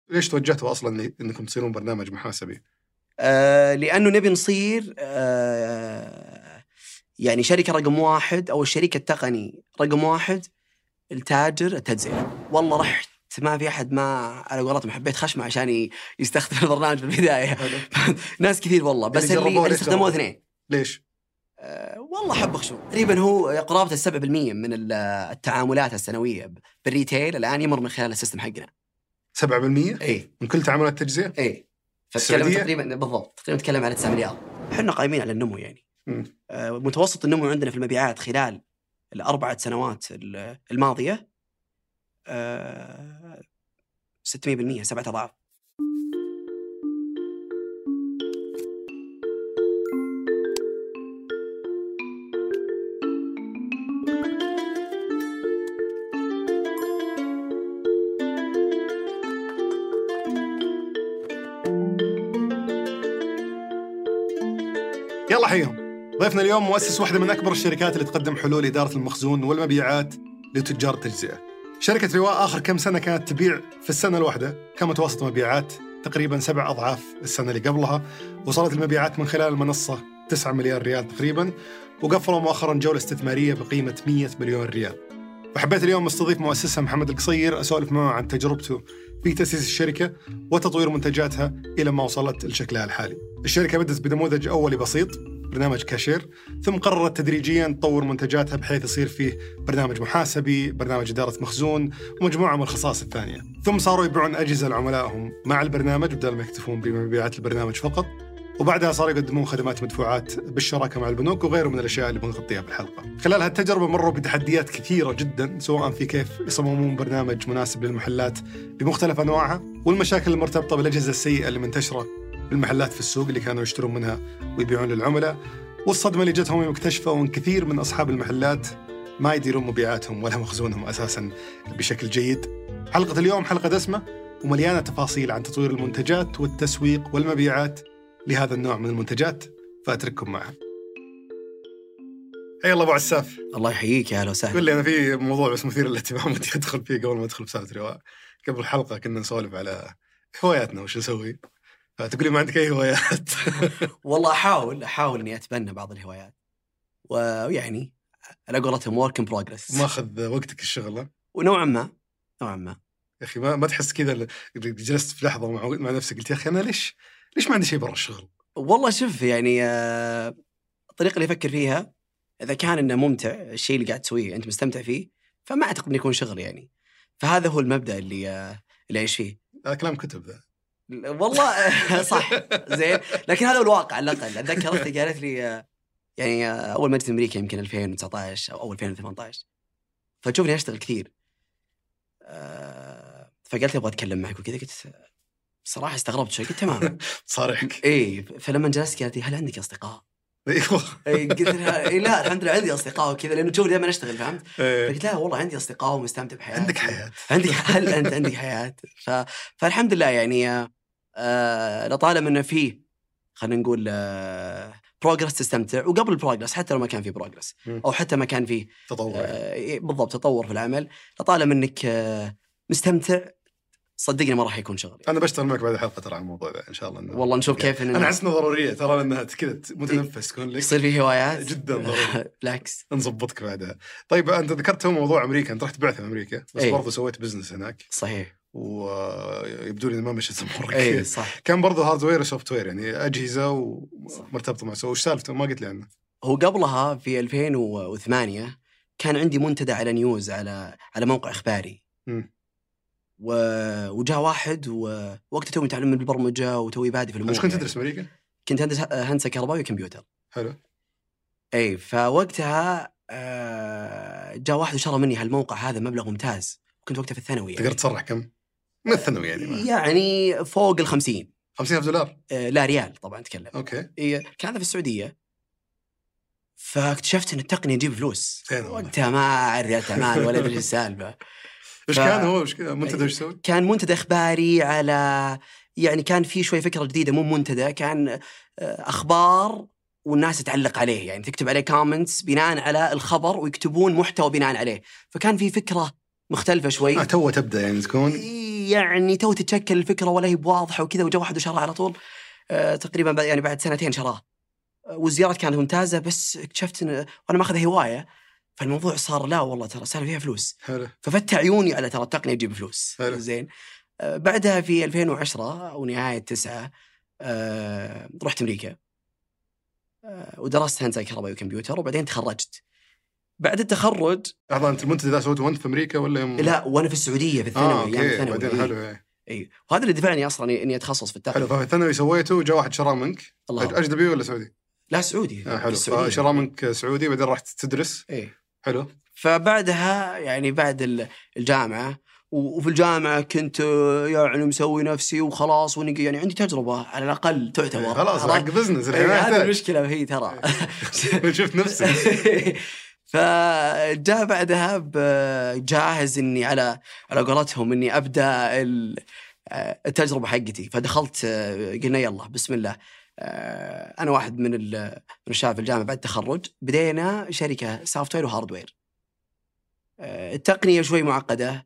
ليش توجهتوا أصلاً إنكم تصيرون برنامج محاسبي؟ لأنه نبي نصير يعني شركة رقم 1 أو الشريك التقني رقم 1 التاجر التجزئة. والله رحت ما في أحد ما على قولتهم حبيت خشمه عشان يستخدم البرنامج في البداية. ناس كثير والله، بس اللي استخدموه 2. ليش؟ والله حب خشو تقريبا هو قرابة 7% من التعاملات السنوية بالريتيل الآن يمر من خلال السيستم حقنا. 7%؟ إيه من كل تعاملات التجزئة؟ إيه. فتكلم تقريبا بالضبط تقريبا نتكلم على 9 مليار. احنا قائمين على النمو يعني. متوسط النمو عندنا في المبيعات خلال ال4 سنوات الماضية 600%، 7 أضعاف. يلا حيهم. ضيفنا اليوم مؤسس واحدة من أكبر الشركات اللي تقدم حلول إدارة المخزون والمبيعات لتجار التجزئة. شركة رواء آخر كم سنة كانت تبيع في السنة الواحدة كان متوسط مبيعات تقريبا 7 أضعاف السنة اللي قبلها. وصلت المبيعات من خلال المنصة 9 مليار ريال تقريبا، وقفلوا مؤخرا جولة استثمارية بقيمة 100 مليون ريال. فحبيت اليوم استضيف مؤسسها محمد القصير أسولف معه عن تجربته في تأسيس الشركة وتطوير منتجاتها إلى ما وصلت لشكلها الحالي. الشركة بدأت بنموذج أولي بسيط، برنامج كاشير، ثم قررت تدريجياً تطور منتجاتها بحيث يصير فيه برنامج محاسبي، برنامج إدارة مخزون، ومجموعة من الخصائص الثانية. ثم صاروا يبيعون أجهزة لعملائهم مع البرنامج بدل ما يكتفون بمبيعات البرنامج فقط. وبعدها صاروا يقدمون خدمات مدفوعات بالشراكة مع البنوك وغيره من الأشياء اللي بنغطيها بالحلقة. خلال هالتجربة مروا بتحديات كثيرة جداً، سواء في كيف يصممون برنامج مناسب للمحلات بمختلف أنواعها، والمشاكل المرتبطة بالأجهزة السيئة اللي منتشرة بالمحلات في السوق اللي كانوا يشترون منها ويبيعون للعملاء، والصدمة اللي جتهم يوم اكتشفوا أن كثير من أصحاب المحلات ما يديرون مبيعاتهم ولا مخزونهم أساساً بشكل جيد. حلقة اليوم حلقة دسمة ومليانة تفاصيل عن تطوير المنتجات والتسويق والمبيعات لهذا النوع من المنتجات، فأترككم معها. حيا الله أبو عساف. الله يحييك، يا أهلا وسهلا. قل لي، أنا في موضوع بس مثير للاهتمام ودي أدخل فيه قبل ما أدخل بسالفة رواء. قبل الحلقة كنا نسولف على هواياتنا وش نسوي، فتقولي ما عندك أي هوايات؟ والله أحاول إني أتبنى بعض الهوايات، ويعني على قولتهم work in progress. ما أخذ وقتك الشغل؟ ونوعا ما يا أخي ما تحس كذا جلست في لحظة مع نفسك قلت يا أخي أنا ليش ما عندي شيء برا الشغل؟ والله شوف يعني الطريقة اللي أفكر فيها إذا كان إنه ممتع الشيء اللي قاعد تسويه أنت مستمتع فيه، فما أعتقد إنه يكون شغل يعني. فهذا هو المبدأ اللي أعيش فيه. كلام كتب ذا والله صح زين، لكن هذا هو الواقع. على الأقل أتذكر أختي قالت لي يعني أول ما جيت أمريكا يمكن 2019 أو 2018، فتشوفني أشتغل كثير، فقالت لي أبغى أتكلم معك وكذا. قلت صراحة استغربت شوي، قلت تمام صارحك. إيه. فلما جلست قالت لي هل عندك أصدقاء؟ ايوه. قلت لها إيه لا الحمد لله عندي أصدقاء وكذا، لأنه تشوف دائما أشتغل، فهمت؟ فقلت لها والله عندي أصدقاء ومستمتع بحياتي. عندك حياة؟ هل أنت عندك حياة؟ فالحمد لله يعني لطالما إنه فيه خلينا نقول بروجرس تستمتع، وقبل البروجرس حتى لو ما كان فيه بروجرس أو حتى ما كان فيه تطور بالضبط تطور في العمل، لطالما إنك مستمتع صدقني ما راح يكون شغل. أنا بشتغل معك بعد الحلقة ترى عن الموضوع ذا إن شاء الله. والله نشوف كيف. أنا أحس إنه ضرورية ترى إنها كذا متنفس تكون لك يصير فيه هوايات جدا ضروري. بالعكس نضبطك بعدها. طيب أنت ذكرت موضوع أمريكا، أنت رحت بعثة أمريكا بس برضو سويت بزنس هناك. صحيح. ويبدو لي ما مشيت أمورك. إيه صح. كان برضو هاردوير وسوفت وير يعني أجهزة ومرتبطة مع وش سالفته؟ ما قلت لي عنه. هو قبلها في 2008 كان عندي منتدى على نيوز على موقع إخباري. وجاء واحد ووقت توي متعلم بالبرمجة وتوي بادي في الموضوع. إيش كنت تدرس أمريكا؟ كنت هندسة كهرباء وكمبيوتر. حلو. أي فوقتها جاء واحد وشرى مني هالموقع هذا مبلغ ممتاز، كنت وقتها في الثانوي. تقدر تصرح كم؟ من الثانوي يعني فوق 50,000 دولار. لا ريال طبعا تكلم. أوكي. كان هذا في السعودية. فاكتشفت إن التقنية تجيب فلوس. وقتها ما أعرف مال ولا أدري السالفة. إيش كان هو منتدى إيش سوي؟ كان منتدى إخباري على يعني كان في شوي فكرة جديدة، مو منتدى، كان أخبار والناس تعلق عليه، يعني تكتب عليه كومنتس بناء على الخبر ويكتبون محتوى بناء عليه. فكان في فكرة مختلفة شوي. تو تبدأ يعني تكون يعني تو تتشكل الفكرة ولا هي بواضحة وكذا، وجا واحد وشراه على طول. تقريبا يعني بعد 2 شراه. والزيارات كانت ممتازة، بس اكتشفت إن وأنا ماخذ هواية، فالموضوع صار لا والله ترى سالفة فيها فلوس. حلو. ففتح عيوني على ترى التقنية تجيب فلوس. حلو. زين. بعدها في 2010 أو نهاية 9 رحت أمريكا ودرست هندسة كهرباء وكمبيوتر، وبعدين تخرجت. بعد التخرج أنت المنتج ذا سويته وأنت في أمريكا ولا لا وأنا في السعودية في الثانوي. أوكي. بعدين حلو. اي وهذا اللي دفعني اصلا اني اتخصص في التقنيه. حلو. ففي الثانوي سويته وجاء واحد شراه منك. اجنبي ولا سعودي؟ لا سعودي. حلو. فشراه منك سعودي بعدين رحت تدرس. حلو. فبعدها يعني بعد الجامعه وفي الجامعه كنت يعني مسوي نفسي وخلاص، يعني عندي تجربه على الاقل تعتبر. خلاص حق بزنس. هذه المشكله هي ترى. شفت نفسك. فجاء بعدها جاهز اني على قولتهم اني ابدا التجربه حقتي. فدخلت قلنا يلا بسم الله. انا واحد من الشباب في الجامعه بعد التخرج بدينا شركه سوفت وير وهاردوير. التقنيه شوي معقده.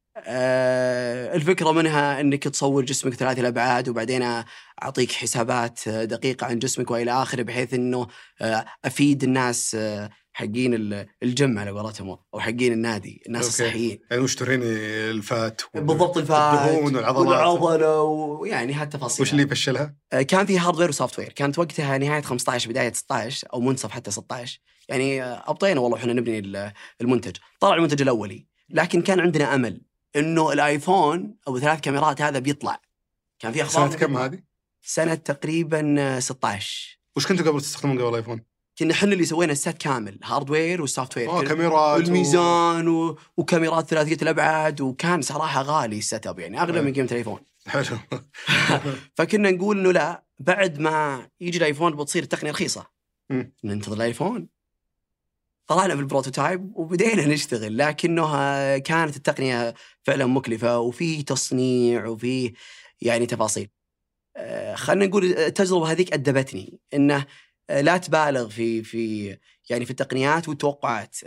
الفكره منها انك تصور جسمك 3 الابعاد وبعدين اعطيك حسابات دقيقه عن جسمك والى اخره، بحيث انه افيد الناس حقين الجيم على قولتهم او حقين النادي، الناس الصحيين. يعني وش تريني الفات بالضبط، الفات الدهون والعضله ويعني هالتفاصيل. وش اللي فشلها؟ كان في هاردوير وسوفت وير. كانت وقتها نهايه 15 بدايه 16 او منتصف حتى 16. يعني ابطينا والله احنا نبني المنتج. طلع المنتج الاولي، لكن كان عندنا امل انه الايفون او 3 كاميرات هذا بيطلع. كان في اخبار. سنه كم هذه؟ سنه تقريبا 16. وش كنتوا قبل تستخدمون قبل الايفون؟ كنا احنا اللي سوينا السيت كامل، هاردوير وسوفت وير. كاميرات والميزان وكاميرات 3 الابعاد، وكان صراحه غالي السيت اب، يعني اغلى من قيمه الايفون. حلو. فكنا نقول انه لا، بعد ما يجي الايفون بتصير التقنيه رخيصه. ننتظر الايفون. طلعنا بالبروتوتايب وبدينا نشتغل، لكنه كانت التقنيه فعلا مكلفه وفي تصنيع وفي يعني تفاصيل. خلينا نقول التجربه هذيك ادبتني انه لا تبالغ في يعني في التقنيات والتوقعات.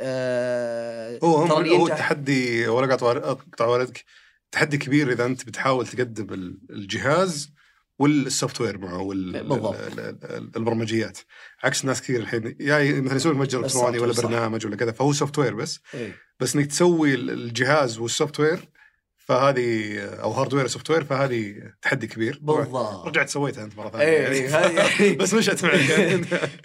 هو التحدي ولا قطع والدك، تحدي كبير اذا انت بتحاول تقدم الجهاز والسوفت وير معه والبرمجيات، عكس ناس كثير الحين يعني مثلا يسوي متجر الكتروني ولا برنامج ولا كذا، فهو سوفت وير بس انك تسوي الجهاز والسوفت وير فهذه او هاردوير وسوفت وير، فهذه تحدي كبير. بالضبط. رجعت سويتها انت مره ثانيه. بس مشت معك.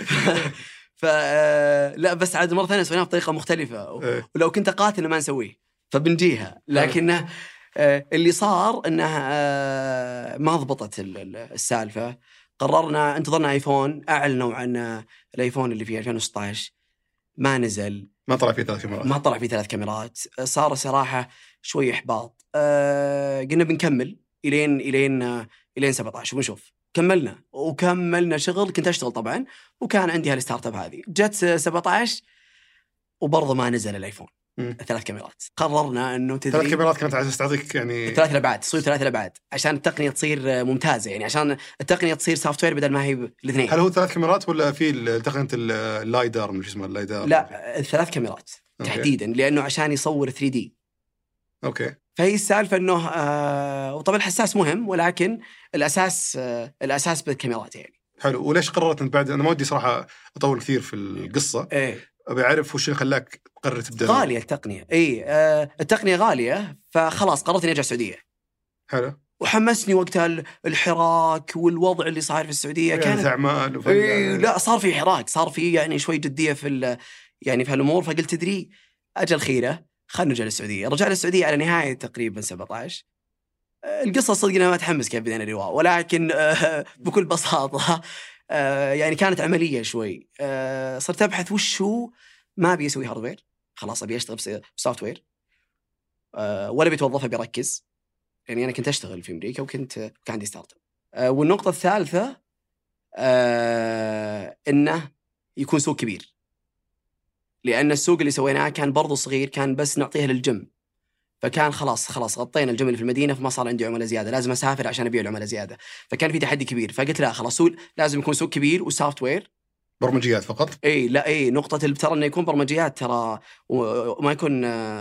لا بس عاد مره ثانيه سويناها بطريقه مختلفه. ولو كنت قاتل ما نسويه فبنجيها، لكنه اللي صار انه ما ضبطت السالفه. قررنا انتظرنا ايفون، اعلنوا عن الايفون اللي فيه 2016 ما نزل، ما طلع فيه 3 كاميرات، ما طلع فيه 3 كاميرات. صار صراحه شوي احباط. قلنا بنكمل الين 17 وبنشوف. كملنا شغل. كنت اشتغل طبعا وكان عندي هالستارت اب هذه. جت 17 وبرضه ما نزل الايفون 3 كاميرات. قررنا انه 3 كاميرات كانت على اساس تعطيك يعني 3 الابعاد، تصير 3 الابعاد عشان التقنيه تصير ممتازه، يعني عشان التقنيه تصير سوفت وير بدل ما هي الاثنين. هل هو 3 كاميرات ولا في تقنيه اللايدار مش اسمه اللايدار؟ لا 3 كاميرات تحديدا، لانه عشان يصور 3D. اوكي. فهي السالفه انه وطبعا الحساس مهم، ولكن الاساس بالكاميرات يعني. حلو. وليش قررت انت بعد؟ انا ما ودي صراحه اطول كثير في القصه. ابي اعرف وش اللي خلاك تقرر تبدا. غاليه التقنيه. التقنيه غاليه، فخلاص قررت اني ارجع السعوديه. حلو. وحمسني وقتها الحراك والوضع اللي صار في السعوديه. كانت اعمال لا صار في حراك، صار في يعني شوي جديه في يعني في الامور. فقلت تدري اجل خيره، خلنا نرجع للسعوديه. رجع للسعوديه على نهايه تقريبا 17. القصه صدق انا ما اتحمس كيف بدينا الرواء، ولكن بكل بساطه يعني كانت عمليه شوي. صرت ابحث وش هو. ما ابي اسوي هاردوير، خلاص ابي اشتغل بسوفت وير. ولا بيتوظف بيركز، يعني انا كنت اشتغل في امريكا وكان عندي ستارت اب. والنقطه الثالثه انه يكون سوق كبير، لان السوق اللي سويناه كان برضو صغير، كان بس نعطيها للجيم. فكان خلاص غطينا الجيم اللي في المدينه، فما صار عندي عملاء زياده، لازم اسافر عشان ابيع العملاء زياده. فكان في تحدي كبير. فقلت لا خلاص سوق لازم يكون سوق كبير وسوفت وير برمجيات فقط. لا نقطه ترى انه يكون برمجيات ترى وما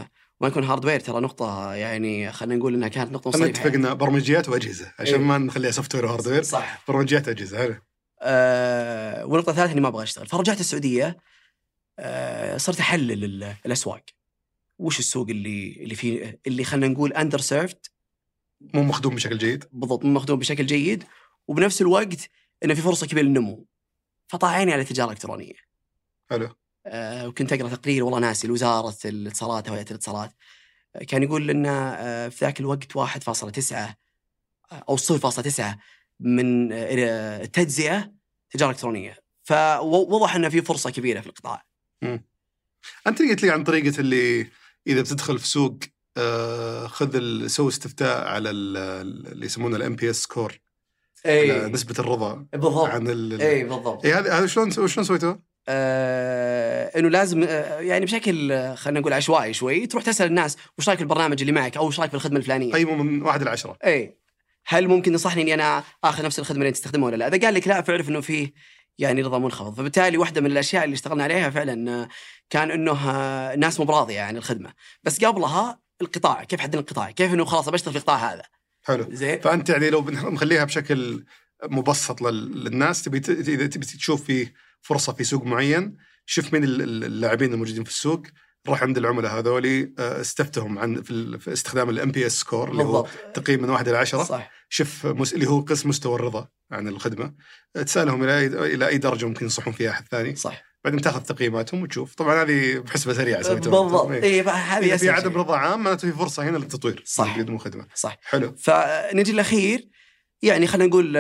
ما يكون هاردوير ترى نقطة، يعني خلينا نقول إنها كانت نقطة خلينا مصيبة. اتفقنا برمجيات وأجهزة عشان ما نخليها سوفت وير وهاردوير. صح. برمجيات وأجهزة هذا. والنقطة الثالثة إني ما أبغى أشتغل، فرجعت السعودية. صرت أحلل الأسواق، وش السوق اللي فيه، اللي خلينا نقول underserved، مو مخدوم بشكل جيد. بالضبط، مو مخدوم بشكل جيد، وبنفس الوقت إنه في فرصة كبيرة للنمو. فطاع عيني على التجارة الإلكترونية. حلو. وكنت أقرأ تقرير، والله ناسي، لوزارة الاتصالات أو هيئة الاتصالات، كان يقول لنا في ذاك الوقت 1.9 أو 0.9 من التجزئة تجارة إلكترونية. فوضح أن في فرصة كبيرة في القطاع. أنت قلت لي عن طريقة اللي إذا بتدخل في سوق سوي استفتاء على اللي يسمونه الMPS score، على نسبة الرضا. بالضبط. عن بالضبط. هذا شلون سويته؟ إنه لازم يعني بشكل خلينا نقول عشوائي شوي، تروح تسأل الناس وش رأيك بالبرنامج اللي معك، أو وش رأيك بالخدمة الفلانية. قيمه من 1 إلى 10. هل ممكن ينصحني إني أنا آخذ نفس الخدمة اللي تستخدمها ولا لا؟ إذا قال لك لا، فاعرف إنه فيه يعني رضا منخفض. فبالتالي واحدة من الأشياء اللي اشتغلنا عليها فعلا كان إنه ناس مو براضية عن الخدمة. بس قبلها القطاع، كيف حدنا القطاع، كيف إنه خلاص بشتغل في القطاع هذا. حلو. زين. فأنت يعني لو بنخليها بشكل مبسط للناس، إذا تبي تشوف فيه فرصة في سوق معين، شوف مين اللاعبين الموجودين في السوق، روح عند العملاء هذولي، استفتهم عن في استخدام الMPS score اللي هو تقييم من 1 إلى 10. صح. شوف اللي هو قسم مستوى الرضا عن الخدمة، تسألهم إلى أي درجة ممكن ينصحون فيها أحد ثاني. صح. بعدين تاخذ تقييماتهم وتشوف. طبعا هذه بحسبة سريعة سويتها. بالضبط. هذه في عدم رضا عام، معناته في فرصة هنا للتطوير. صح. يقدموا خدمة. صح. حلو. فنجي الأخير، يعني خلينا نقول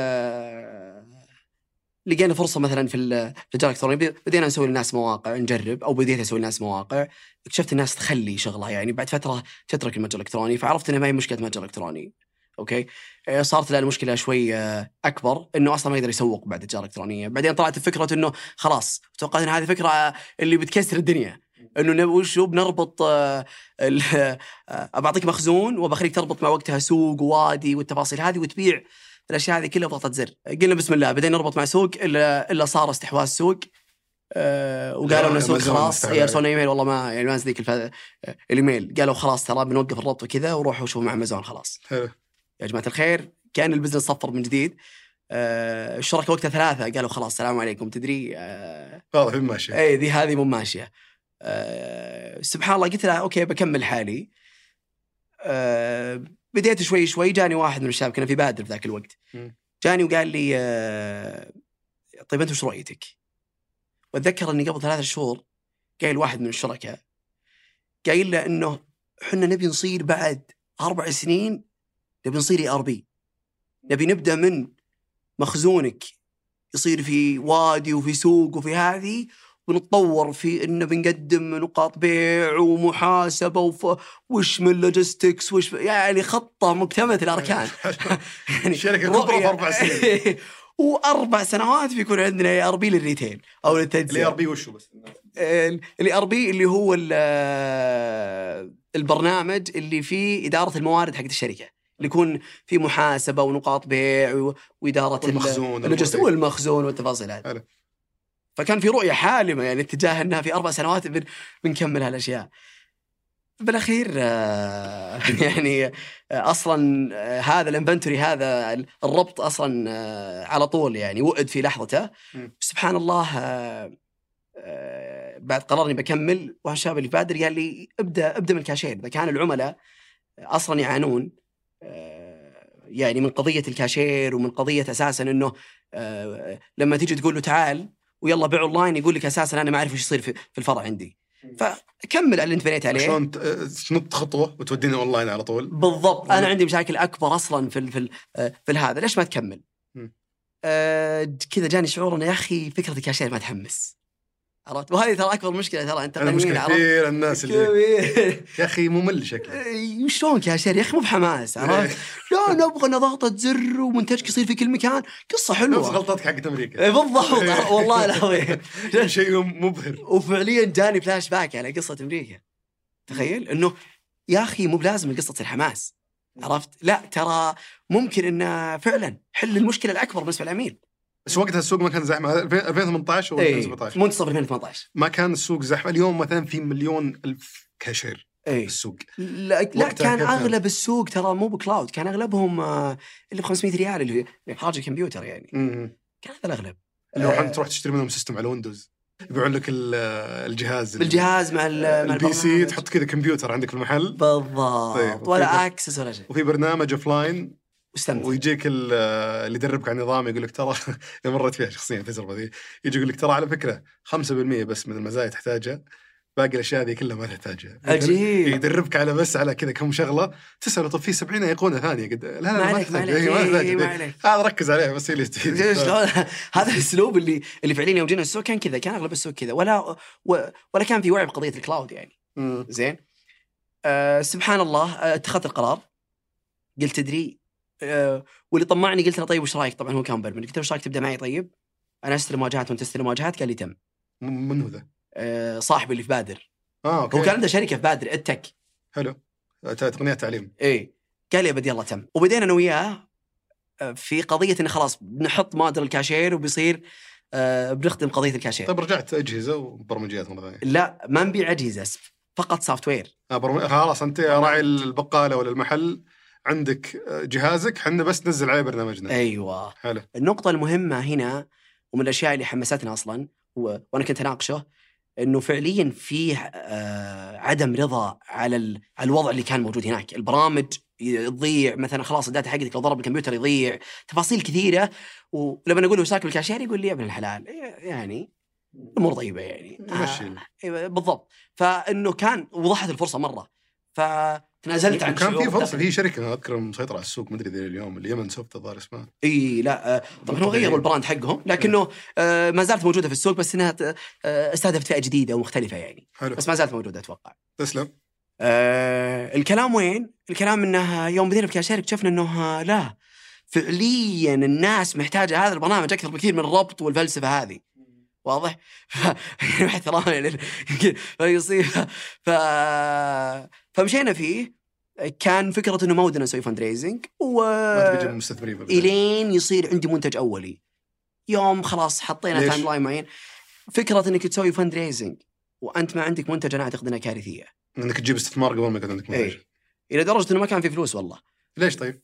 لقينا فرصة مثلا في التجارة الإلكترونية، بدينا نسوي للناس مواقع، نجرب، أو بديت أسوي للناس مواقع. اكتشفت الناس تخلي شغلها، يعني بعد فترة تترك المتجر الإلكتروني، فعرفت إنها ما هي مشكلة متجر إلكتروني. أوكي. صارت لها المشكلة شوي أكبر، إنه أصلا ما يقدر يسوق بعد التجارة الإلكترونية. بعدين طلعت الفكرة إنه خلاص، توقعت إن هذه فكرة اللي بتكسر الدنيا، إنه وشو بنربط أبعطيك مخزون وبخليك تربط مع وقتها سوق ووادي والتفاصيل هذه، وتبيع الأشياء هذه كلها بضغطة زر. قلنا بسم الله، بدينا نربط مع سوق، إلا صار استحواذ سوق. وقالوا لنا سوق خلاص، يرسلنا إيميل، والله ما يعني ما نصدق الإيميل، قالوا خلاص ترى بنوقف الربط وكذا، وروحوا شوفوا مع أمازون خلاص. يا جماعة الخير، كان البزنس صفر من جديد. الشركة وقتها 3 قالوا خلاص السلام عليكم، تدري واضح ماشية. دي هذه مو ماشية. سبحان الله، قلت له أوكي بكمل حالي. بديت شوي شوي، جاني واحد من الشباب، كنا في بادر في ذاك الوقت، جاني وقال لي طيب أنت وش رؤيتك؟ وأتذكر أني قبل 3 شهور قايل واحد من الشركاء، قايل له إنه حنا نبي نصير بعد 4 سنين، نبي نصير ERP، نبي نبدأ من مخزونك يصير في وادي وفي سوق وفي هذه، ونتطور في إنه بنقدم نقاط بيع ومحاسبة وش من لوجيستكس، وش يعني خطة مكتملة الأركان. يعني شركة كبرى في 4 سنين و4 سنوات بيكون عندنا ERP للريتيل أو للتجزئة. ERP وشو بس؟ ERP اللي هو البرنامج اللي فيه إدارة الموارد حقت الشركة، اللي يكون في محاسبة ونقاط بيع وإدارة والمخزون والتفاصيل هذه. فكان في رؤية حالمة، يعني اتجاه أنها في 4 سنوات بنكمل هالأشياء. بالأخير يعني أصلا هذا الانفنتوري، هذا الربط أصلا على طول يعني وقد في لحظته. سبحان الله، بعد قررني بكمل، والشاب اللي بادر قال لي ابدأ من الكاشير. إذا كان العملاء أصلا يعانون يعني من قضية الكاشير، ومن قضية أساسا أنه لما تيجي تقول له تعال ويلا بيع أونلاين، يقول لك أساسا أنا ما أعرف وش يصير في الفرع عندي. فكمل على اللي انت بنيت عليه، شلون تنط خطوة وتوديني أونلاين على طول. بالضبط. أنا عندي مشاكل أكبر أصلا في هذا، ليش ما تكمل؟ كذا جاني شعور إنه يا أخي فكرة الكاشير ما تحمس، عرفت؟ وهذه ترى أكبر مشكلة، ترى أنت مشكلة كثير الناس اللي يا أخي ممل شكله. شلون كاشير يا أخي؟ مو بحماس، عرفت؟ لا نبغى ضغطة زر ومنتجك يصير في كل مكان، قصة حلوة. نفس غلطتك حقت أمريكا. بالضبط. والله العظيم شيء مبهر. وفعليا جاني فلاش باك على قصة أمريكا. تخيل إنه يا أخي مو بلازم القصة الحماس، عرفت؟ لا ترى ممكن إنه فعلا حل المشكلة الأكبر بالنسبة للعميل. بس وقتها السوق ما كان زحمة. 2018 و 2017 منتصف 2018 ما كان السوق زحمة. اليوم مثلا في 1,000,000 كاشير السوق. لا كان اغلب السوق ترى مو بكلاود، كان اغلبهم اللي ب 500 ريال اللي حاجه كمبيوتر يعني. كان هذا الاغلب. لو تروح تشتري منهم سيستم على ويندوز يبيعون لك الجهاز بالجهاز مع البي سي، تحط كذا كمبيوتر عندك في المحل بالضبط. طيب. ولا اكسس ولا شيء، وفي برنامج اوفلاين واستمتع. ويجيك اللي يدربك على النظام يقول لك ترى مرت فيها شخصيا التجربه ذي، يجي يقول لك ترى على فكره 5% بس من المزايا تحتاجها، باقي الاشياء ذي كلها ما تحتاجها. عجيب. يدربك على بس على كذا كم شغله، تسأله طب في 70 ايقونه ثانيه قد لا ما عليك هذا ركز عليه بس اللي هذا الاسلوب اللي فعليا يوم جينا السوق كان كذا، كان اغلب السوق كذا، ولا كان في وعي بقضيه الكلاود يعني. زين. سبحان الله اتخذت القرار، قلت تدري واللي طمعني قلت له طيب وش رايك؟ طبعا هو كان برمن، قلت له وش رايك تبدا معي؟ طيب انا استلم واجهات وانت تستلم واجهات. قال لي تم. من هو ذا؟ صاحبي اللي في بادر. أوكي. هو كان عنده شركه في بادر التك. حلو، تقنيه تعليم. ايه قال لي بدي يلا تم. وبدينا انا وياه في قضيه انه خلاص بنحط موديل الكاشير وبيصير بنخدم قضيه الكاشير. طيب رجعت اجهزه وبرمجيات مره ثانيه؟ لا ما نبيع اجهزه، فقط سوفت وير. خلاص انت راعي البقاله ولا المحل، عندك جهازك، حنا بس نزل عليه برنامجنا. ايوه. حلو. النقطه المهمه هنا ومن الاشياء اللي حمستنا اصلا وانا كنت اناقشه، انه فعليا فيه عدم رضا على الوضع اللي كان موجود هناك. البرامج تضيع مثلا، خلاص الداتا حقتك لو ضرب الكمبيوتر يضيع، تفاصيل كثيره. ولما نقول له وش رايك بالكاشير يقول لي يا ابن الحلال يعني امور طيبه يعني بالضبط. فانه كان وضحت الفرصه مره، فتنازلت عن كان في فرصه في شركه اذكر مسيطره على السوق، ما ادري ذي اليوم اليمن سوفت الظاهر اسمها. اي لا طبعا هو غيروا البراند حقهم، لكنه ما زالت موجوده في السوق، بس انها استهدفت فئه جديده ومختلفه يعني. حلو. بس ما زالت موجوده اتوقع. تسلم. الكلام وين؟ الكلام انه يوم بدينا في كاشير اكتشفنا انه لا فعليا الناس محتاجه هذا البرنامج اكثر بكثير من الربط والفلسفه هذه. واضح؟ فيصير فمشينا فيه. كان فكرة إنه ما ودنا نسوي فاندريزنج إلين يصير عندي منتج أولي. يوم خلاص حطينا تايم لاين معين. فكرة إنك تسوي فاندريزنج وأنت ما عندك منتج، أنا أعتقد أنها كارثية. إنك تجيب استثمار قبل ما يكون عندك منتج. إلى درجة إنه ما كان في فلوس والله. ليش طيب؟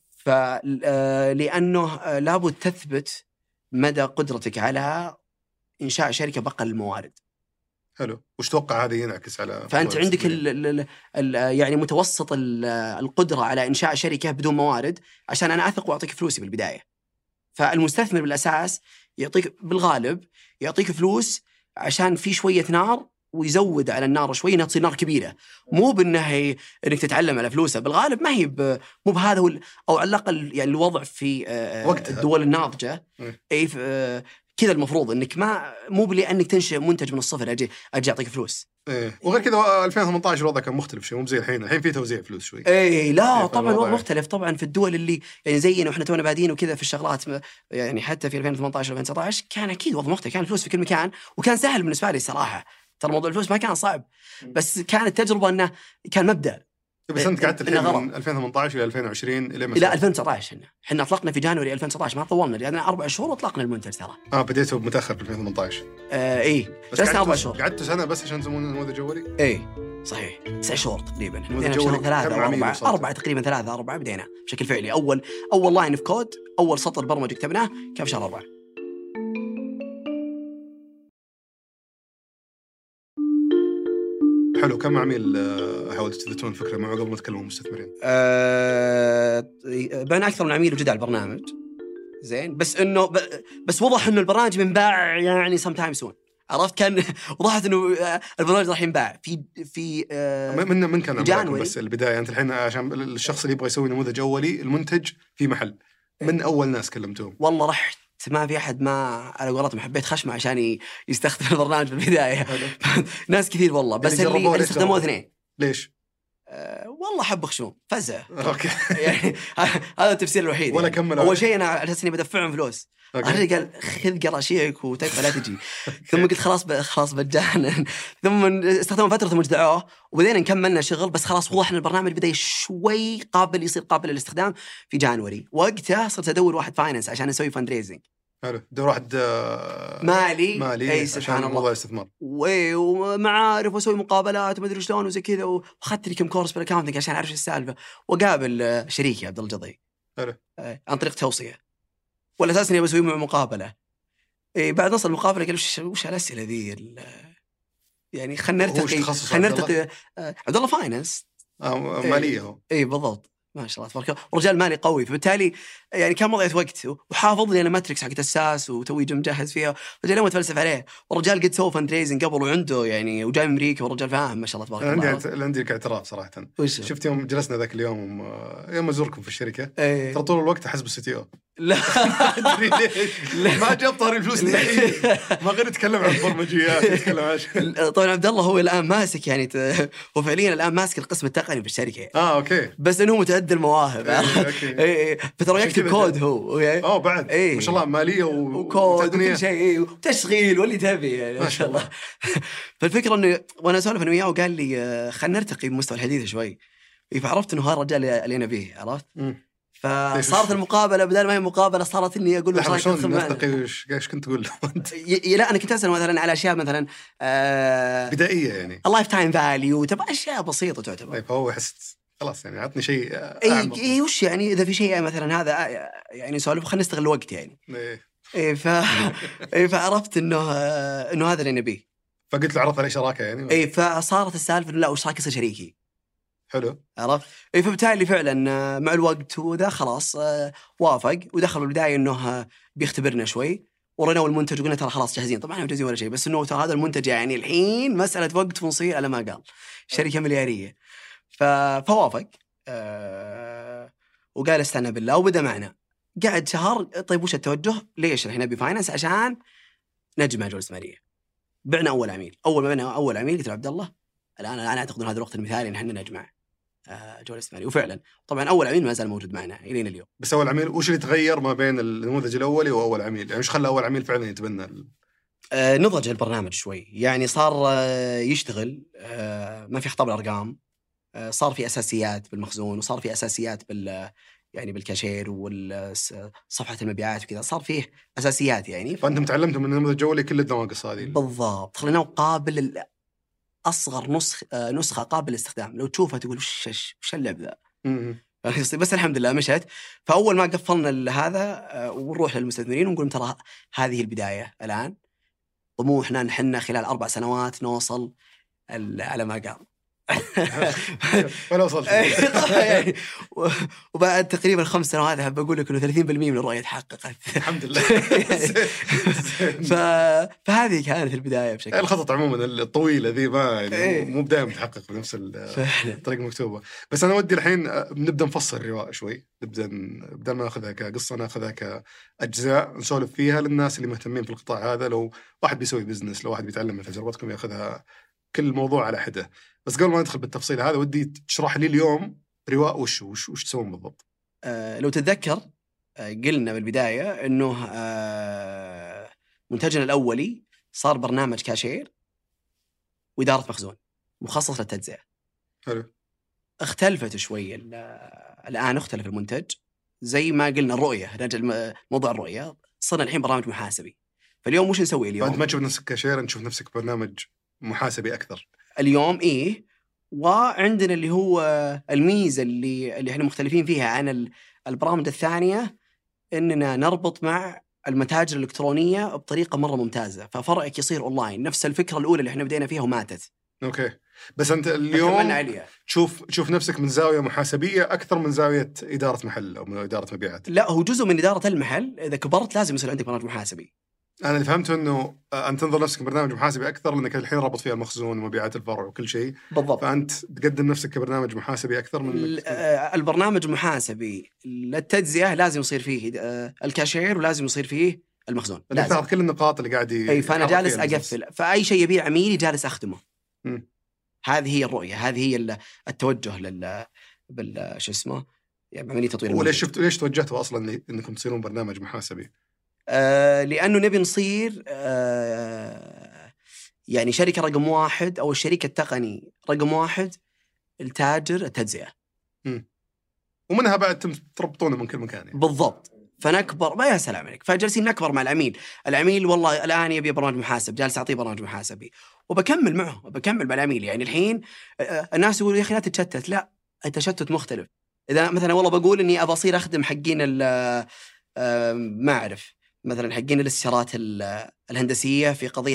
لأنه لابد تثبت مدى قدرتك على إنشاء شركة بقى الموارد. حلو. وش توقع هذا ينعكس على؟ فأنت عندك يعني متوسط القدرة على إنشاء شركة بدون موارد، عشان أنا أثق وأعطيك فلوسي بالبداية. فالمستثمر بالأساس يعطيك بالغالب يعطيك فلوس عشان في شوية نار ويزود على النار شوي انها تصير نار كبيره، مو بانه انك تتعلم على فلوسه. بالغالب ما هي مو بهذا او على الاقل يعني الوضع في الدول الناضجه اي كذا المفروض انك مو لانك تنشئ منتج من الصفر اجي اعطيك فلوس. وغير كذا 2018 الوضع كان مختلف شوي، مو زي الحين في توزيع فلوس شوي. لا طبعا الوضع مختلف طبعا في الدول اللي يعني زينا واحنا تونا بادين وكذا في الشغلات، يعني حتى في 2018 2019 كان اكيد وضع مختلف، كان الفلوس في كل مكان وكان سهل بالنسبه لي الصراحه. ترى موضوع الفلوس ما كان صعب، بس كانت تجربه انه كان مبدا. بس انت قعدت من 2018 الى 2020 الى 2019 احنا اطلقنا في جانوري 2019، ما طولنا لان 4 شهور اطلقنا المنتج ترى. بديته متاخر في 2018 بس 4 شهور. قعدت سنه بس عشان يسمونه نموذج جوالي. صحيح 9 شهور تقريبا. بدينا في شهر 3 أو 4 تقريبا 3 4 بدينا بشكل فعلي. اول لاين في كود، اول سطر برمجه كتبناه كان في شهر 4. حلو. كم عميل حاولت تثبتون الفكرة معه قبل ما تكلموا مستثمرين؟ بأنا أكثر من عميل وجد على البرنامج. زين. بس إنه بس وضح إنه البرنامج بنباع يعني sometime soon. عرفت؟ كان وضحت إنه البرنامج راح ينباع في من كان جانوري. بس البداية أنت الحين عشان الشخص اللي يبغى يسوي نموذج أولي المنتج في محل، من أول ناس كلمتهم؟ والله رحت ما في أحد ما على قولتهم حبيت خشمه عشان يستخدم البرنامج في البداية. ناس كثير والله، بس اللي استخدموه 2. ليش؟ والله حب خشوم فزة. أوكي. يعني هذا التفسير الوحيد. ولا كمل. أول شيء أنا على أساس إني بدفعهم فلوس. الرجال قال خذ قراشيك وتكفى لا تجي. ثم قلت خلاص بجانا. ثم استخدموا فترة ثم جدعوه وبدينا نكملنا شغل، بس خلاص وضح إن البرنامج بدأ شوي يصير قابل للاستخدام في جانوري. وقتها صرت أدور واحد فاينانس عشان نسوي فاندريزنج. حلو. ده واحد مالي اي سبحان الله موضوع الاستثمار ومعارف واسوي مقابلات وما ادري شلون وزي كذا، واخذت لي كم كورس بالاكاونتنج عشان اعرف ايش السالفه، وقابل شريكي عبد الله الجضي حلو عن طريق توصيه، ولا اساس اني بسوي معه مقابله. بعد نص المقابله قال وش الاسئله ذي يعني خلنا نرتقي عبد الله فاينانس ماليه هو. اي بالضبط ما شاء الله تبارك الله، ورجال مالي قوي، فبالتالي يعني كان مضيعة وقت، وحافظ لي انا ماتريكس حقت الساس وتوي مجهز فيها، رجال يوم اتفلسف عليه، والرجال قد سوى فند ريزنج قبل وعنده يعني وجاي من امريكا، والرجال فاهم ما شاء الله تبارك الله. عندي لك اعتراف صراحه. شفت يوم جلسنا ذاك اليوم يوم ازوركم في الشركه ترى طول الوقت احسب السي او لا ما جاب طاري الفلوس ما غير يتكلم عن البرمجيات يتكلم عن طبعا عبد الله هو الان ماسك يعني هو فعليا الان ماسك القسم التقني في الشركه. اوكي. بس انه متعدد المواهب. فترى يكتب كود هو بعد ما شاء الله ماليه وكود وكل شيء وتشغيل واللي تبي يعني ما شاء الله. فالفكره انه وانا اسولف انا وياه وقال لي خلينا نرتقي بمستوى الحديث شوي، فعرفت انه هذا الرجال اللي انا به عرفت. فصارت المقابله بدل ما هي مقابله صارت اني اقول له شلون نرتقي. ايش كنت تقول له انت؟ لا انا كنت اسال مثلا على اشياء مثلا بدائيه يعني اللايف تايم فاليو، تبغى اشياء بسيطه تعتبر. طيب هو يحس خلاص يعني عطني شيء اي وش يعني اذا في شيء مثلا هذا يعني سولف خلينا نستغل الوقت يعني. فعرفت انه هذا اللي نبيه، فقلت له عرض عليه شراكه يعني. فصارت السالفه لا وش رايك يصير شريكي. حلو. عرفت. فبالتالي فعلا مع الوقت وذا خلاص وافق، ودخل البدايه انه بيختبرنا شوي، ورنا المنتج وقلنا ترى خلاص جاهزين. طبعا جاهزين ولا شيء، بس انه ترى هذا المنتج يعني الحين مساله وقت ونصير على ما قال شركه ملياريه. فوافق وقال استنى بالله وبدا معنا. قعد شهر. طيب وش التوجه؟ ليش الحين نبي فاينانس؟ عشان نجمع جوله استثماريه. بعنا اول عميل. اول ما بعنا اول عميل قلت له عبد الله الان انا اعتقد ان هذا الوقت المثالي ان احنا نجمع جوله استثماريه. وفعلا طبعا اول عميل ما زال موجود معنا الين اليوم. بس اول عميل وش اللي تغير ما بين النموذج الاولي واول عميل؟ يعني ايش خلى اول عميل فعلا يتبنى نضج البرنامج شوي، يعني صار يشتغل ما في خطاب الارقام، صار في اساسيات بالمخزون، وصار في اساسيات يعني بالكاشير والصفحه المبيعات وكذا، صار فيه اساسيات يعني. فانتم تعلمتم من النموذج الاولي كل النواقص هذه بالضبط. خليناه قابل اصغر نسخه قابل للاستخدام، لو تشوفها تقول وش اللعب ذا. بس الحمد لله مشت. فاول ما قفلنا هذا ونروح للمستثمرين ونقول ترى هذه البدايه، الان طموحنا نحن خلال 4 سنوات نوصل على ما قال. ولا وصلت. يعني وبعد تقريبا 5 سنوات بقول لك انه 30% من الرؤيه تحققت الحمد لله. فهذه كانت البدايه بشكل. الخطط عموما الطويله ذي ما يعني مو دائما تحقق بنفس الطريقه المكتوبه. بس انا ودي الحين نبدا نفصل الرواء شوي، بدل ما ناخذها كقصه ناخذها كاجزاء نسولف فيها للناس اللي مهتمين في القطاع هذا. لو واحد بيسوي بزنس، لو واحد بيتعلم من تجربتكم ياخذها كل موضوع على حده. بس قبل ما ندخل بالتفصيل هذا ودي تشرح لي اليوم رواء وش تسوون بالضبط. لو تتذكر قلنا بالبداية أنه منتجنا الأولي صار برنامج كاشير وإدارة مخزون مخصص للتجزئة. حلو. اختلفت شوي الآن، اختلف المنتج زي ما قلنا الرؤية، نرجع موضوع الرؤية، صرنا الحين برنامج محاسبي. فاليوم وش نسوي اليوم؟ أنت ما تشوف نفسك كاشير، نشوف نفسك برنامج محاسبي أكثر اليوم. وعندنا اللي هو الميزة اللي احنا مختلفين فيها عن البرامج الثانية، إننا نربط مع المتاجر الإلكترونية بطريقة مرة ممتازة، ففرعك يصير أونلاين. نفس الفكرة الأولى اللي احنا بدينا فيها وماتت. أوكي. بس أنت اليوم تشوف نفسك من زاوية محاسبية أكثر من زاوية إدارة محل أو من إدارة مبيعات. لا، هو جزء من إدارة المحل. إذا كبرت لازم يصير عندك برنامج محاسبي. أنا اللي فهمته إنه أنت تنظر نفسك برنامج محاسبي أكثر لأنك الحين رابط فيها المخزون ومبيعات الفرع وكل شيء. بالضبط. فأنت تقدم نفسك كبرنامج محاسبي أكثر من البرنامج المحاسبي للتجزئة لازم يصير فيه الكاشير ولازم يصير فيه المخزون. لازم تعرف كل النقاط اللي قاعد فأنا جالس أقفل، فأي شيء يبيع عميلي جالس أخدمه. هذه هي الرؤية، هذه هي التوجه شو اسمه يعني عملية تطوير. ليش توجهتوا أصلا إنكم تصيرون برنامج محاسبي؟ لأنه نبي نصير يعني شركة رقم 1 أو الشركة التقني رقم 1 التاجر التجزئة. ومنها بعد تربطونه من كل مكان يعني. بالضبط. فنكبر ما يا سلام عليك، فجالسين نكبر مع العميل والله الآن يبي برنامج محاسب، جالس أعطيه برنامج محاسبي وبكمل معه، بكمل مع العميل. يعني الحين الناس يقولوا يا أخي لا تتشتت، لا التشتت مختلف. إذا مثلا والله بقول إني أبى أصير أخدم حقين ما أعرف مثلا حقين الاستشارات الهندسية في قضية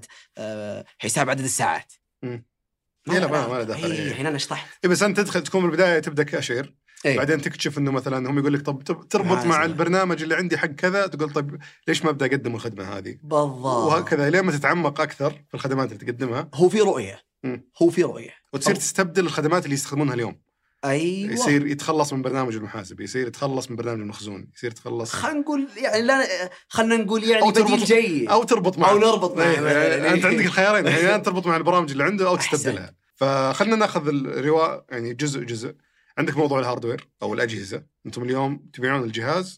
حساب عدد الساعات. لا ما له دخل. الحين أنا شطحت. بس أنت تدخل تكون بالبداية تبدأ كاشير، بعدين تكتشف إنه مثلا هم يقول لك طب تربط مع البرنامج اللي عندي حق كذا، تقول طيب ليش ما أبدأ أقدم الخدمة هذه بالضبط، وهكذا لين ما تتعمق أكثر في الخدمات اللي تقدمها. هو في رؤية وتصير تستبدل الخدمات اللي يستخدمونها اليوم. أيوة. يصير يتخلص من برنامج المحاسب، يصير يتخلص من برنامج المخزون، يصير يتخلص. خلينا نقول يعني لا خلينا نقول يعني بديل جيد أو تربط معه أو نربط معه. يعني أنت عندك الخيارين، يعني تربط مع البرامج اللي عنده أو تستبدلها. فخلنا ناخذ الرواء يعني جزء. عندك موضوع الهاردوير أو الأجهزة، أنتم اليوم تبيعون الجهاز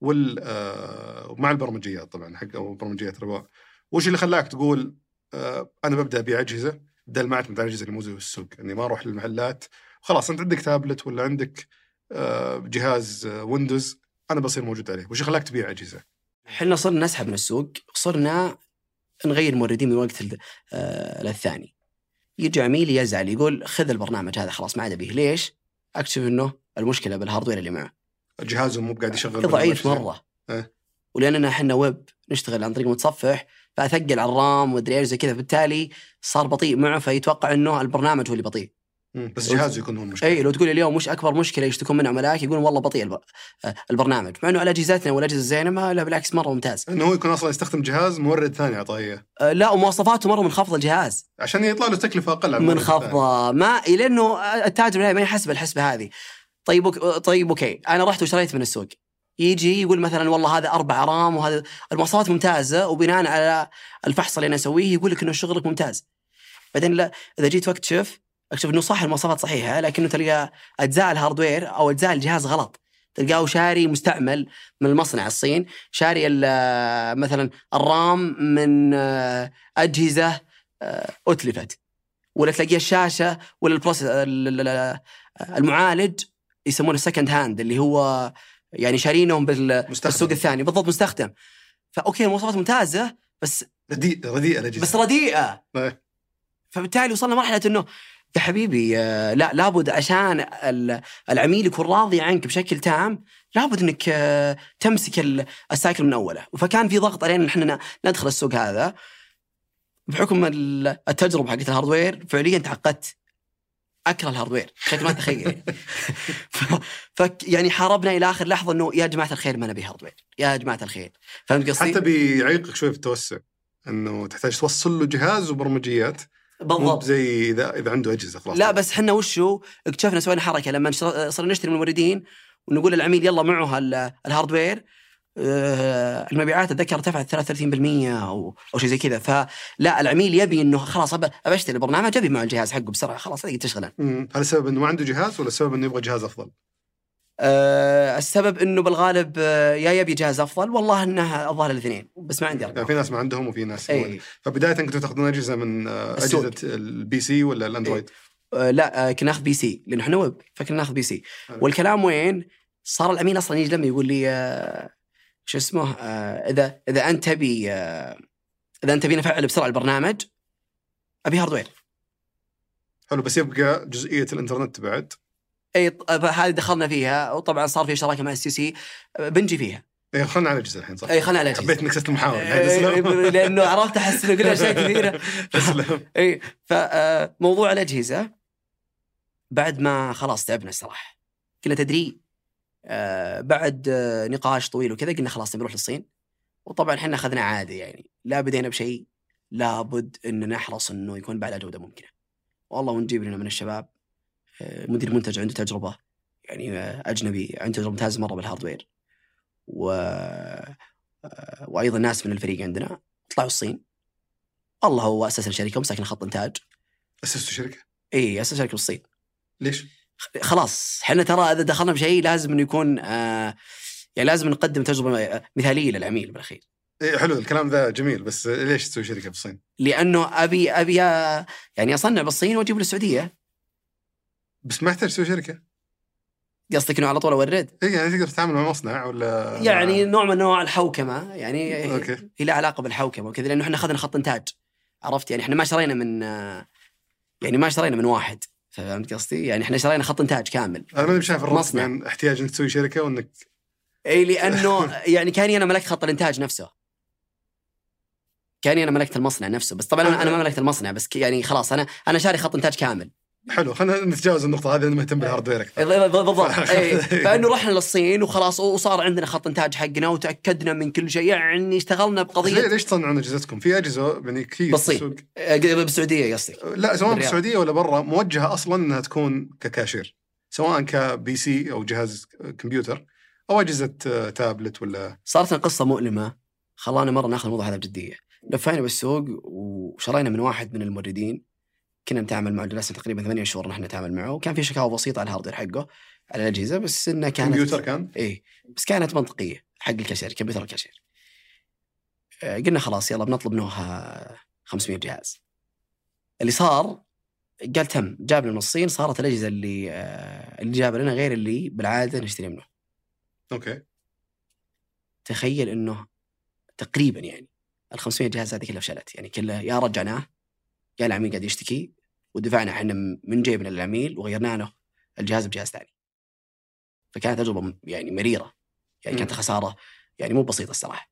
ومع البرمجيات طبعا حق أو برمجيات الرواء. وش اللي خلاك تقول أنا ببدأ أبيع أجهزة، بدل ما أعتمد على الأجهزة اللي موجودة في السوق، إني ما أروح للمحلات خلاص أنت عندك تابلت ولا عندك جهاز ويندوز أنا بصير موجود عليه. وش خلاك تبيع أجهزة؟ حنا صرنا نسحب من السوق، صرنا نغير موردين من وقت للثاني. يجي عميل يزعل يقول خذ البرنامج هذا خلاص ما عاد أبيه. ليش؟ أكتشف إنه المشكلة بالهاردوير اللي معه، جهازه مو قاعد يشغل، ضعيف مرة. ولأننا حنا ويب نشتغل عن طريق متصفح، فأثقل على الرام ومدري إيش زي كذا، بالتالي صار بطيء معه، فيتوقع إنه البرنامج هو اللي بطيء. بس جهازه يكون هو المشكلة. لو تقول اليوم مش أكبر مشكلة يشتكون منها عملائك يقولون والله بطيء البرنامج، مع إنه على أجهزتنا ولا أجهزة زينة ما لا بالعكس مرة ممتاز. إنه هو يكون أصلا يستخدم جهاز مورد ثاني عطائية. لا ومواصفاته مرة منخفضة الجهاز عشان يطلع له تكلفة أقل منخفضة، ما لأنه التاجر ما يحسب الحسبة هذه. طيب أوكي أنا رحت وشريت من السوق، يجي يقول مثلا والله هذا 4 رام وهذا المواصفات ممتازة، وبناء على الفحص اللي أنا أسويه يقول لك إنه شغلك ممتاز. بعدين لا، إذا جيت وقت أكتشف إنه صح المواصفات صحيحة، لكنه تلقى أجزاء الهاردوير أو أجزاء الجهاز غلط. تلقاه شاري مستعمل من المصنع الصين، شاري مثلا الرام من أجهزة أتلفت، ولا تلاقي الشاشة ولا المعالج يسمونه سكند هاند اللي هو يعني شارينهم بالسوق الثاني بالضبط مستخدم. فأوكي المواصفات ممتازة بس رديئة. فبالتالي وصلنا مرحلة إنه يا حبيبي لا لابد عشان العميل يكون راضي عنك بشكل تام لابد إنك تمسك السايكل من أوله. فكان في ضغط علينا إحنا ندخل السوق هذا بحكم التجربة حقت الهاردوير. فعليا تعقدت، أكره الهاردوير بشكل ما تخيل. يعني حاربنا إلى آخر لحظة إنه يا جماعة الخير ما نبي هاردوير، يا جماعة الخير. فهمت قصدي؟ حتى بيعيقك شوي في التوسع، إنه تحتاج توصل له جهاز وبرمجيات بالضبط زي إذا عنده أجهزة خلاص. لا بس حنا اكتشفنا سوينا حركة لما صرنا نشتري من الموردين ونقول للعميل يلا معه الهاردوير، المبيعات أتذكر ارتفعت 33% أو شيء زي كذا. فلا العميل يبي إنه خلاص أبشتري البرنامج أبي مع الجهاز حقه بسرعة خلاص هذه تشغله. هل السبب إنه ما عنده جهاز ولا السبب إنه يبغى جهاز أفضل؟ السبب إنه بالغالب يا يبي جهاز أفضل، والله إنها الظاهر الاثنين، بس ما عندي يعني في ناس ما عندهم وفي ناس فبداية كنتوا تأخذون أجهزة من أجهزة البي سي ولا الأندرويد؟ لا كنا ناخذ بي سي لأنه إحنا ويب، فكنا ناخذ بي سي. والكلام وين صار العميل أصلا يجي لما يقول لي شو اسمه إذا أنت تبي نفعل بسرعة البرنامج أبي هاردوير. حلو، بس يبقى جزئية الإنترنت بعد. هذه دخلنا فيها، وطبعا صار في شراكة مع السي بنجي فيها. خلنا على الأجهزة الحين صح؟ خلنا على الأجهزة. حبيت إنك سألت المحاور لأنه عرفت أحس إنه قلنا أشياء كثيرة. فموضوع الأجهزة بعد ما خلاص تعبنا الصراحة، كنا تدري بعد نقاش طويل وكذا قلنا خلاص نروح للصين. وطبعا احنا أخذنا عادي، يعني لا بدينا بشيء لابد إن نحرص إنه يكون بأعلى جودة ممكنة. والله ونجيب لنا من الشباب مدير منتج عنده تجربة يعني أجنبي عنده تجربة ممتازة مرة بالهاردوير، وأيضا ناس من الفريق عندنا طلعوا الصين. الله هو أسس الشركة ومسكنا خط إنتاج. أسستوا شركة؟ أسس شركة بالصين. ليش؟ خلاص حنا ترى إذا دخلنا بشيء لازم إنه يكون يعني لازم نقدم تجربة مثالية للعميل بالأخير. حلو الكلام ذا جميل، بس ليش تسوي شركة بالصين؟ لأنه أبي يعني أصنع بالصين وأجيب للسعودية. بس ما يحتاج تسوي شركة. قصدك انه على طول اورد؟ اي يعني تقدر تتعامل مع مصنع ولا يعني نوع من انواع الحوكمه، يعني أوكي. هي لها علاقه بالحوكمه وكذا، لانه احنا اخذنا خط انتاج، عرفت؟ يعني احنا ما شرينا من واحد، فهمت قصدي؟ يعني احنا شرينا خط انتاج كامل. انا ماني شايف الربط مصنع. بين احتياج انك تسوي شركه وانك اي لانه يعني كاني انا ملكت خط الانتاج نفسه، كاني انا ملكت المصنع نفسه، بس طبعا انا ما ملكت المصنع، بس يعني خلاص انا شاري خط انتاج كامل. حلو. خلينا نتجاوز النقطه هذه، انا مهتم بالهاردوير اكثر. بالضبط. فانه رحنا للصين وخلاص، وصار عندنا خط انتاج حقنا وتاكدنا من كل شيء، يعني اشتغلنا بقضيه. ليش تصنعون اجهزتكم في اجهزه يعني كثير بالصين بالسعوديه قصدي؟ لا سواء بالسعوديه ولا برا موجهه اصلا انها تكون ككاشير، سواء كبي سي او جهاز كمبيوتر او اجهزه تابلت ولا. صارت قصه مؤلمه، خلانا مره ناخذ الموضوع هذا بجديه. لفينا بالسوق وشرينا من واحد من الموردين، كنا نتعامل معه، جلسنا تقريبا 8 شهور نحن نتعامل معه، وكان في شكاوى بسيطه على الهاردوير حقه، على الاجهزه، بس انها كانت كمبيوتر كان بس كانت منطقيه حق الكاشير، كمبيوتر الكاشير. قلنا خلاص يلا بنطلب منه 500 جهاز. اللي صار قال تم، جاب لنا من الصين، صارت الاجهزه اللي جاب لنا غير اللي بالعاده نشتري منه. اوكي. تخيل انه تقريبا يعني ال 500 جهاز هذه كلها فشلت، يعني كلها يا رجعناه، يا العميل قاعد يشتكي، ودفعنا احنا من جيبنا للعميل وغيرنا له الجهاز بجهاز ثاني. فكانت تجربه يعني مريره، يعني كانت خساره يعني مو بسيطه الصراحه.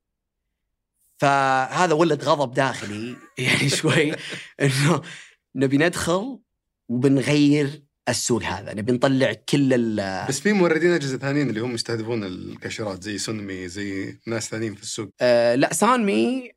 فهذا ولد غضب داخلي يعني شوي انه نبي ندخل وبنغير السوق هذا، نبي نطلع كل بس في موردين اجهزه ثانيين اللي هم يستهدفون الكاشيرات زي سونمي، زي ناس ثانيين في السوق. لا سونمي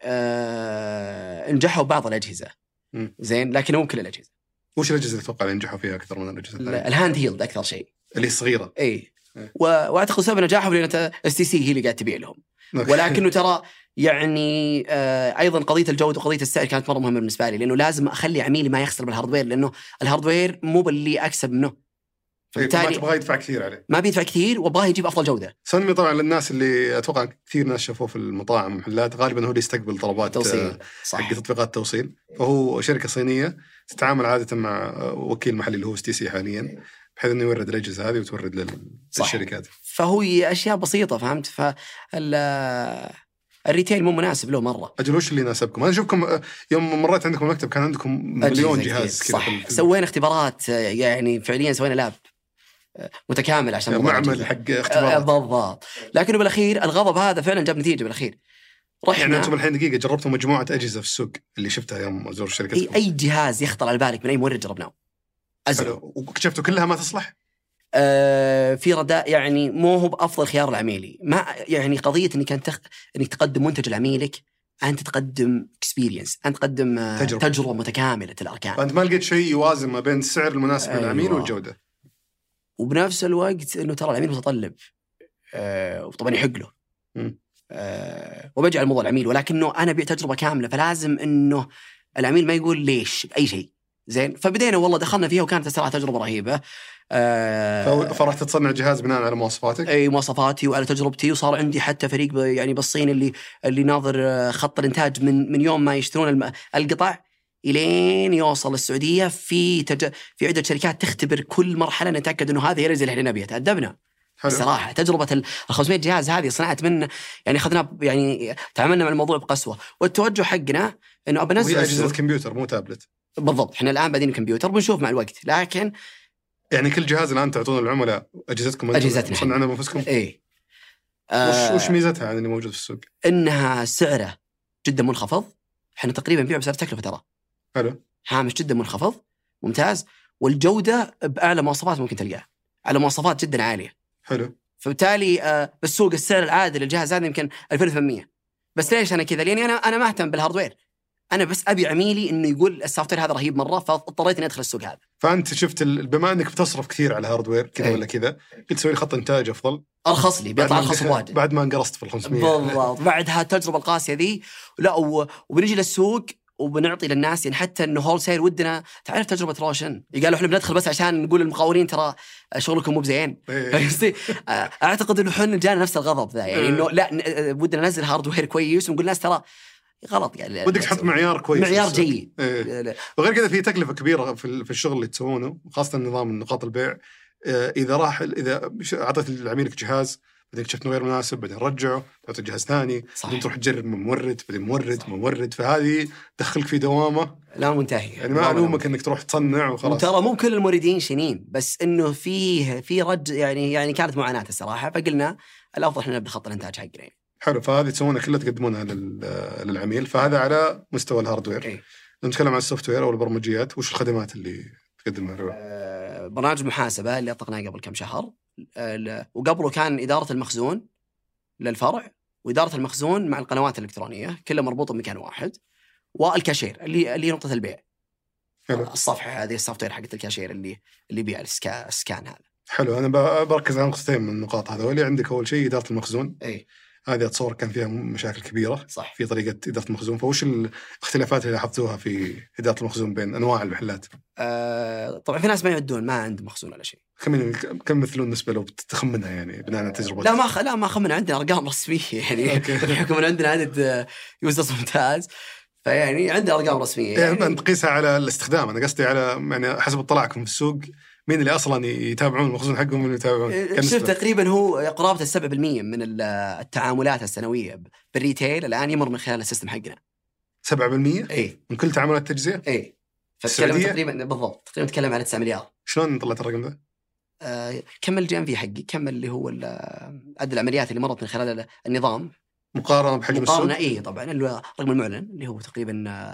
نجحوا بعض الاجهزه زين، لكن مو كل الاجهزه. وش الاجهزه اللي تتوقع نجحوا فيها اكثر من الاجهزه الثانيه؟ الهاند هيلد اكثر شيء، اللي صغيره. اي واعتقد سبب نجاحهم لان STC هي اللي قاعد تبيع لهم. ولكنه ترى يعني ايضا قضيه الجوده وقضيه السعر كانت مره مهمه بالنسبه لي، لانه لازم اخلي عميلي ما يخسر بالهاردوير، لانه الهاردوير مو باللي اكسب منه، فبالتالي ما تبغى يدفع كثير عليه، ما بيدفع كثير وابغاه يجيب افضل جوده. سونمي طبعا للناس اللي اتوقع كثير ناس شافوه في المطاعم والمحلات، غالبا هو اللي يستقبل طلبات توصيل حق تطبيقات التوصيل، فهو شركه صينيه تتعامل عاده مع وكيل محلي اللي هو STC حاليا، بحيث انه يورد الاجهزه هذه وتورد للشركات. فهو اشياء بسيطه، فهمت؟ الريتيل مو مناسب له مره. اجل وش اللي يناسبكم؟ انا اشوفكم يوم مريت عندكم المكتب كان عندكم مليون جهاز كذا. سوينا اختبارات، يعني فعليا سوينا لاب متكامل عشان يعني معمل حق اختبارات. بالضبط. لكنه بالاخير الغضب هذا فعلا جاب نتيجه بالاخير. رحنا يعني انتم الحين دقيقه جربتوا مجموعه اجهزه في السوق اللي شفتها يوم ازور شركتكم؟ اي جهاز يخطر على بالك من اي مورد جربناه. واكتشفتوا كلها ما تصلح؟ في رداء، يعني مو هو بافضل خيار لعميلي، ما يعني قضيه انك انك تقدم منتج لعميلك، انت تقدم اكسبيرينس، انت تقدم تجربه متكامله الاركان. فانت ما لقيت شيء يوازن ما بين السعر المناسب للعميل والجوده، وبنفس الوقت انه ترى العميل متطلب وطبعا يحق له وبجعل الموضوع العميل، ولكنه انا ابيع تجربه كامله، فلازم انه العميل ما يقول ليش باي شيء. زين، فبدينا والله دخلنا فيها وكانت الصراحه تجربه رهيبه. فرحت تصنع جهاز بناء على مواصفاتك؟ اي مواصفاتي وعلى تجربتي، وصار عندي حتى فريق يعني بالصين اللي ناظر خط الانتاج من يوم ما يشترون القطع الين يوصل السعوديه. في عده شركات تختبر كل مرحله نتاكد انه هذه هي اللي احنا نبيها. تأدبنا الصراحه. تجربه ال 500 جهاز هذه صنعت من يعني اخذنا، يعني تعاملنا مع الموضوع بقسوه، والتوجه حقنا انه ابنزل اجهزه كمبيوتر مو تابلت. بالضبط، احنا الان بادين كمبيوتر، بنشوف مع الوقت، لكن يعني كل جهاز الان تعطون العملاء اجهزتكم مصنعينها بانفسكم؟ اي. وش ميزتها عن اللي موجود في السوق؟ انها سعره جدا منخفض، احنا تقريبا نبيع بسعر تكلفه ترى. حلو. هامش جدا منخفض ممتاز، والجوده باعلى مواصفات ممكن تلقاها، على مواصفات جدا عاليه. حلو. فبالتالي بالسوق السعر العادل للجهاز هذا يمكن 2800. بس ليش انا كذا؟ لاني انا ما اهتم بالهاردوير، انا بس ابي عميلي انه يقول السوفت وير هذا رهيب مره، فاضطريت اني ادخل السوق هذا. فانت شفت بما انك بتصرف كثير على هاردوير كذا ولا كذا، قلت تسوي لي خط انتاج افضل، ارخص لي، بيطلع ارخص بواجد بعد ما انقرصت في ال 500. بالضبط. بعدها التجربه القاسيه ذي، لا وبنجي للسوق وبنعطي للناس، يعني حتى انه هول سيل ودنا تعرف تجربه روشن، قالوا احنا بندخل بس عشان نقول للمقاولين ترى شغلكم مو بزين. اعتقد انه احنا جانا نفس الغضب ذا، يعني انه لا ودنا ننزل هاردوير كويس ونقول الناس ترى غلط، يعني ودك تحط معيار كويس، معيار جيد. وغير كذا في تكلفه كبيره في الشغل اللي تسوونه، خاصه نظام نقاط البيع إذا أعطيت لعميلك جهاز بعدين اكتشفت إنه غير مناسب، بعدين رجعه تعطي جهاز ثاني، بعدين تروح تجرب من مورد، بعدين مورد، فهذه تدخلك في دوامة لا منتهي. يعني ما ألومك إنك تروح تصنع وخلاص. ترى مو كل الموردين شينين، بس إنه في رد يعني كانت معاناة الصراحة، فقلنا الأفضل إحنا نبدأ خط الإنتاج حقنا. حلو، فهذه تسوونها كلها تقدمونها للعميل. فهذا على مستوى الهاردوير. نتكلم عن السوفت وير أو البرمجيات، وش الخدمات اللي تقدمها؟ برنامج محاسبة اللي أطلقناه قبل كم شهر، وقبله كان إدارة المخزون للفرع، وإدارة المخزون مع القنوات الإلكترونية كلها مربوطة بمكان واحد، والكاشير اللي نقطة البيع. حلو. الصفحة هذه السوفت وير حقت الكاشير اللي بيع السكان هذا. حلو، أنا بركز على نقطتين من النقاط هذول. اللي عندك أول شيء إدارة المخزون. هذه أتصور كان فيها مشاكل كبيرة. صح. في طريقة إدارة المخزون، فوش الاختلافات اللي لاحظتوها في إدارة المخزون بين أنواع المحلات؟ طبعا في ناس ما يعدون، ما عندهم مخزون ولا شيء. كم مثلون نسبة لو بتخمنها يعني بناء على تجربة؟ لا ما خمن، عندنا أرقام رسمية يعني بحكم أن عندنا عدد يوزرز ممتاز، فيعني عندنا أرقام رسمية يعني أنت تقيسها على الاستخدام. أنا قصدي على يعني حسب اطلاعكم في السوق، مين اللي أصلاً يتابعون المخزون حقهم اللي يتابعون؟ شوف تقريباً هو قرابة 7% من التعاملات السنوية بالريتيل الآن يمر من خلال السيستم حقنا. 7%؟ إيه. من كل تعاملات التجزئة؟ إيه. فتكلم تقريباً بالضبط، تقريباً نتكلم على 9 مليار. شلون طلعت الرقم ذا؟ كمل جي ام في حقي، كمل اللي هو عدد العمليات اللي مرت من خلال النظام مقارنة بحجم السوق. مقارنة إيه طبعاً، الرقم المعلن اللي هو تقريباً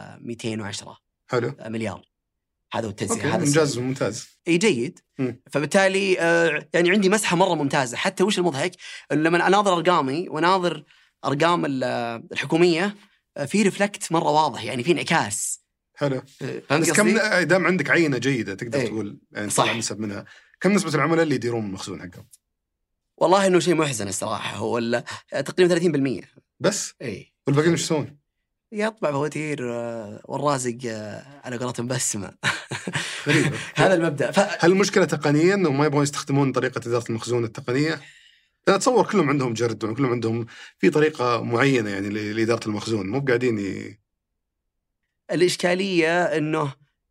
210 حلو مليار. هذا هو التجزئة. هذا إنجاز ممتاز. اي جيد. فبالتالي يعني عندي مسحه مره ممتازه. حتى وش المضحك لما اناظر ارقامي وناظر ارقام الحكوميه، في ريفلكت مره واضح، يعني في انعكاس. حلو. بس كم دام عندك عينه جيده تقدر تقول يعني طلع نسب منها، كم نسبه العملاء اللي يديرون المخزون حقهم؟ والله انه شيء محزن الصراحه، هو تقريبا 30% بس. اي. والباقيين ايش يسوون؟ يطبع فواتير والرازق على قولتهم بسمة. غريبة. هذا المبدأ. هل المشكلة تقنيا انهم ما يبغون يستخدمون طريقة إدارة المخزون التقنية؟ أنا أتصور كلهم عندهم جرد وكلهم عندهم في طريقة معينة يعني لإدارة المخزون، مو قاعدين الإشكالية إنه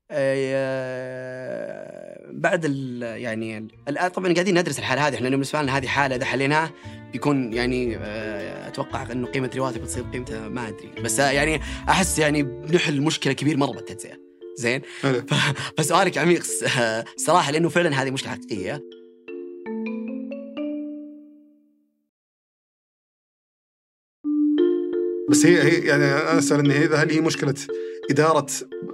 بعد يعني الآن طبعا قاعدين ندرس الحالة هذه. إحنا بالنسبة لنا هذه حالة إذا حليناها بيكون يعني أتوقع إنه قيمة رواتب بتصير قيمتها ما أدري، بس يعني أحس يعني بنحل مشكلة كبير مرة بالتجزئة. زين. فسؤالك عميق صراحة، لأنه فعلا هذه مشكلة حقيقية. بس هي يعني أنا أسأل إن هل هي مشكلة إدارة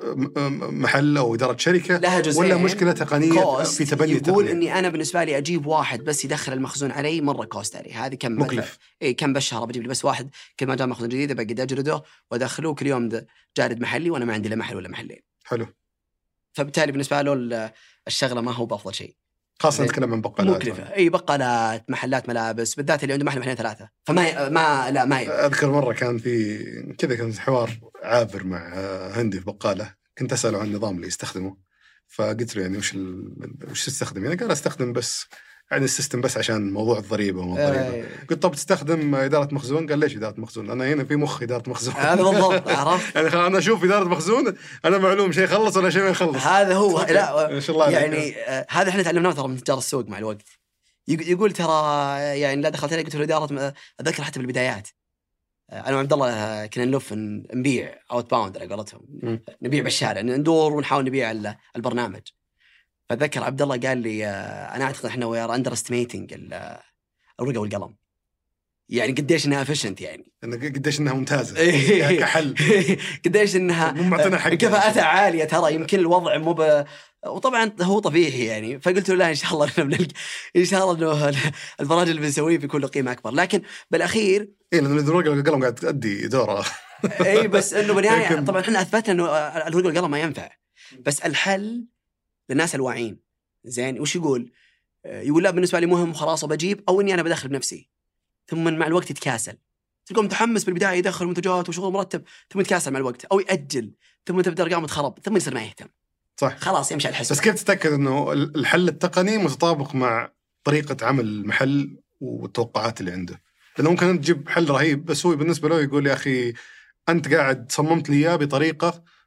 محل أو إدارة شركة لها جزئين، ولا مشكلة تقنية في تبني التقنية؟ يقول إني أنا بالنسبة لي أجيب واحد بس يدخل المخزون علي مرة كوست عليه. هذه كم مكلف. إيه كم بالشهر بجيب لي بس واحد، كل ما جاء مخزون جديد بقدر أجرده وأدخله كل يوم جارد محلي، وأنا ما عندي لا محل ولا محلين. حلو. فبالتالي بالنسبة له الشغلة ما هو بأفضل شيء، خاصة نتكلم عن بقالات مكلفة. أي بقالات، محلات ملابس، بالذات اللي عنده محلين 3. فما ما أذكر مرة كان في كذا، كان حوار عابر مع هندي في بقالة، كنت أسأله عن النظام اللي يستخدمه، فقلت له يعني وش تستخدم؟ يعني قال أستخدم بس يعني السيستم بس عشان موضوع الضريبة وما الضريبة. قلت طب تستخدم إدارة مخزون؟ قال ليش إدارة مخزون؟ أنا هنا في مخ إدارة مخزون. هذا بالضبط. عرفت يعني أنا أشوف إدارة مخزون، أنا معلوم شيء يخلص ولا شيء ما يخلص. هذا هو. لا إن شاء الله يعني هذا إحنا تعلمناه ترى من تجار السوق مع الوقت. يقول ترى يعني لا دخلت عليه قلت له إدارة، أذكر حتى بالبدايات أنا وعبد الله كنا نلف نبيع أوت باوند على قولتهم، نبيع بالشارع، ندور ونحاول نبيع البرنامج. فذكر عبد الله قال لي أنا أعتقد إحنا وير أندر استيميتنج الورقة والقلم، يعني قديش إنها efficient، يعني قديش إنها ممتازة كحل، قديش إنها كفاءتها عالية. ترى يمكن الوضع مو وطبعا هو طبيعي يعني. فقلت له لا إن شاء الله إن شاء الله إنه البرامج اللي بنسويه بيكون له قيمة أكبر. لكن بالأخير إيه، لأن الورقة والقلم قاعد تؤدي دورة. إيه بس إنه بالنهاية طبعا إحنا أثبتنا إنه الورقة والقلم ما ينفع، بس الحل للناس الواعين. زين. وش يقول لا بالنسبة لي مهم وخلاص وبجيب، أو إني أنا بدخل بنفسي، ثم مع الوقت يتكاسل. تلقى متحمس بالبداية يدخل منتجات وشغل مرتب، ثم يتكاسل مع الوقت أو يأجل، ثم تبدأ أرقام تخرب، ثم يصير ما يهتم. صح. خلاص يمشي على الحساب. بس كيف تتأكد إنه الحل التقني متطابق مع طريقة عمل المحل والتوقعات اللي عنده؟ لأنه ممكن تجيب حل رهيب بس هو بالنسبة له يقول يا أخي أنت قاعد صممت لي إياه بطريقة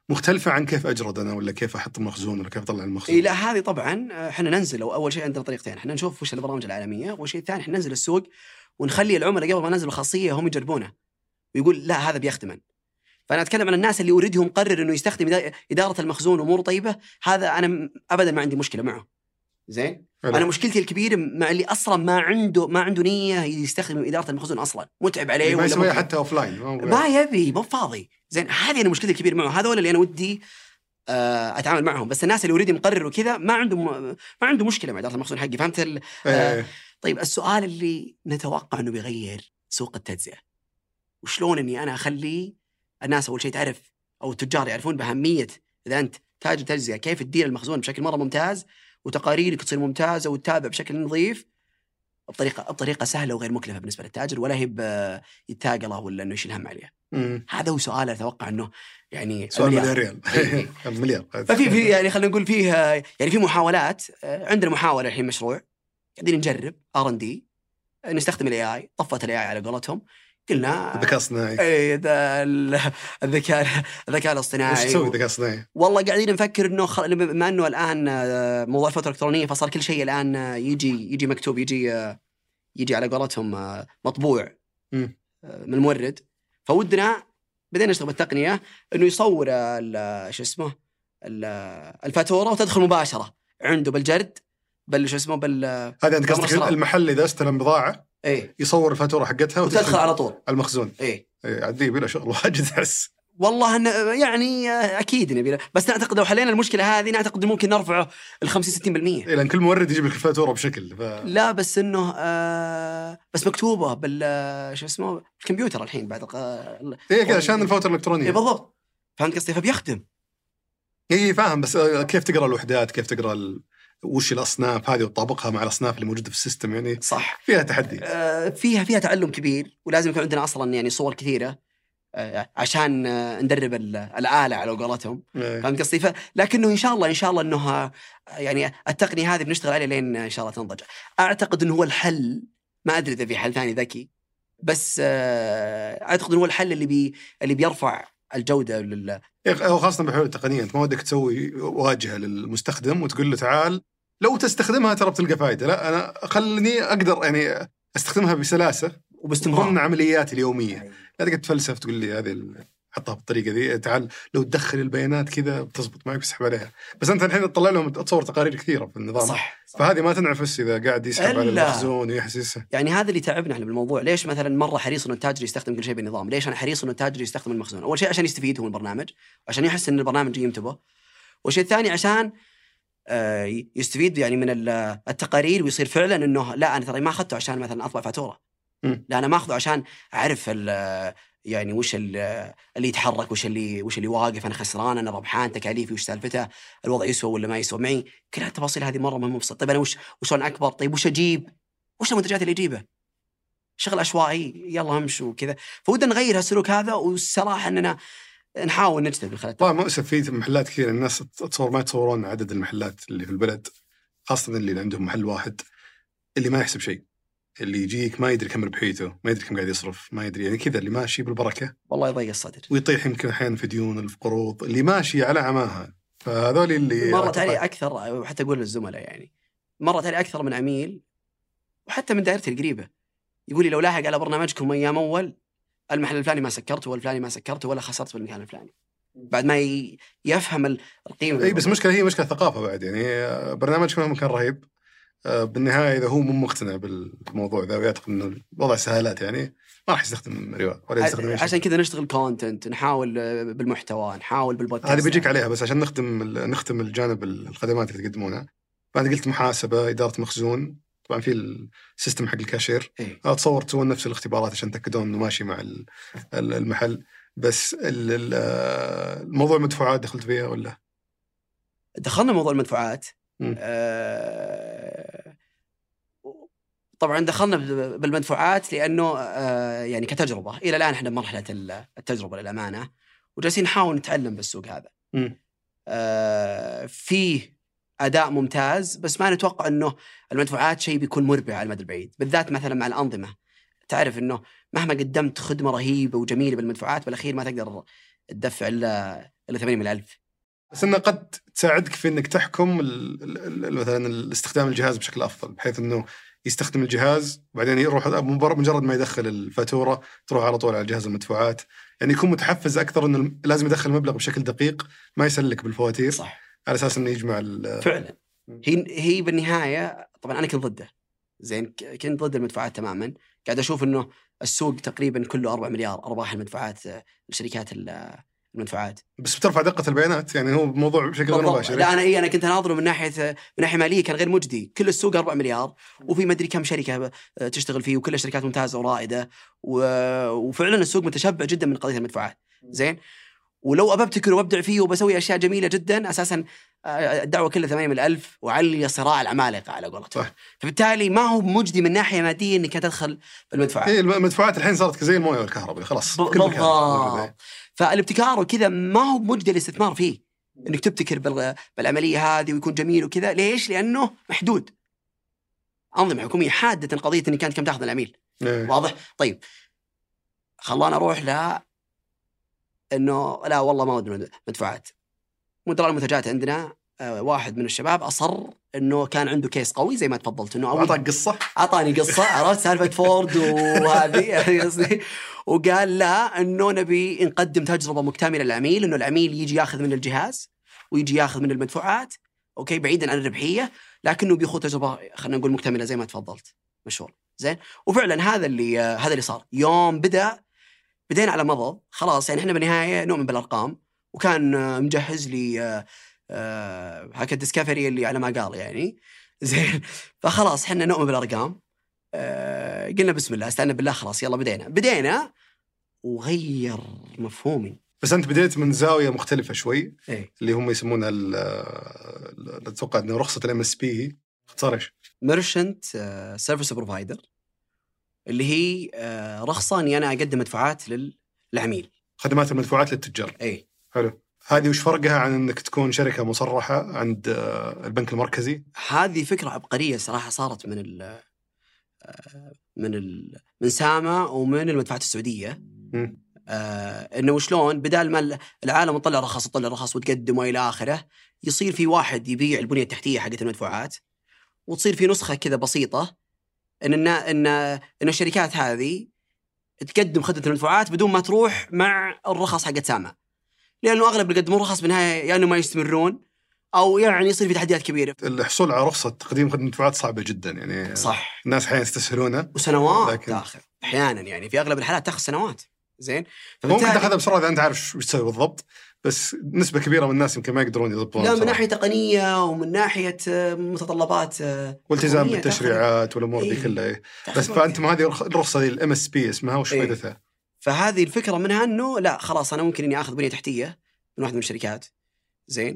مختلفة عن كيف أجرد أنا ولا كيف أحط المخزون ولا كيف أطلع المخزون؟ إيه لا هذه طبعا احنا ننزل أول شيء عندنا طريقتين، احنا نشوف وش البرامج العالمية، والشيء الثاني احنا ننزل السوق ونخلي العملاء قبل ما ننزل الخاصية هم يجربونه ويقول لا هذا بيختمن. فأنا أتكلم عن الناس اللي أريدهم مقرر إنه يستخدم إدارة المخزون وأمور طيبة، هذا أنا أبدا ما عندي مشكلة معه. زين أنا مشكلتي الكبيرة مع اللي أصلا ما عنده نية يستخدم إدارة المخزون أصلا، متعب عليه ما يسويها حتى أوفلاين ما يبي ما فاضي. زين هذه أنا مشكلتي الكبيرة معه، هذا ولا اللي أنا ودي أتعامل معهم. بس الناس اللي أريد مقرر وكذا ما عنده مشكلة مع إدارة المخزون حقي. فهمت طيب السؤال اللي نتوقع إنه بيغير سوق التجزئة، وشلون إني أنا أخلي الناس أول شيء تعرف أو التجار يعرفون بأهمية إذا أنت تاجر تجزئة كيف تدير المخزون بشكل مرة ممتاز وتقاريرك تصير ممتازة وتتابع بشكل نظيف بطريقة سهلة وغير مكلفة بالنسبة للتاجر، ولا هي يتاقله ولا إنه يشيل هم عليها. هذا هو سؤال أتوقع إنه يعني سؤال مليار ريال مليار. ففي يعني خلينا نقول فيه يعني في محاولات. عندنا محاولة الحين مشروع قاعدين نجرب R&D نستخدم الAI، طفت الAI على قولتهم، قلنا الذكاء الصناعي. اي الذكاء الاصطناعي. وش تسوي الذكاء الصناعي؟ والله قاعدين نفكر انه بما انه الان موضوع الفتره الالكترونيه فصار كل شيء الان يجي مكتوب، يجي على قولتهم مطبوع من المورد. فودنا بدينا نشتغل بالتقنيه انه يصور شو اسمه الفاتوره وتدخل مباشره عنده بالجرد شو اسمه هذا انت قصدك المحل اذا استلم بضاعه ايه يصور الفاتوره حقتها وتدخل على طول المخزون. ايه عدي بلا شغل واجد احس. والله يعني اكيد نبي، بس نعتقد لو حلينا المشكله هذه نعتقد ممكن نرفعه ال 50-60%. لان كل مورد يجيب لك الفاتوره بشكل لا بس انه بس مكتوبه شو اسمه الكمبيوتر الحين بعد كذا عشان الفواتير الالكترونيه. بالضبط فهمت قصدي، فبيخدم. فاهم، بس كيف تقرا الوحدات، كيف تقرا وش الأصناف هذه وتطابقها مع الأصناف اللي موجودة في السيستم، يعني صح فيها تحدي. فيها تعلم كبير، ولازم يكون عندنا أصلا يعني صور كثيرة عشان ندرب الآلة على قولتهم. فهمت قصدي؟ لكنه إن شاء الله إنه يعني التقنية هذه بنشتغل عليها لين إن شاء الله تنضج. أعتقد إنه هو الحل، ما أدري إذا في حل ثاني ذكي، بس أعتقد إنه هو الحل اللي بيرفع الجودة خاصة بحلول التقنية. أنت ما ودك تسوي واجهة للمستخدم وتقول له تعال لو تستخدمها ترى بتلقى فائدة. لا، أنا خلني أقدر يعني أستخدمها بسلاسة وباستمرار ضمن عملياتي اليومية. لا تقعد تفلسف تقول لي هذه حطها بالطريقة ذي، تعال لو تدخل البيانات كذا بتزبط معك بسحب عليها. بس أنت الحين تطلع لهم تصور تقارير كثيرة في النظام. صح. فهذه ما تنعفس إذا قاعد يسحب على المخزون ويحسسه. يعني هذا اللي تعبنا احنا بالموضوع. ليش مثلا مرة حريص إنه التاجر يستخدم كل شيء بالنظام؟ ليش أنا حريص إنه التاجر يستخدم المخزون؟ أول شيء عشان يستفيد من البرنامج، عشان يحس إن البرنامج ينتبه. والشيء الثاني عشان يستفيد يعني من التقارير، ويصير فعلا إنه لا أنا ترى ما أخذته عشان مثلا أطبع فاتورة، لا أنا ما أخذه عشان أعرف يعني وش اللي يتحرك، وش اللي واقف، أنا خسران، أنا ربحان، تكاليفي وش سالفتها، الوضع يسوى ولا ما يسوى معي. كل هالتفاصيل هذه مرة مهمة. طيب أنا وشون أكبر؟ طيب وش أجيب؟ وش المنتجات اللي أجيبها؟ شغل عشوائي يلا همشوا وكذا. فودنا نغير هالسلوك هذا، والصراحة أننا نحاول نجتهد بالخلال. طبعا مؤسف في محلات كثير الناس تصور ما يتصورون عدد المحلات اللي في البلد، خاصة اللي عندهم محل واحد، اللي ما يحسب شيء، اللي يجيك ما يدري كم ربحيته، ما يدري كم قاعد يصرف، ما يدري يعني كذا، اللي ماشي بالبركة والله يضيق الصدر ويطيح يمكن أحيانا في ديون في قروض، اللي ماشي على عماها. فهذول اللي مرت علي أكثر، وحتى أقول للزملاء يعني مرت علي أكثر من عميل وحتى من دائرتي القريبة يقول لي لو لاحق على برنامجكم أيام أول المحل الفلاني ما سكرته والفلاني ما سكرته ولا خسرت بالمكان الفلاني، بعد ما يفهم القيمة. أي بس مشكلة، هي مشكلة ثقافة بعد. يعني برنامجكم مهما كان رهيب، بالنهاية إذا هو مو مقتنع بالموضوع ذا ويعتقد إنه الوضع سهالات، يعني ما راح يستخدم رواء ولا يستخدم شيء. عشان كذا نشتغل كونتنت، نحاول بالمحتوى، نحاول بالبودكاست. هذه بيجيك عليها، بس عشان نختم الجانب الخدمات اللي تقدمونها. بعد قلت محاسبة، إدارة مخزون، طبعا في السيستم حق الكاشير. أتصور تسوون نفس الاختبارات عشان تأكدون إنه ماشي مع المحل. بس الموضوع المدفوعات دخلت فيها ولا؟ دخلنا موضوع المدفوعات. طبعا دخلنا بالمدفوعات لأنه يعني كتجربة إلى الآن إحنا بمرحلة التجربة للأمانة، وجالسين نحاول نتعلم بالسوق هذا. فيه أداء ممتاز، بس ما نتوقع أنه المدفوعات شيء بيكون مربح على المدى البعيد، بالذات مثلا مع الأنظمة تعرف انه مهما قدمت خدمه رهيبه وجميله بالمدفوعات بالاخير ما تقدر تدفع الا 80,000. بس انه قد تساعدك في انك تحكم مثلا استخدام الجهاز بشكل افضل، بحيث انه يستخدم الجهاز وبعدين يروح مجرد ما يدخل الفاتوره تروح على طول على جهاز المدفوعات، يعني يكون متحفز اكثر انه لازم يدخل المبلغ بشكل دقيق، ما يسلك بالفواتير. صح. على اساس انه يجمع فعلا. هي بالنهايه طبعا انا كنت ضده، زين، كنت ضد المدفوعات تماما. قاعد اشوف انه السوق تقريبا كله 4 مليار ارباح المدفوعات لشركات المدفوعات، بس بترفع دقة البيانات، يعني هو موضوع بشكل غير مباشر. لا انا كنت اناظره من ناحيه ماليه، كان غير مجدي. كل السوق 4 مليار وفي مدري كم شركه تشتغل فيه وكل شركات ممتازه ورائده، وفعلا السوق متشبع جدا من قضيه المدفوعات. زين، ولو ابتكر وابدع فيه وبسوي اشياء جميله جدا، اساسا الدعوه كلها 80,000 وعلي صراع العمالقه على قولتهم. فبالتالي ما هو مجدي من ناحيه ماديه انك تدخل بالمدفوعات. المدفوعات الحين صارت زي المويه والكهرباء، خلاص بالضبط. فالابتكار وكذا ما هو مجدي الاستثمار فيه، انك تبتكر بالعمليه هذه ويكون جميل وكذا. ليش؟ لانه محدود. انظمه حكوميه حاده قضيه انك كانت كم تاخذ العميل. واضح؟ طيب خلونا اروح انه لا والله ما ودنا مدفوعات. مدراء المنتجات عندنا واحد من الشباب اصر انه كان عنده كيس قوي زي ما تفضلت، انه اعطاني قصه عرفت سالفه فورد وهذه قصدي، وقال لا انه نبي نقدم تجربه مكتمله للعميل، انه العميل يجي ياخذ من الجهاز ويجي ياخذ من المدفوعات، اوكي، بعيدا عن الربحيه، لكنه بياخذ تجربه خلينا نقول مكتمله زي ما تفضلت. مشهور. زين، وفعلا هذا اللي صار. يوم بدينا على مضض خلاص، يعني احنا بالنهايه نؤمن بالارقام، وكان مجهز لي هكا ديسكفري اللي على ما قال يعني. زين، فخلاص احنا نؤمن بالارقام. قلنا بسم الله استعنا بالله، خلاص يلا بدينا وغير مفهومي. بس انت بديت من زاويه مختلفه شوي. اللي هم يسمونها اتوقع انه رخصه الMSP، اختصار ايش؟ ميرشنت سيرفيس بروفايدر، اللي هي رخصه اني انا اقدم مدفوعات للعميل، خدمات المدفوعات للتجار. حلو. هذه وش فرقها عن انك تكون شركه مصرحه عند البنك المركزي؟ هذه فكره عبقريه صراحه، صارت من سامة ومن المدفوعات السعوديه. انه شلون بدال ما العالم تطلع رخص وتقدم والى اخره، يصير في واحد يبيع البنيه التحتيه حقت المدفوعات، وتصير في نسخه كذا بسيطه ان الشركات هذه تقدم خدمه المدفوعات بدون ما تروح مع الرخص حقت سامة، لانه اغلب اللي يقدمون رخص بالنهايه يعني ما يستمرون، او يعني يصير في تحديات كبيره. الحصول على رخصه تقديم خدمه مدفوعات صعبه جدا يعني. صح. الناس احيانا يستسهلونه وسنوات تاخذ احيانا، يعني في اغلب الحالات تاخذ سنوات. زين، ممكن تاخذها بسرعه اذا انت عارف وش تسوي بالضبط، بس نسبه كبيره من الناس يمكن ما يقدرون يضبطون. لا، من ناحيه تقنيه ومن ناحيه متطلبات والتزام بالتشريعات والامور دي كلها. بس فانتم هذه الرخصه الMSP اسمها وش فائدتها؟ فهذه الفكره منها انه لا خلاص انا ممكن اني اخذ بنيه تحتيه من واحده من الشركات. زين،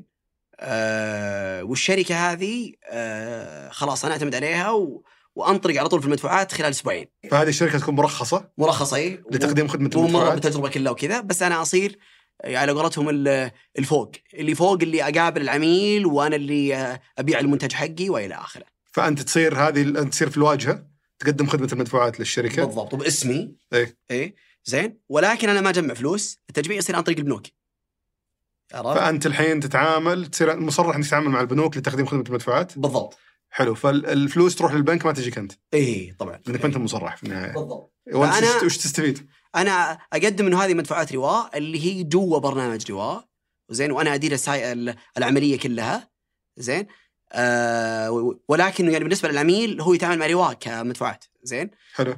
والشركه هذه خلاص انا اعتمد عليها وانطلق على طول في المدفوعات خلال اسبوعين. فهذه الشركه تكون مرخصه لتقديم خدمه المدفوعات ومرة بالتجربه كلها وكذا، بس انا اصير على قولتهم اللي فوق اللي اقابل العميل وانا اللي ابيع المنتج حقي والى اخره. فانت تصير في الواجهه تقدم خدمه المدفوعات للشركه بالضبط وباسمي. اي زين، ولكن انا ما اجمع فلوس، التجميع يصير عن طريق البنوك. فانت الحين تصير مصرح انك تتعامل مع البنوك لتقديم خدمه المدفوعات. بالضبط. حلو، فالفلوس تروح للبنك ما تجيك انت. طبعا لانك انت مصرح في النهايه. بالضبط. وانت وش تستفيد؟ انا اقدم انه هذه مدفوعات رواء اللي هي جوا برنامج رواء. زين، وانا ادير العمليه كلها. زين، ولكن يعني بالنسبه للعميل هو يتعامل مع رواء كمدفوعات. زين، حلو.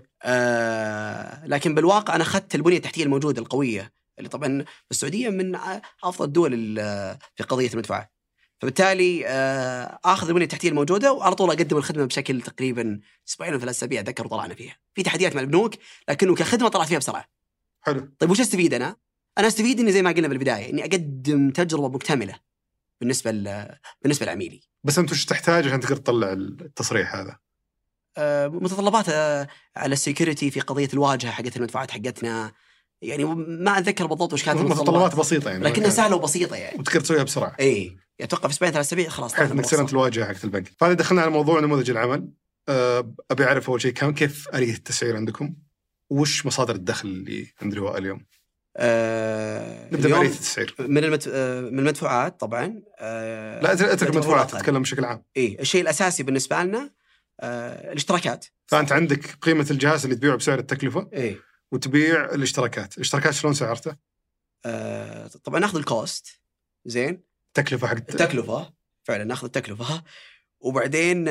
لكن بالواقع انا اخذت البنيه التحتيه الموجوده القويه اللي طبعا السعوديه من افضل الدول في قضيه المدفوعات، فبالتالي اخذ البنيه التحتيه الموجوده وعلى طول اقدم الخدمه بشكل تقريبا اسبوعين او 3 أسابيع. اتذكر طلعنا فيها في تحديات مع البنوك، لكنه كخدمه طلعت فيها بسرعه. حلو. طيب وش استفيد انا استفيد اني زي ما قلنا بالبدايه اني اقدم تجربه مكتمله بالنسبه لعميلي. بس انت وش تحتاج عشان تقدر تطلع التصريح هذا؟ متطلبات على السيكوريتي في قضيه الواجهه حقت المدفوعات حقتنا، يعني ما اتذكر بالضبط وش كانت متطلبات بسيطه يعني، لكنها سهله وبسيطه يعني وتقدر تسويها بسرعه. اتوقع في اسبوعين 3 أسابيع خلاص انك تصير انت الواجهه حقت البنك. فهذا دخلنا على موضوع نموذج العمل. ابي اعرف اول شيء كيف آلية التسعير عندكم؟ وش مصادر الدخل اللي عند رواء اليوم؟ نبدأ اليوم بعملية التسعير. من المدفوعات طبعا. لا أترك المدفوعات، تتكلم بشكل عام. الشيء الأساسي بالنسبة لنا الاشتراكات. فأنت عندك قيمة الجهاز اللي تبيعه بسعر التكلفة، وتبيع الاشتراكات شلون سعرته؟ طبعا ناخذ الكوست، زين، التكلفة فعلا ناخذ التكلفة، وبعدين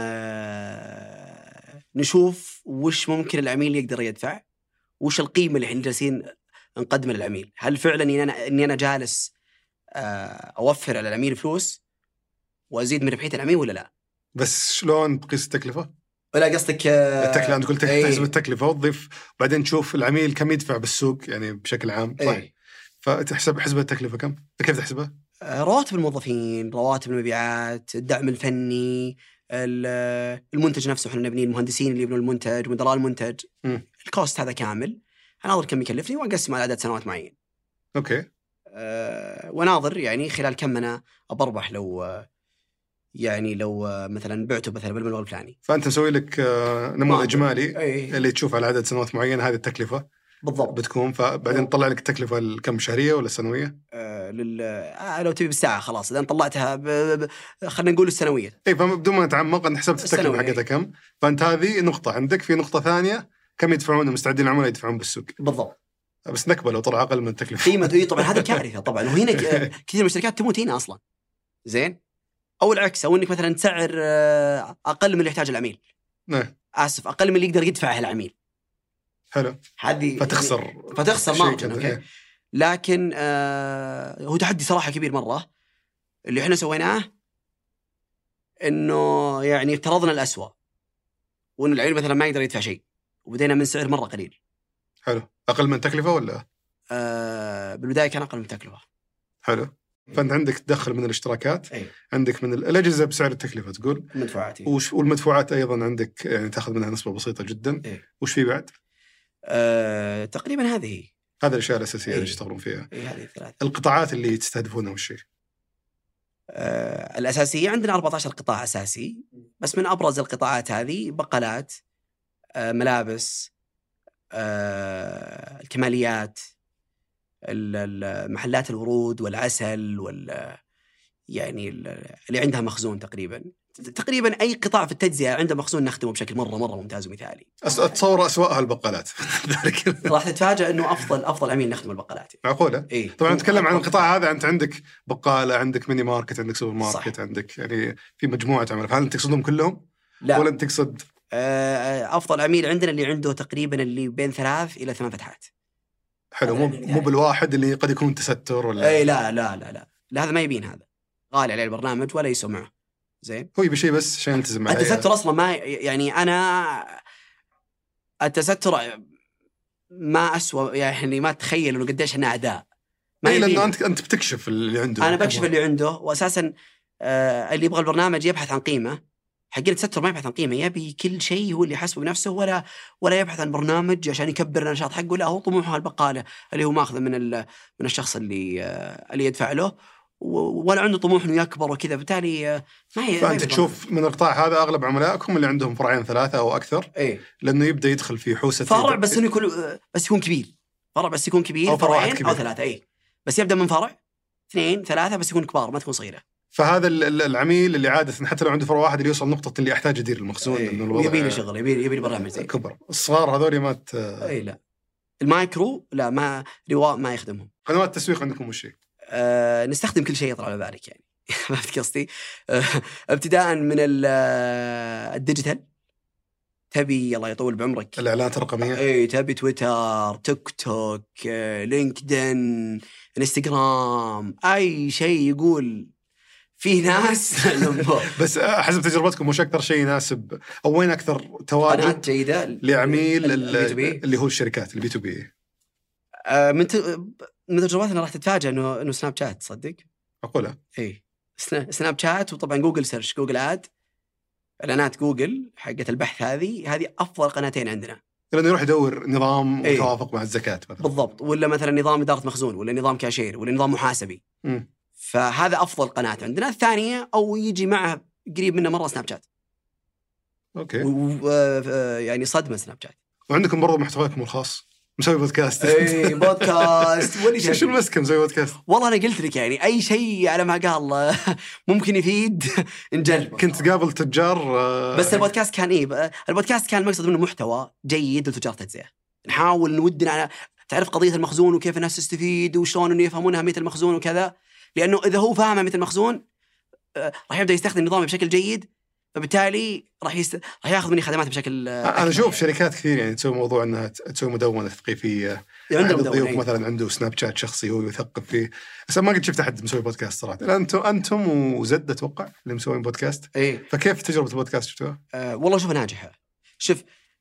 نشوف وش ممكن العميل يقدر يدفع، وش القيمة اللي احنا جالسين نقدمها للعميل. هل فعلا إني أنا جالس أوفر على العميل فلوس وأزيد من ربحية العميل ولا لا؟ بس شلون تقيس التكلفة؟ ولا قصدك التكلفة؟ أنت قلت تحسب التكلفة وتضيف، بعدين تشوف العميل كم يدفع بالسوق يعني بشكل عام، صح؟ فتحسب حسب التكلفة كم؟ كيف تحسبها؟ رواتب الموظفين، رواتب المبيعات، الدعم الفني، المنتج نفسه، احنا نبني المهندسين اللي يبنوا المنتج، مدراء المنتج، الكوست هذا كامل أناظر كم يكلفني وأقسم على عدد سنوات معين. أوكي. وناظر يعني خلال كم أنا أبربح لو مثلا بعته مثلا بالمبلغ الفلاني. فأنت مسوي لك نموذج إجمالي اللي تشوف على عدد سنوات معين هذه التكلفة بالضبط بتكون، فبعدين تطلع لك التكلفة الكم شهرية ولا سنوية؟ لو تبي بالساعة خلاص، إذا طلعتها خلينا نقول السنوية. فبدون ما نتعمق أن حسبت التكلفة حقتها كم، فأنت هذه نقطة عندك. في نقطة ثانية، كم يدفعون مستعدين العملاء يدفعون بالسوق؟ بالضبط. بس نكبة لو طلع أقل من التكلفة قيمته طبعا هذه كارثة طبعا. وهنا كثير من الشركات تموت هنا أصلا، زين، أو العكس، أو إنك مثلا تسعر أقل من اللي يحتاج العميل. آسف، أقل من اللي يقدر يدفعه العميل. حلو. هذه فتخسر مارجن. أوكي. لكن هو تحدي صراحة كبير مرة. اللي احنا سويناه إنه يعني افترضنا الأسوأ، وإن العميل مثلا ما يقدر يدفع شيء، وبدينا من سعر مرة قليل. حلو. أقل من تكلفة ولا؟ بالبداية كان أقل من تكلفة. حلو. فأنت عندك تدخل من الاشتراكات، عندك من الأجهزة بسعر التكلفة تقول، المدفوعات، والمدفوعات أيضا عندك يعني تأخذ منها نسبة بسيطة جدا. وش في بعد؟ تقريبا هذه الأشياء الأساسية اللي تشتغلون فيها. هذه الثلاث. القطاعات اللي تستهدفونها وش هي؟ الأساسية عندنا 14 قطاع أساسي، بس من أبرز القطاعات هذه بقالات، ملابس، الكماليات، محلات الورود والعسل يعني اللي عندها مخزون. تقريبا أي قطاع في التجزئة عنده مخزون نخدمه بشكل مرة ممتاز ومثالي. أتصور أسوأها البقالات راح تتفاجأ إنه أفضل عميل نخدم البقالات. معقولة؟ طبعا نتكلم عن القطاع هذا، أنت عندك بقالة، عندك ميني ماركت، عندك سوبر ماركت، عندك يعني في مجموعة عمل. فهل تقصدهم كلهم؟ لا. ولا تقصد أفضل عميل عندنا اللي عنده تقريبا اللي بين 3 إلى 8 فتحات. حلو. مو بالواحد اللي قد يكون تستر ولا؟ لا هذا ما يبين، هذا غالي عليه البرنامج ولا يسمعه. زين، هو يبي شيء بس عشان يلتزم عليه. التستر أصلا ما يعني أنا التستر ما أسوأ، يعني ما تخيل إنه قديش إحنا أعداء. لأنه أنت بتكشف اللي عنده. أنا بكشف اللي عنده، وأساسا اللي يبغى البرنامج يبحث عن قيمة. حق التستر ما يبحث عن قيمة، يبي كل شيء هو اللي يحسبه بنفسه، ولا يبحث عن برنامج عشان يكبر النشاط حقه. لا، هو طموحه البقالة اللي هو ماخذه من الشخص اللي يدفع له، ولا عنده طموح إنه يكبر وكذا. بالتالي فأنت تشوف من القطاع هذا أغلب عملائكم اللي عندهم فرعين 3 أو أكثر. لأنه يبدأ يدخل في حوسة فرع بس إنه يكون كبير. فرع بس يكون كبير، أو فرعين أو 3. بس يبدأ من فرع 2 3 بس يكون كبار، ما تكون صغيرة. فهذا العميل اللي عادة حتى لو عنده فرع واحد اللي يوصل نقطة اللي يحتاج يدير المخزون، إنه يبي له شغل، يبي له برنامج زي كبر. الصغار هذول ما لا، المايكرو لا، ما رواء ما يخدمهم. قنوات التسويق عندكم وش هي؟ نستخدم كل شيء يطلع على بالك يعني. ما قصدي ابتداء من الديجيتال. تبي الله يطول بعمرك الإعلانات الرقمية. تبي تويتر، تيك توك، لينكدين، انستغرام، أي شيء يقول في ناس بس حسب تجربتكم وش أكثر شيء يناسب، أو وين أكثر تواجد جيدة لعميل اللي هو الشركات البي تو بي؟ من تجرباتنا راح تتفاجأ إنه سناب شات. صدق أقولها. سناب شات، وطبعا جوجل سيرش، جوجل آد، إعلانات جوجل حقة البحث، هذه أفضل قناتين عندنا. لأنه يروح يدور نظام متوافق مع الزكاة مثلا. بالضبط، ولا مثلا نظام إدارة مخزون، ولا نظام كاشير، ولا نظام محاسبي. فهذا أفضل قناة عندنا. الثانية أو يجي معها قريب منه مرة سناب شات. أوكي. يعني صدمة سناب شات. وعندكم برضو محتواكم الخاص مسوي بودكاست. اي بودكاست شو المسكن مسوي بودكاست؟ والله انا قلت لك يعني اي شيء على ما قال ممكن يفيد نجربه. كنت تقابل تجار بس البودكاست كان البودكاست كان المقصد منه محتوى جيد لتجار تجزئة. نحاول نودنا تعرف قضية المخزون وكيف الناس تستفيد وشلون انه يفهمون أهمية المخزون وكذا، لانه اذا هو فاهم أهمية المخزون راح يبدأ يستخدم نظامه بشكل جيد، فبالتالي راح ياخذ مني خدمات بشكل انا اشوف شركات كثير يعني تسوي موضوع انها تسوي مدونه تثقيفيه. عنده مدونه مثلا عنده سناب شات شخصي هو يثقف فيه، بس ما قد شفت احد مسوي بودكاست صراحه. انتم وزد اتوقع اللي مسوين بودكاست. فكيف تجربه البودكاست شفتوها؟ والله شوف ناجحه. شوف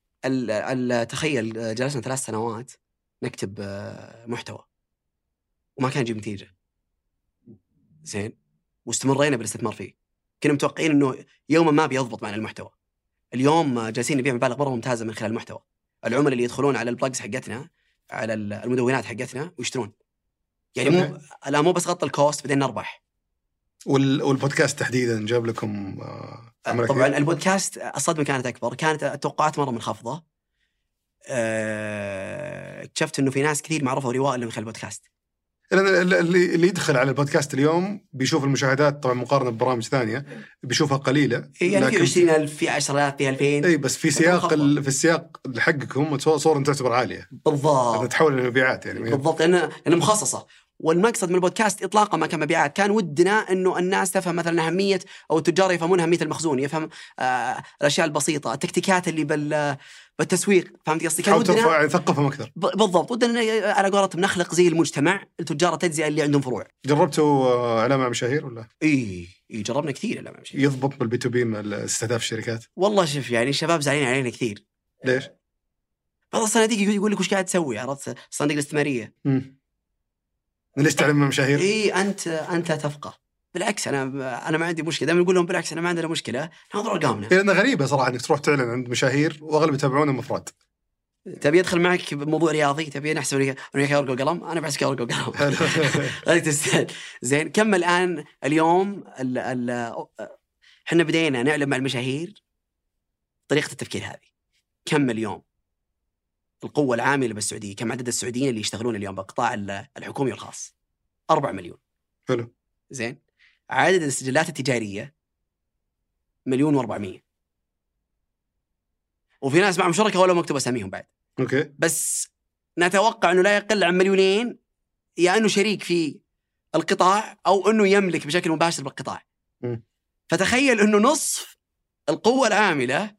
تخيل جلسنا 3 سنوات نكتب محتوى وما كان يجيب نتيجه زين، واستمرينا بالاستثمار فيه. كنا متوقعين انه يوما ما بيضبط معنا المحتوى. اليوم جالسين نبيع مبالغ مره ممتازه من خلال المحتوى. العملاء اللي يدخلون على البلوجز حقتنا، على المدونات حقتنا ويشترون، يعني مو بس غطى الكوست، بدينا نربح. والبودكاست تحديدا جاب لكم طبعا البودكاست الصدمه كانت اكبر، كانت التوقعات مره منخفضه. اكتشفت انه في ناس كثير ما عرفوا رواء اللي من خلال البودكاست. اللي يدخل على البودكاست اليوم بيشوف المشاهدات طبعا مقارنة ببرامج ثانية بيشوفها قليلة، يعني في 20,000 في 10,000 في 2000. اي بس في السياق حقكم صور تعتبر عالية بالضبط، تحول لمبيعات يعني بالضبط، لأنه مخصصة. والمقصد من البودكاست إطلاقا ما كان مبيعات، كان ودنا إنه الناس تفهم مثلا أهمية، أو التجار يفهمون أهمية المخزون، يفهم الأشياء البسيطة، التكتيكات اللي بالتسويق، فهمت قصدي؟ كان ودنا يعني ثقفهم أكثر. بالضبط، ودنا على قولتهم نخلق زي المجتمع التجار التجزئة اللي عندهم فروع. جربتوا إعلان مع مشاهير ولا؟ إيه جربنا كثير إعلان مع مشاهير. يضبط بالبي تو بي استهداف الشركات؟ والله شوف يعني الشباب زعلين علينا كثير. ليش؟ بعض الصناديق يقول لك وش قاعد تسوي، عرفت؟ الصناديق الاستثمارية. ليش تعلم مع مشاهير؟ إيه أنت تفقه. بالعكس أنا ما عندي مشكلة، دائما نقول لهم بالعكس أنا ما عندنا مشكلة، ناظر أرقامنا. لأنها غريبة صراحة إنك تروح تعلن عند مشاهير وأغلب يتابعون مفرد. تبي يدخل معك بموضوع رياضي، تبي نحسب وياك ورقة وقلم، أنا بحسك ورقة وقلم. غير تستاهل. زين كمل الآن اليوم إحنا بدينا نعلم مع المشاهير طريقة التفكير هذه. كم اليوم القوة العاملة بالسعودية، كم عدد السعوديين اللي يشتغلون اليوم بالقطاع الحكومي والخاص؟ 4 مليون. حلو. زين عدد السجلات التجارية 1,400,000. وفي ناس معهم شركة ولا مكتوب أساميهم بعد. أوكي. بس نتوقع أنه لا يقل عن 2,000,000 يا أنه شريك في القطاع أو أنه يملك بشكل مباشر بالقطاع. فتخيل أنه نصف القوة العاملة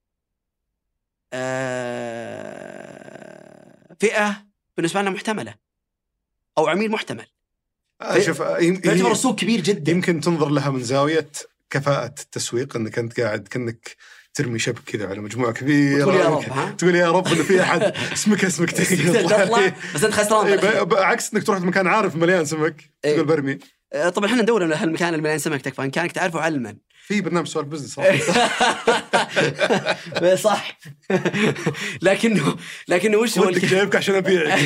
فئة بالنسبة لنا محتملة أو عميل محتمل. شوف يعتبر السوق كبير جدا. يمكن تنظر لها من زاوية كفاءة التسويق، أنك أنت قاعد كأنك ترمي شبك كذا على مجموعة كبيرة، تقول يا رب إنه في أحد اسمك تطلع بس أنت خسران. عكس إنك تروح مكان عارف مليان سمك تقول برمي. طبعا احنا ندور على هالمكان المليان سمك، تكفى إن كانك تعرفه علما. في برنامج سوالف بزنس صح. لكنه وش هو اللي جايبك عشان أبيعك؟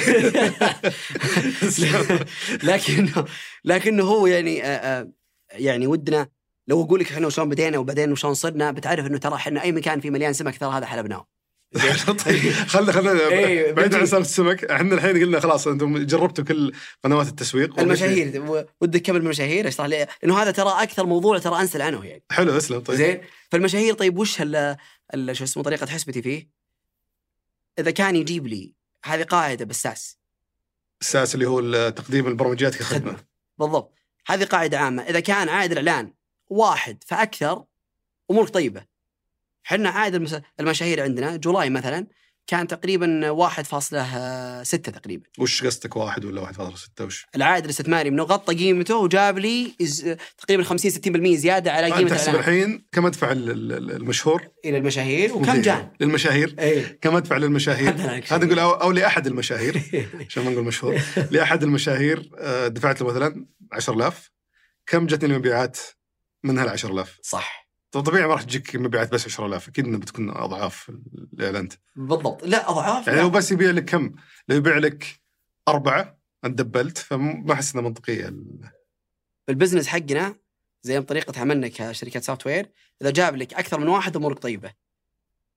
لكنه هو يعني ودنا لو أقول لك إحنا وشلون بدينا وبعدين وشلون صرنا، بتعرف إنه ترى إحنا أي مكان فيه مليان سمك ترى هذا حلبناه. خلنا بعيد عن سالفة السمك. احنا الحين قلنا خلاص انتم جربتوا كل قنوات التسويق. المشاهير ودك كمل المشاهير اشرح لي، لانه هذا ترى اكثر موضوع ترى انسل عنه يعني. حلو اسلم. طيب زين فالمشاهير، طيب وش شو اسمه طريقة حسبتي فيه؟ اذا كان يجيب لي هذه قاعدة بالساس اللي هو تقديم البرمجيات كخدمة. بالضبط، هذه قاعدة عامة. اذا كان عائد الاعلان 1 فاكثر امورك طيبة. حنا عائد المشاهير عندنا جولاي مثلا كان تقريبا 1.6 تقريبا. وش قصدك 1 ولا 1.6 وش؟ العائد الاستثماري منه غطى قيمته وجاب لي تقريبا 50-60% زيادة على قيمة الإعلان. تحسب الحين كم ادفع المشهور إلى المشاهير وكم جان للمشاهير. كم ادفع للمشاهير؟ هذا نقول أو لأحد المشاهير عشان ما نقول مشهور. لأحد المشاهير دفعت له مثلا 10,000. كم جتني المبيعات من هال10,000؟ صح. طبيعي ما راح تجيك مبيعات بس 10,000، أكيد إنه بتكون أضعاف اللي أنت. بالضبط. لا أضعاف يعني لو بس يبيع لك كم، لو يبيع لك 4 أنت دبلت، فما أحس إنها منطقية. البزنس حقنا زي طريقة عملنا كشركة سوفت وير، إذا جاب لك أكثر من 1 أمورك طيبة.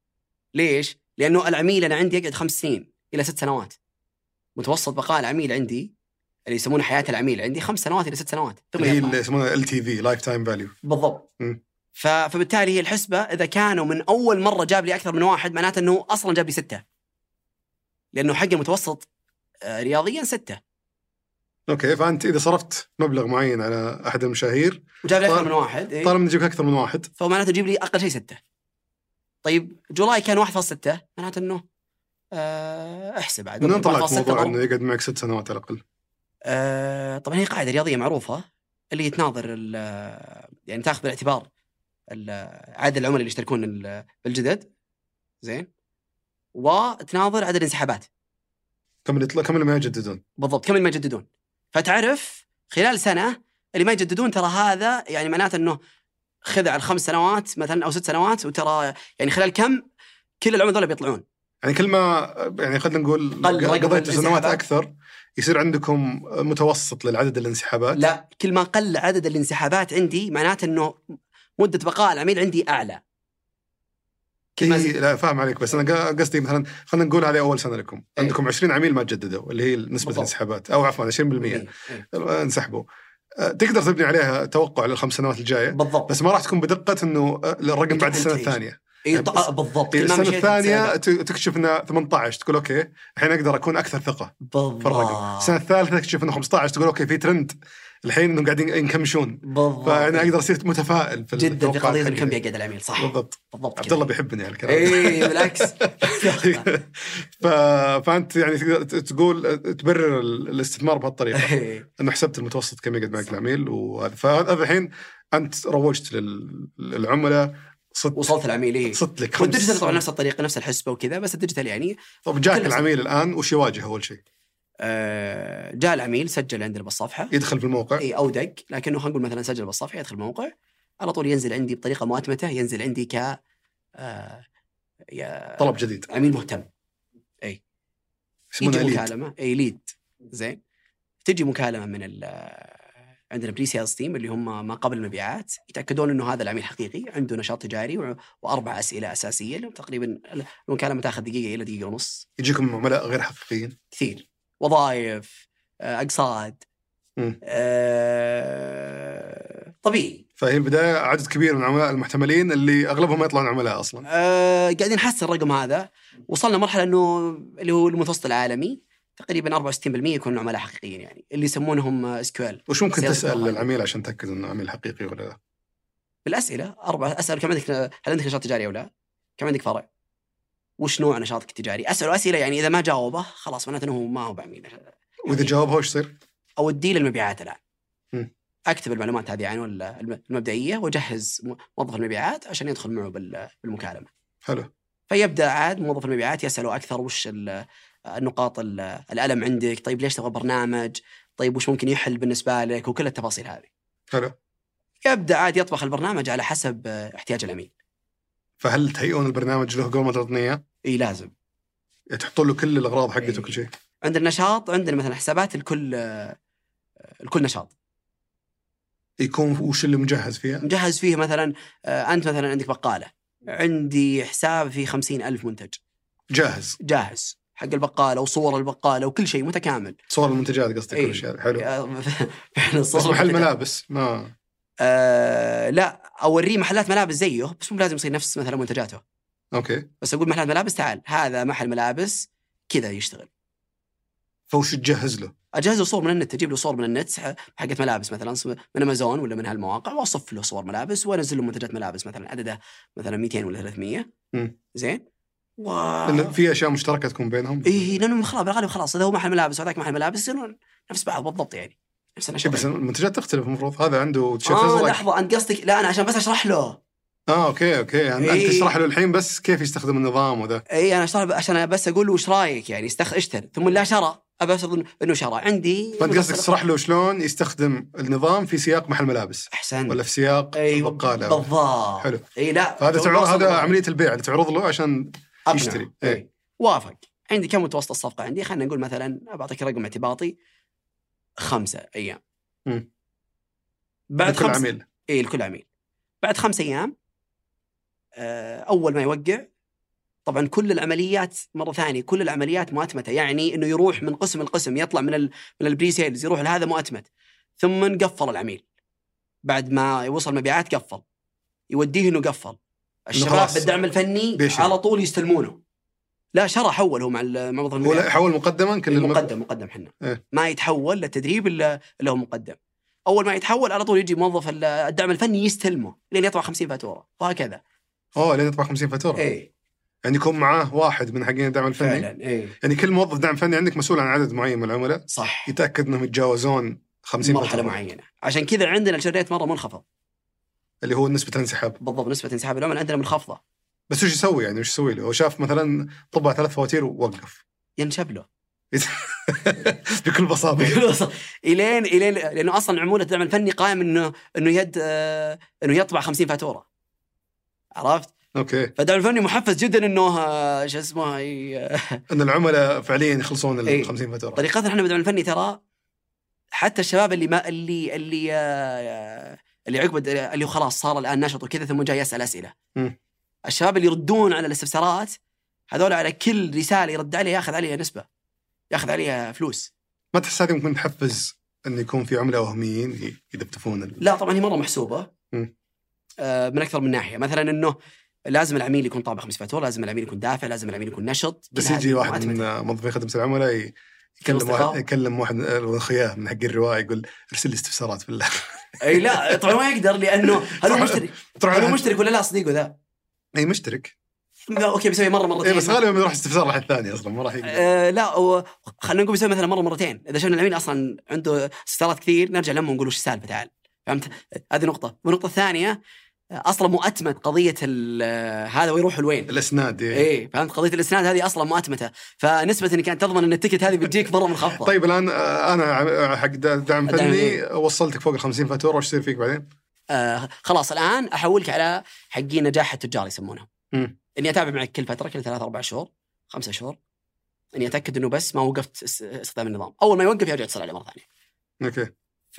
ليش؟ لانه العميل انا عندي يقعد 5 سنين الى 6 سنوات. متوسط بقاء العميل عندي اللي يسمونه حياه العميل عندي 5 سنوات الى 6 سنوات، ثم هي يطلع. اللي يسمونها LTV Lifetime Value. بالضبط. فبالتالي هي الحسبه اذا كانوا من اول مره جاب لي اكثر من واحد معناته انه اصلا جاب لي 6، لانه حق المتوسط رياضيا 6. اوكي، فانت اذا صرفت مبلغ معين على احد المشاهير وجاب لي اكثر من واحد، طالما نجيب اكثر من واحد فمعناته تجيب لي اقل شيء 6. طيب جولاي كان 1.6، معناته انه احسب عاد من طلعت موضوع انه يقعد معك 6 سنوات على الاقل. طبعا هي قاعده رياضيه معروفه اللي تناظر يعني تاخذ بالاعتبار عدد العملاء اللي يشتركون بالجدد، زين، وتناظر عدد الانسحابات. كم اللي ما يجددون. بالضبط، كم اللي ما يجددون. فتعرف خلال سنه اللي ما يجددون ترى هذا يعني معناته انه خذ على 5 سنوات مثلا او 6 سنوات، وترى يعني خلال كم كل العملاء دول بيطلعون. يعني كل ما يعني خلينا نقول قضيت سنوات اكثر يصير عندكم متوسط للعدد الانسحابات. لا، كل ما قل عدد الانسحابات عندي معناته انه مده بقاء العميل عندي اعلى. لا فاهم عليك، بس انا قصدي مثلا خلينا نقول هذه اول سنه لكم عندكم 20 عميل ما تجددوا اللي هي نسبه الانسحابات، او عفوا 20% انسحبوا. تقدر تبني عليها توقع لل5 سنوات الجايه. بالضبط. بس ما راح تكون بدقه انه الرقم بعد السنه الثانيه. بالضبط. السنه الثانيه تكتشف انه 18 تقول اوكي الحين اقدر اكون اكثر ثقه في الرقم. السنه الثالثه تكتشف انه 15 تقول اوكي في ترند الحين انهم قاعدين ينكمشون. فانا اقدر اصير متفائل في جدا في قضيه كم بيقعد العميل. صح، بالضبط. عبد الله بيحبني على الكلام. اي بالعكس. فانت يعني تقول تبرر الاستثمار بهالطريقه انه حسبت المتوسط كم يقعد معك العميل، فهذا الحين انت روجت للعملاء، وصلت العميل. صدت لك والديجيتال طبعا نفس الطريقه نفس الحسبه وكذا، بس الديجيتال يعني. طب جاك العميل الان وش يواجه اول شيء؟ جاء العميل سجل عندنا بالصفحه، يدخل في الموقع اي او دق، لكنه خلينا نقول مثلا سجل بالصفحه، يدخل الموقع على طول ينزل عندي بطريقه مؤتمته، ينزل عندي ك طلب جديد، عميل مهتم. اي يجي مكالمه، اي ليد، زين. تجي مكالمه من عندنا بري سيلز تيم اللي هم ما قبل المبيعات، يتاكدون انه هذا العميل حقيقي عنده نشاط تجاري و4 اسئله اساسيه. تقريبا المكالمه تاخذ دقيقه الى دقيقه ونص. يجيكم عملاء غير حقيقيين كثير، وظائف، اقساط، طبيعي. فهي البدايه عدد كبير من العملاء المحتملين اللي اغلبهم ما يطلعون عملاء اصلا. قاعدين نحسن الرقم هذا. وصلنا مرحله انه اللي هو المتوسط العالمي تقريبا 64% يكونوا عملاء حقيقيين، يعني اللي يسمونهم SQL. وش ممكن تسال العميل عشان تاكد انه عميل حقيقي ولا لا؟ بالاسئله 4 اسال كم عندك، هل عندك نشاط تجاري او لا؟ كم عندك فرع؟ وش نوع نشاطك التجاري؟ اساله اسئله يعني اذا ما جاوبه خلاص معناته انه ما هو بعميل. واذا جاوبه وش يصير؟ اوديه للمبيعات الان. اكتب المعلومات هذه عنه المبدئيه، واجهز موظف المبيعات عشان يدخل معه بالمكالمه. حلو. فيبدا عاد موظف المبيعات يساله اكثر، وش النقاط الألم عندك؟ طيب ليش تبغى برنامج؟ طيب وش ممكن يحل بالنسبه لك؟ وكل التفاصيل هذه. حلو. يبدا عاد يطبخ البرنامج على حسب احتياج العميل. فهل تهيئون البرنامج له قبل ما تعطيه؟ اي لازم. تحطون له كل الاغراض حقته وكل شيء. عندنا النشاط، عندنا مثلا حسابات الكل نشاط يكون وش اللي مجهز فيها؟ مجهز فيه مثلا أنت مثلا عندك بقالة، عندي حساب فيه 50,000 منتج جاهز حق البقالة، وصور البقالة وكل شيء متكامل. صور المنتجات قصدك كل شيء. حلو. بس محل ملابس ما لا، أوريه محلات ملابس زيه، بس مو لازم يصير نفس مثلا منتجاته. أوكي. بس أقول محلات ملابس، تعال هذا محل ملابس كذا يشتغل. فوش تجهز له؟ أجهز له صور من النت، أجيب له صور من النت حقت ملابس مثلا من أمازون ولا من هالمواقع، وأصف له صور ملابس وأنزل له منتجات ملابس مثلا عددها مثلا 200 ولا 300. زين. لأن في أشياء مشتركة تكون بينهم. إيه، لأنه خلاص بالغالب خلاص، إذا هو محل ملابس وهذاك محل ملابس يصيرون نفس بعض بالضبط يعني. بس المنتجات تختلف المفروض. هذا عنده تيشيرت أزرق. لحظة، أنت قصدك لا أنا عشان بس أشرح له. أوكي يعني أنت تشرح له الحين بس كيف يستخدم النظام وذا. أنا أشرح عشان بس أقول له وش رأيك يعني اشتري، ثم لا شرى، أبى أصدق إنه شرى عندي. فأنت قصدك تشرح له شلون يستخدم النظام في سياق محل ملابس. أحسن. ولا في سياق بقالة. بالضبط. حلو. لا. هذا عملية البيع اللي تعرض له عشان يشتري. وافق. عندي كم متوسط الصفقة عندي؟ خلينا نقول مثلا بعطيك رقم اعتباطي 5 أيام. بعد 5 عميل. لكل عميل. بعد 5 أيام أول ما يوقع طبعا كل العمليات مرة ثانية كل العمليات مؤتمتة، يعني إنه يروح من قسم لقسم، يطلع من البري سيلز يروح لهذا مؤتمت، ثم قفل العميل بعد ما يوصل مبيعات، قفل يوديه إنه قفل. الشباب بالدعم الفني بيشري. على طول يستلمونه. لا شرى حول هو مع موظف المبيعات. هو حول مقدما كل مقدم حنا إيه؟ ما يتحول للتدريب اللي هو مقدم. أول ما يتحول على طول يجي موظف الدعم الفني يستلمه لين يطبع 50 فاتورة وهكذا. لين يطبع 50 فاتورة. إيه. يعني يكون معاه واحد من حقين الدعم الفني فعلا. إيه. يعني كل موظف دعم فني عندك مسؤول عن عدد معين من العملاء. صح. يتأكد انهم يتجاوزون 50 مرحلة معينة. عشان كذا عندنا الشريت مرة منخفض اللي هو نسبة الانسحاب. بالضبط، نسبة انسحاب العملاء عندنا منخفضة. بس وش يسوي يعني؟ وش يسوي له؟ هو شاف مثلا طبع 3 فواتير ووقف ينشب له بكل بساطة إلين لأنه أصلا عمولة الدعم الفني قائم إنه يطبع 50 فاتورة. عرفت؟ اوكي. فالدعم الفني محفز جدا انه شو اسمه ان العملاء فعليا يخلصون ال 50 فاتوره. طريقتنا احنا بالدعم الفني ترى حتى الشباب اللي عقب اللي خلاص صار الان نشط وكذا ثم جاي يسال اسئله. الشباب اللي يردون على الاستفسارات هذول على كل رساله يرد عليها ياخذ عليها نسبه، ياخذ عليها فلوس. ما تحس هذه ممكن تحفز انه يكون في عملاء وهميين يدفون لا طبعا هي مره محسوبه من اكثر من ناحيه. مثلا انه لازم العميل يكون طابع 5 فاتورة، لازم العميل يكون دافع، لازم العميل يكون نشط. بس يجي واحد من موظفين خدمة العملاء يكلم واحد من اخوياه من حق الرواية يقول ارسل لي استفسارات بالله. اي لا طبعا ما يقدر، لانه هل هو مشترك ولا لا صديقه ذا؟ اي مشترك. اوكي بيسوي مرتين. بس غالبا بيروح استفسار واحد ثاني اصلا ما راح يقدر. لا خلينا نقول بيسوي مثلا مرتين. اذا شفنا العميل اصلا عنده استفسارات كثير نرجع لما ونقول وش السالفه تعال. فهمت؟ هذه نقطه. والنقطه الثانيه اصلا مؤتمت قضيه هذا ويروح لوين الاسناد. ايه فهمت؟ قضيه الاسناد هذه اصلا مؤتمته، فنسبه انك كانت تضمن ان التيكت هذه بتجيك مره منخفضه. طيب الان انا حق دعم فني وصلتك فوق ال 50 فاتوره، وش يصير فيك بعدين؟ خلاص الان احولك على حقين نجاح التجار يسمونها. اني اتابع معك كل فتره، كل 3-4 شهور 5 شهور، اني اتاكد انه بس ما وقفت استخدام النظام. اول ما يوقف يرجع يتصل عليه مره ثانيه. اوكي.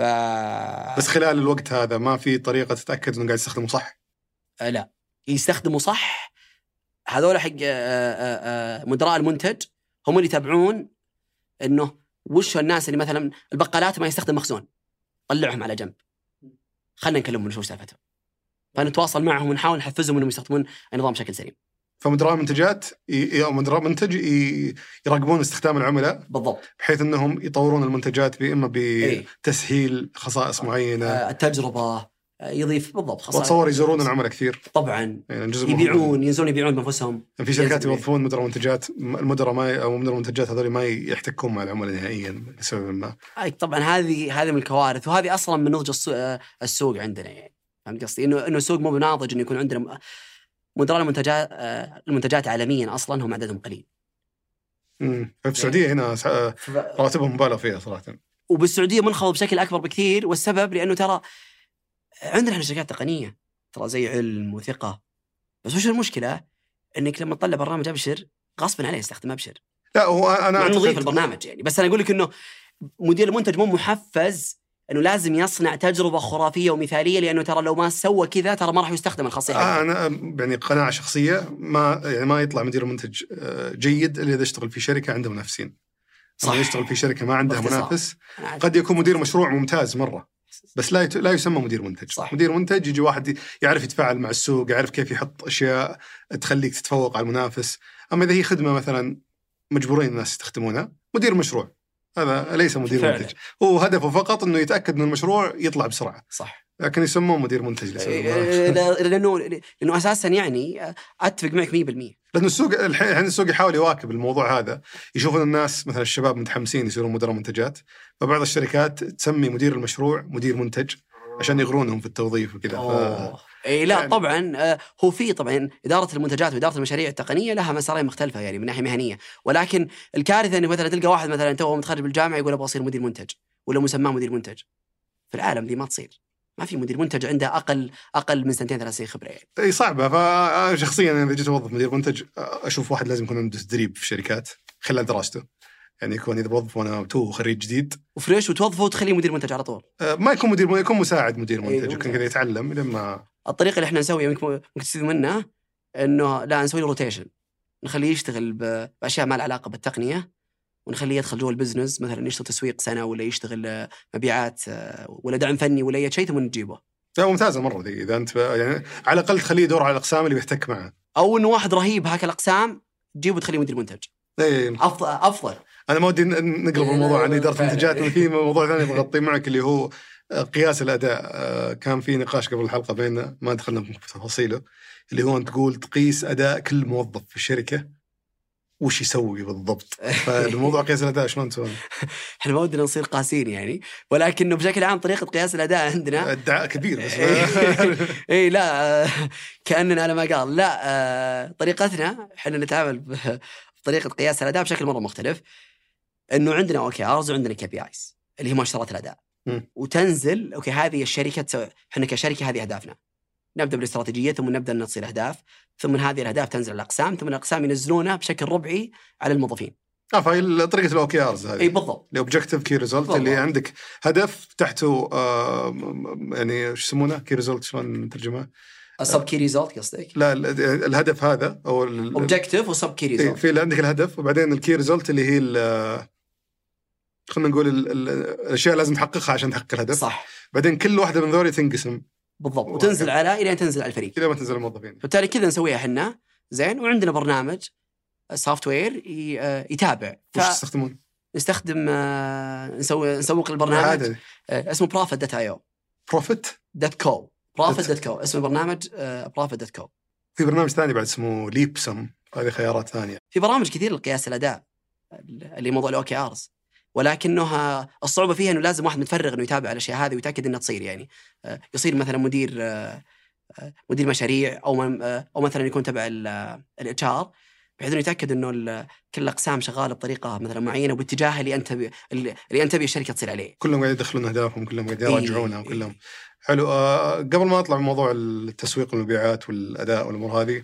بس خلال الوقت هذا ما في طريقة تتأكد إنه قاعد يستخدمه صح؟ لا يستخدمه صح. هذول حق مدراء المنتج هم اللي يتابعون إنه وش الناس اللي مثلا البقالات ما يستخدم مخزون، طلعهم على جنب خلنا نكلمهم نشوف سالفتهم، فنتواصل معهم ونحاول نحفزهم إنهم يستخدمون النظام بشكل سليم. فمدراء المنتجات مدراء منتج يراقبون استخدام العملاء بالضبط، بحيث انهم يطورون المنتجات اما بتسهيل خصائص معينه، التجربه يضيف بالضبط خصائص. وتصور يزورون العملاء كثير طبعا، يعني يبيعون بنفسهم. في شركات يوظفون مدراء منتجات، المدراء او مدراء المنتجات هذول ما يحتكون مع العملاء نهائيا لسبب ما. طبعا هذه من الكوارث، وهذه اصلا من نضج السوق عندنا. يعني فهمت قصدي؟ انه السوق مو بناضج انه يكون عندنا مدراء المنتجات عالميا اصلا هم عددهم قليل. في السعوديه هنا راتبهم مبالغ فيها صراحه، وبالسعوديه منخفض بشكل اكبر بكثير. والسبب لانه ترى عندنا احنا شركات تقنيه ترى زي علم وثقه، بس وش المشكله؟ انك لما تطلع برنامج ابشر غصبا عليه يستخدم ابشر. لا هو انا نضيف البرنامج يعني، بس انا اقول لك انه مدير المنتج مو محفز انه لازم يصنع تجربه خرافيه ومثاليه، لانه ترى لو ما سوى كذا ترى ما راح يستخدم الخاصيه. انا يعني قناعه شخصيه، ما يطلع مدير منتج جيد الا اذا اشتغل في شركه عنده منافسين. صح. يشتغل في شركه ما عندها منافس قد يكون مدير مشروع ممتاز مره، بس لا يسمى مدير منتج. صح. مدير منتج يجي واحد يعرف يتفاعل مع السوق، يعرف كيف يحط اشياء تخليك تتفوق على المنافس. اما اذا هي خدمه مثلا مجبورين الناس يستخدمونها، مدير مشروع هذا ليس مدير فعلا. منتج هو هدفه فقط انه يتاكد ان المشروع يطلع بسرعه. صح. لكن يسموه مدير منتج لانه اساسا يعني اتفق معك 100%. لأن السوق يحاول يواكب الموضوع هذا، يشوفون الناس مثلا الشباب متحمسين يصيرون مدراء منتجات، فبعض الشركات تسمي مدير المشروع مدير منتج عشان يغرونهم في التوظيف وكذا. لا يعني طبعا هو في طبعا إدارة المنتجات وإدارة المشاريع التقنية لها مسارين مختلفة يعني من ناحية مهنية، ولكن الكارثة إنه مثلا تلقى واحد مثلا توه متخرج بالجامعة يقول أبغى أصير مدير منتج ولا مسماه مدير منتج. في العالم دي ما تصير، ما في مدير منتج عنده أقل من 2-3 سنين خبرة يعني. أي صعبة. فشخصيا إذا جيت أوظف مدير منتج أشوف واحد لازم يكون عنده تدريب في شركات خلال دراسته، يعني يكون إذا بوظف وأنا تو خريج جديد وفريش وتوظفه وتخليه مدير منتج على طول. ما يكون مدير، يكون مساعد مدير منتج يمكن كذا يتعلم لما. الطريقة اللي إحنا نسويها ممكن تستفيد منها إنه لا نسوي له روتيشن، نخليه يشتغل باشياء ما لها علاقه بالتقنيه، ونخليه يدخل جوا البزنس، مثلا يشتغل تسويق سنه ولا يشتغل مبيعات ولا دعم فني ولا اي شيء، ثم نجيبه. لا ممتازه مره دي، اذا انت يعني على الاقل تخليه يدور على الاقسام اللي بيحتك معه، او انه واحد رهيب هاك الاقسام تجيبه تخليه مدير منتج. ايه افضل. انا ما ودي نقلب الموضوع عن اداره المنتجات، في موضوع ثاني بغطيه معك اللي هو قياس الاداء. كان في نقاش قبل الحلقه بيننا ما دخلنا في تفاصيله، اللي هو انت تقول تقيس اداء كل موظف في الشركه وش يسوي بالضبط. فالموضوع قياس الاداء شلون تسوي؟ احنا ما ودنا نصير قاسين يعني، ولكنه بشكل عام طريقه قياس الاداء عندنا ادعاء كبير بس اي لا كاننا على ما قال لا، طريقتنا احنا نتعامل بطريقه قياس الاداء بشكل مره مختلف. انه عندنا اوكي ارز وعندنا كي بي ايز اللي هي مؤشرات الاداء، وتنزل اوكي هذه الشركه احنا كشركه هذه اهدافنا، نبدا بالاستراتيجيه ثم نبدا نصير اهداف، ثم هذه الاهداف تنزل على الاقسام، ثم الاقسام ينزلونها بشكل ربعي على الموظفين. فهي طريقه الاوكي ارز هذه. اي بالضبط، الاوبجكتيف كي ريزلت اللي عندك هدف تحته يعني ايش يسمونه كي ريزلت، شلون نترجمه؟ السب كي ريزلت قصدك؟ لا الهدف هذا او الاوبجكتيف وسب كي ريزلت. في اللي عندك الهدف، وبعدين الكي ريزلت اللي هي خلينا نقول الاشياء لازم تحققها عشان تحقق الهدف. صح. بعدين كل واحده من ذولي تنقسم بالضبط وتنزل على الى ان تنزل على الفريق، الى ما تنزل الموظفين. فبالتالي كذا نسويها احنا زين. وعندنا برنامج سوفت وير يتابع. وش تستخدمون؟ نستخدم نسوق البرنامج اسمه Profit.io. Profit.co اسم البرنامج Profit.co. في برنامج ثاني بعد اسمه ليبسم، هذه خيارات ثانية. في برامج كثير لقياس الأداء اللي موضوع الأوكي آرز، ولكنه الصعوبة فيها إنه لازم واحد متفرغ إنه يتابع الأشياء هذه ويتأكد إنها تصير. يعني يصير مثلا مدير مشاريع أو مثلا يكون تبع الHR، بحيث إنه يتأكد إنه كل الأقسام شغالة بطريقة مثلا معينة وباتجاه اللي أنت الشركة تصير عليه. كلهم قاعد يدخلون أهدافهم، كلهم قاعد يراجعونها وكلهم حلو. قبل ما أطلع من موضوع التسويق والمبيعات والأداء والأمور هذه،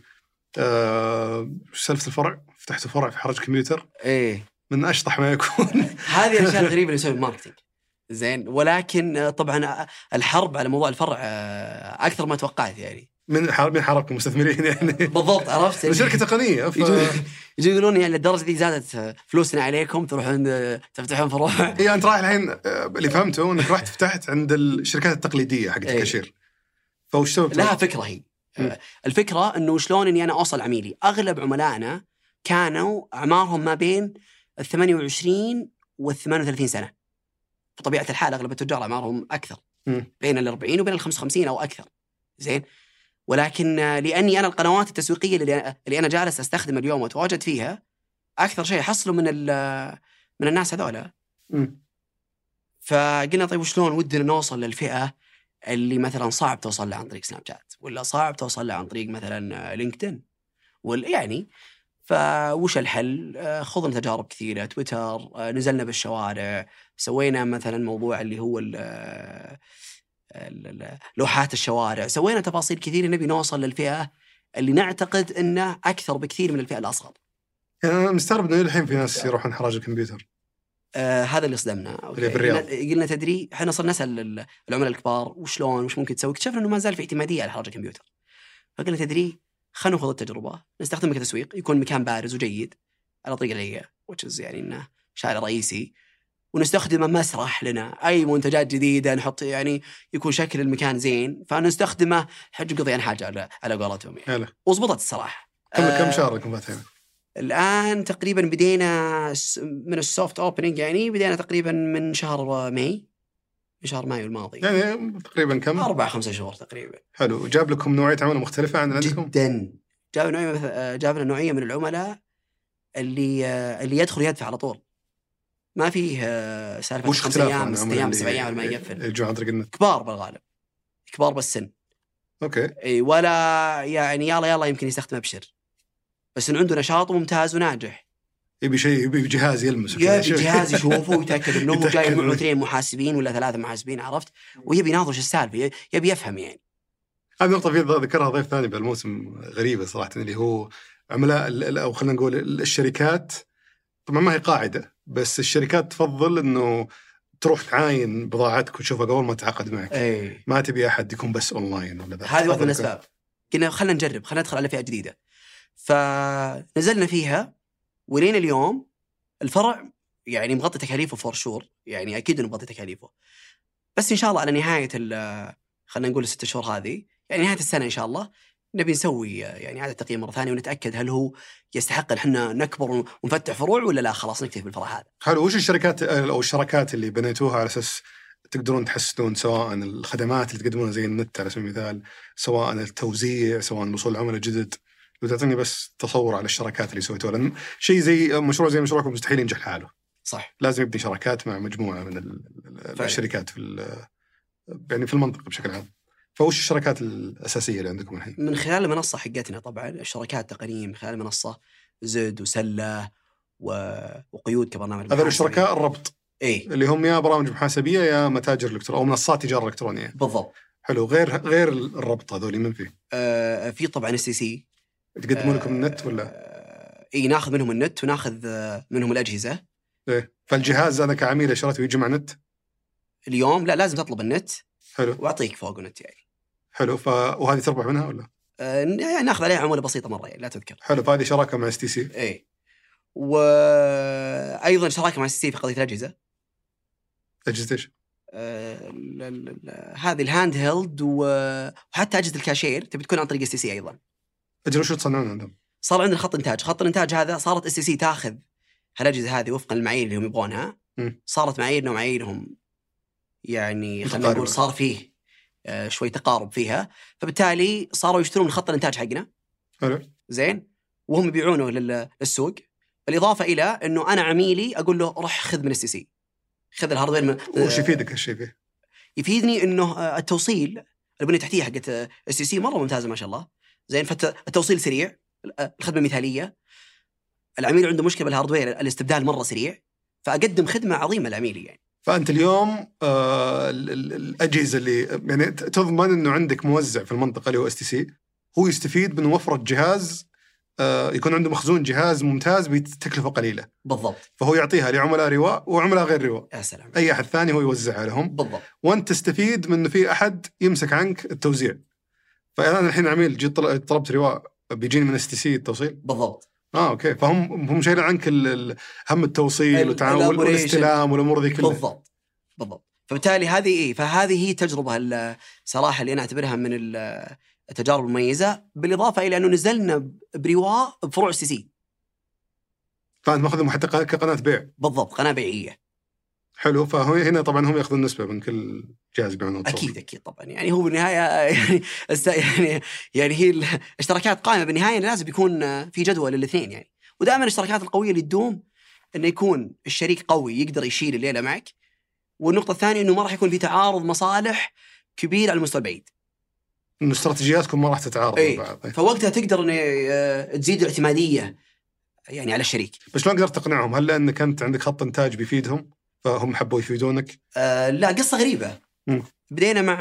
سالفة الفرع، فتحت فرع في حرج كمبيوتر. إيه من أشطح ما يكون. هذه الأشياء الغريبة اللي يسوي الماركتينج زين، ولكن طبعا الحرب على موضوع الفرع أكثر ما توقعت يعني. من حركة مستثمرين يعني. بالضبط، عرفت. من شركة تقنية. يجي يقولون يعني لدرجة دي زادت فلوسنا عليكم تروحون تفتحون فروع. إيه أنت رايح الحين اللي فهمته إنك رحت فتحت عند الشركات التقليدية حقت الكاشير. فوش سويت؟ لها فكرة هي. الفكرة إنه شلون إني أنا أوصل عميلي. أغلب عملائنا كانوا أعمارهم ما بين 28 و38 سنة. بطبيعة الحال أغلب التجار أعمارهم أكثر، بين 40 وبين 55 أو أكثر. زين. ولكن لأني أنا القنوات التسويقية اللي أنا جالس أستخدم اليوم وأتواجد فيها أكثر شيء حصلوا من الناس هذولا. فقلنا طيب وشلون ودنا نوصل للفئة اللي مثلا صعب توصل لها عن طريق سناب شات، ولا صعب توصل لها عن طريق مثلا لينكدين، يعني فوش الحل؟ خضنا تجارب كثيرة، تويتر، نزلنا بالشوارع، سوينا مثلا موضوع اللي هو لوحات الشوارع، سوينا تفاصيل كثيرة نبي نوصل للفئة اللي نعتقد أنه أكثر بكثير من الفئة الأصغر. أنا مستغرب أنه الحين في ناس يروحون حراج الكمبيوتر. هذا اللي صدمنا. قلنا تدري احنا صرنا نسأل العملاء الكبار وشلون وش ممكن تسوي، اكتشفنا انه ما زال في اعتمادية على حراج الكمبيوتر. فقلنا تدري خلنا ناخذ التجربة، نستخدمه كتسويق، يكون مكان بارز وجيد على طريق الهيئة which is يعني انه شارع رئيسي، ونستخدمه مسرح لنا اي منتجات جديدة نحط يعني يكون شكل المكان زين، فنستخدمه حج قضي حاجة على قولتهم يعني. وضبطت الصراحة. كم شهر لكم فاتحين؟ الآن تقريبا بدينا من السوفت اوبننج، يعني بدينا تقريبا من شهر مايو الماضي، يعني تقريبا كم 4-5 شهور تقريبا. حلو. جاب لكم نوعية عملاء مختلفة عن عندكم جدا. جابنا نوعية من العملاء اللي يدخل يدفع على طول، ما فيه سالفة 5 أيام 6 أيام 7 أيام ما يقفل. يجوا عن طريق النت، كبار بالغالب، كبار بالسن. اوكي. ولا يعني يلا يمكن يستخدم أبشر، بس إنه عنده نشاط ممتاز وناجح. يبي جهاز يلمسه، يبي جهاز يشوفه ويتأكد إنه هو جاي معه 2 محاسبين ولا 3 محاسبين، عرفت، ويبي يناظر السالفة، يبي يفهم يعني. هذه نقطة في ذكرها ضيف ثاني بالموسم غريبة صراحة، اللي هو عملاء أو خلينا نقول الشركات. طبعا ما هي قاعدة، بس الشركات تفضل إنه تروح تعاين بضاعتك وتشوفها قبل ما تعقد معك. ما تبي أحد يكون بس أونلاين ولا ذا. هذه واحدة من الأسباب. قلنا خلنا نجرب، خلنا ندخل على فئة جديدة. فنزلنا فيها ولين اليوم الفرع يعني مغطي تكاليفه فور شور، يعني أكيد إنه مغطي تكاليفه. بس إن شاء الله على نهاية خلنا نقول 6 شهور هذه، يعني نهاية السنة إن شاء الله نبي نسوي يعني إعادة تقييم مرة ثانية ونتأكد هل هو يستحق إن إحنا نكبر ونفتح فروع ولا لا، خلاص نكتفي بالفرع هذا. حلو. وش الشركات أو الشراكات اللي بنيتوها على أساس تقدرون تحسنون سواء الخدمات اللي تقدمونها زي النت على سبيل المثال، سواء التوزيع، سواء وصول عملاء جدد؟ وتعطيني بس تصور على الشراكات اللي سويتوها، لأن شيء زي مشروعكم مستحيل ينجح لحاله. صح. لازم يبني شراكات مع مجموعة من الشركات يعني في المنطقة بشكل عام. فوش الشراكات الأساسية اللي عندكم الحين؟ من خلال المنصة حقتنا طبعا الشركات التقنية من خلال المنصة زد وسلة وقيود كبرنامج. هذول الشركاء الربط اللي هم يا برامج محاسبية يا متاجر إلكترونية أو منصات تجارة إلكترونية. بالضبط. حلو. غير الربط هذول من فيه؟ في طبعا STC. تقدمون لكم النت ولا؟ ناخذ منهم النت وناخذ منهم الأجهزة. فالجهاز أنا كعميل اشتريته ويجي مع نت اليوم؟ لا، لازم تطلب النت. حلو. وأعطيك فوق النت يعني. حلو. وهذه تربح منها ولا؟ يعني ناخذ عليها عمولة بسيطة مرة يعني لا تذكر. حلو. فهذه شراكة مع STC. وأيضا شراكة مع STC في قضية الأجهزة. أجهزة إيش؟ هذه الهاند هيلد وحتى أجهزة الكاشير تبي تكون عن طريق STC أيضا. أجل شو تصنعون عندهم؟ صار عندنا خط الإنتاج هذا صارت STC تاخذ هالأجهزة هذه وفقا للمعايير اللي هم يبغونها. صارت معاييرنا ومعاييرهم يعني خلينا نقول صار فيه شوي تقارب فيها، فبالتالي صاروا يشترون خط الإنتاج حقنا. حلو. زين. وهم يبيعونه للسوق، بالإضافة إلى أنه أنا عميلي أقول له روح خذ من STC، خذ الهاردوير. وش يفيدك هالشيء فيه؟ يفيدني أنه التوصيل البنية التحتية حقت STC مرة ممتازة ما شاء الله. زين. فالتوصيل سريع، الخدمة مثالية، العميل عنده مشكلة بالهاردوير الاستبدال مرة سريع، فأقدم خدمة عظيمة للعميل يعني. فأنت اليوم الأجهزة اللي يعني تضمن أنه عندك موزع في المنطقة اللي هو STC هو يستفيد من وفرة جهاز، يكون عنده مخزون جهاز ممتاز بتكلفة قليلة. بالضبط. فهو يعطيها لعملاء رواء وعملاء غير رواء. يا سلام. أي أحد ثاني هو يوزعها لهم. بالضبط. وأنت تستفيد من أنه في أحد يمسك عنك التوزيع. فأنا الحين عميل جيت طلبت رواء بيجيني من STC التوصيل. بالضبط. أوكي. فهم شايلين عنك هم التوصيل وتعامل والاستلام والأمور ذي كلها. بالضبط. فبالتالي فهذه هي تجربة صراحة اللي أنا أعتبرها من التجارب المميزة، بالإضافة إلى أنه نزلنا برواء بفروع STC. فأنت ماخذهم حتى كقناة بيع. بالضبط، قناة بيعية. حلو. فهو هنا طبعا هم يأخذون نسبة من كل جهاز بيعونه. أكيد طبعا. يعني هو بالنهاية يعني هي الاشتراكات قائمة بالنهاية لازم يكون في جدول للاثنين يعني. ودائما الاشتراكات القوية اللي تدوم إنه يكون الشريك قوي يقدر يشيل الليلة معك. والنقطة الثانية إنه ما راح يكون في تعارض مصالح كبير على المستوى البعيد. إنه استراتيجياتكم ما راح تتعارض مع بعض. فوقتها تقدر إن تزيد الاعتمادية يعني على الشريك. بس شلون قدرت تقنعهم؟ هل لأنك أنت عندك خط إنتاج بيفيدهم فهم حبوا يفيدونك؟ لا، قصة غريبة. بدينا مع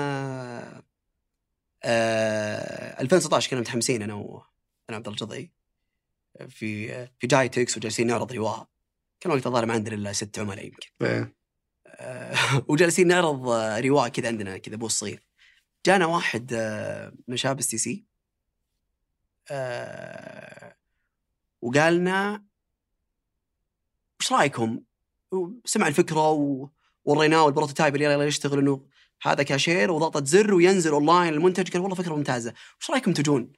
2019 كنا متحمسين أنا عبد الله الجضعي في جايتكس وجالسين نعرض رواء. كان وقت الظاهر ما عندنا إلا 6 عملاء يمكن. وجالسين نعرض رواء كذا عندنا كذا بوس صغير. جانا واحد من شباب STC وقالنا وش رأيكم؟ سمع الفكرة ووريناه البروتوتايب اللي يلا يشتغل إنه هذا كاشير وضغطة زر وينزل أونلاين المنتج. قال والله فكرة ممتازة، وش رأيكم تجون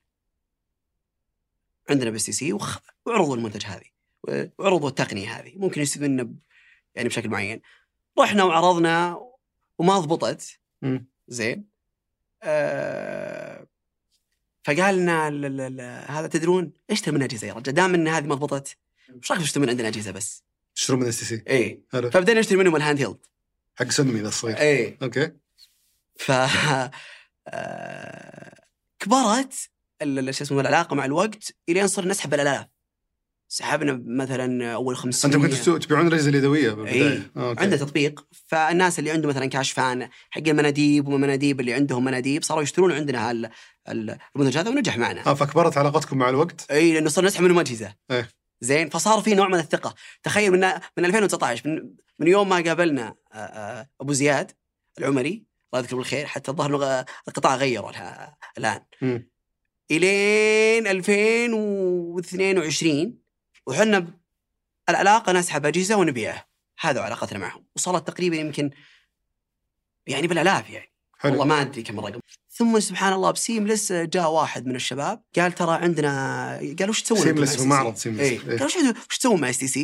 عندنا STC وعرضوا المنتج هذه وعرضوا التقنية هذه ممكن يستفيد منه يعني بشكل معين. رحنا وعرضنا وما ضبطت. زين. فقالنا هذا تدرون اشتري من أجهزة يا رجال، دام ان هذه ما ضبطت وش رايكم تشتري من عندنا أجهزة بس؟ تشتروا من STC. فبدأنا نشتري منهم الهاند هيلد حق سمي ذا الصغير. اوكي. كبرت شو اسمه العلاقة مع الوقت إلى أن صرنا نسحب الآلاف. سحبنا مثلا أول 500. أنتم كنتوا تبيعون الأجهزة اليدوية بالبداية؟ عندنا تطبيق، فالناس اللي عنده مثلا كاشفان حق المناديب ومناديب اللي عندهم مناديب صاروا يشترون عندنا المنتج هذا ونجح معنا. فكبرت علاقتكم مع الوقت. لأنه صرنا نسحب منهم أجهزة. زين. فصار في نوع من الثقة. تخيل من 2019 من يوم ما قابلنا أبو زياد العمري الله يذكره بالخير، حتى الظاهر القطاع غيروا الآن. الين 2022 وحنا العلاقه نسحب اجهزه ونبيعها، هذا علاقتنا معهم، وصلت تقريبا يمكن يعني بالالاف يعني. حلو. والله ما ادري كم الرقم. ثم سبحان الله بسيملس جاء واحد من الشباب قال ترى عندنا، قال وش تسوون سيملس ومعرض سيملس إيه. قال وش تسوون مع STC؟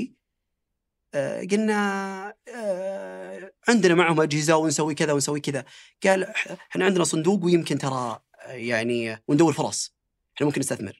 قلنا عندنا معهم أجهزة ونسوي كذا ونسوي كذا. قال احنا عندنا صندوق ويمكن ترى يعني وندور فرص احنا ممكن نستثمر.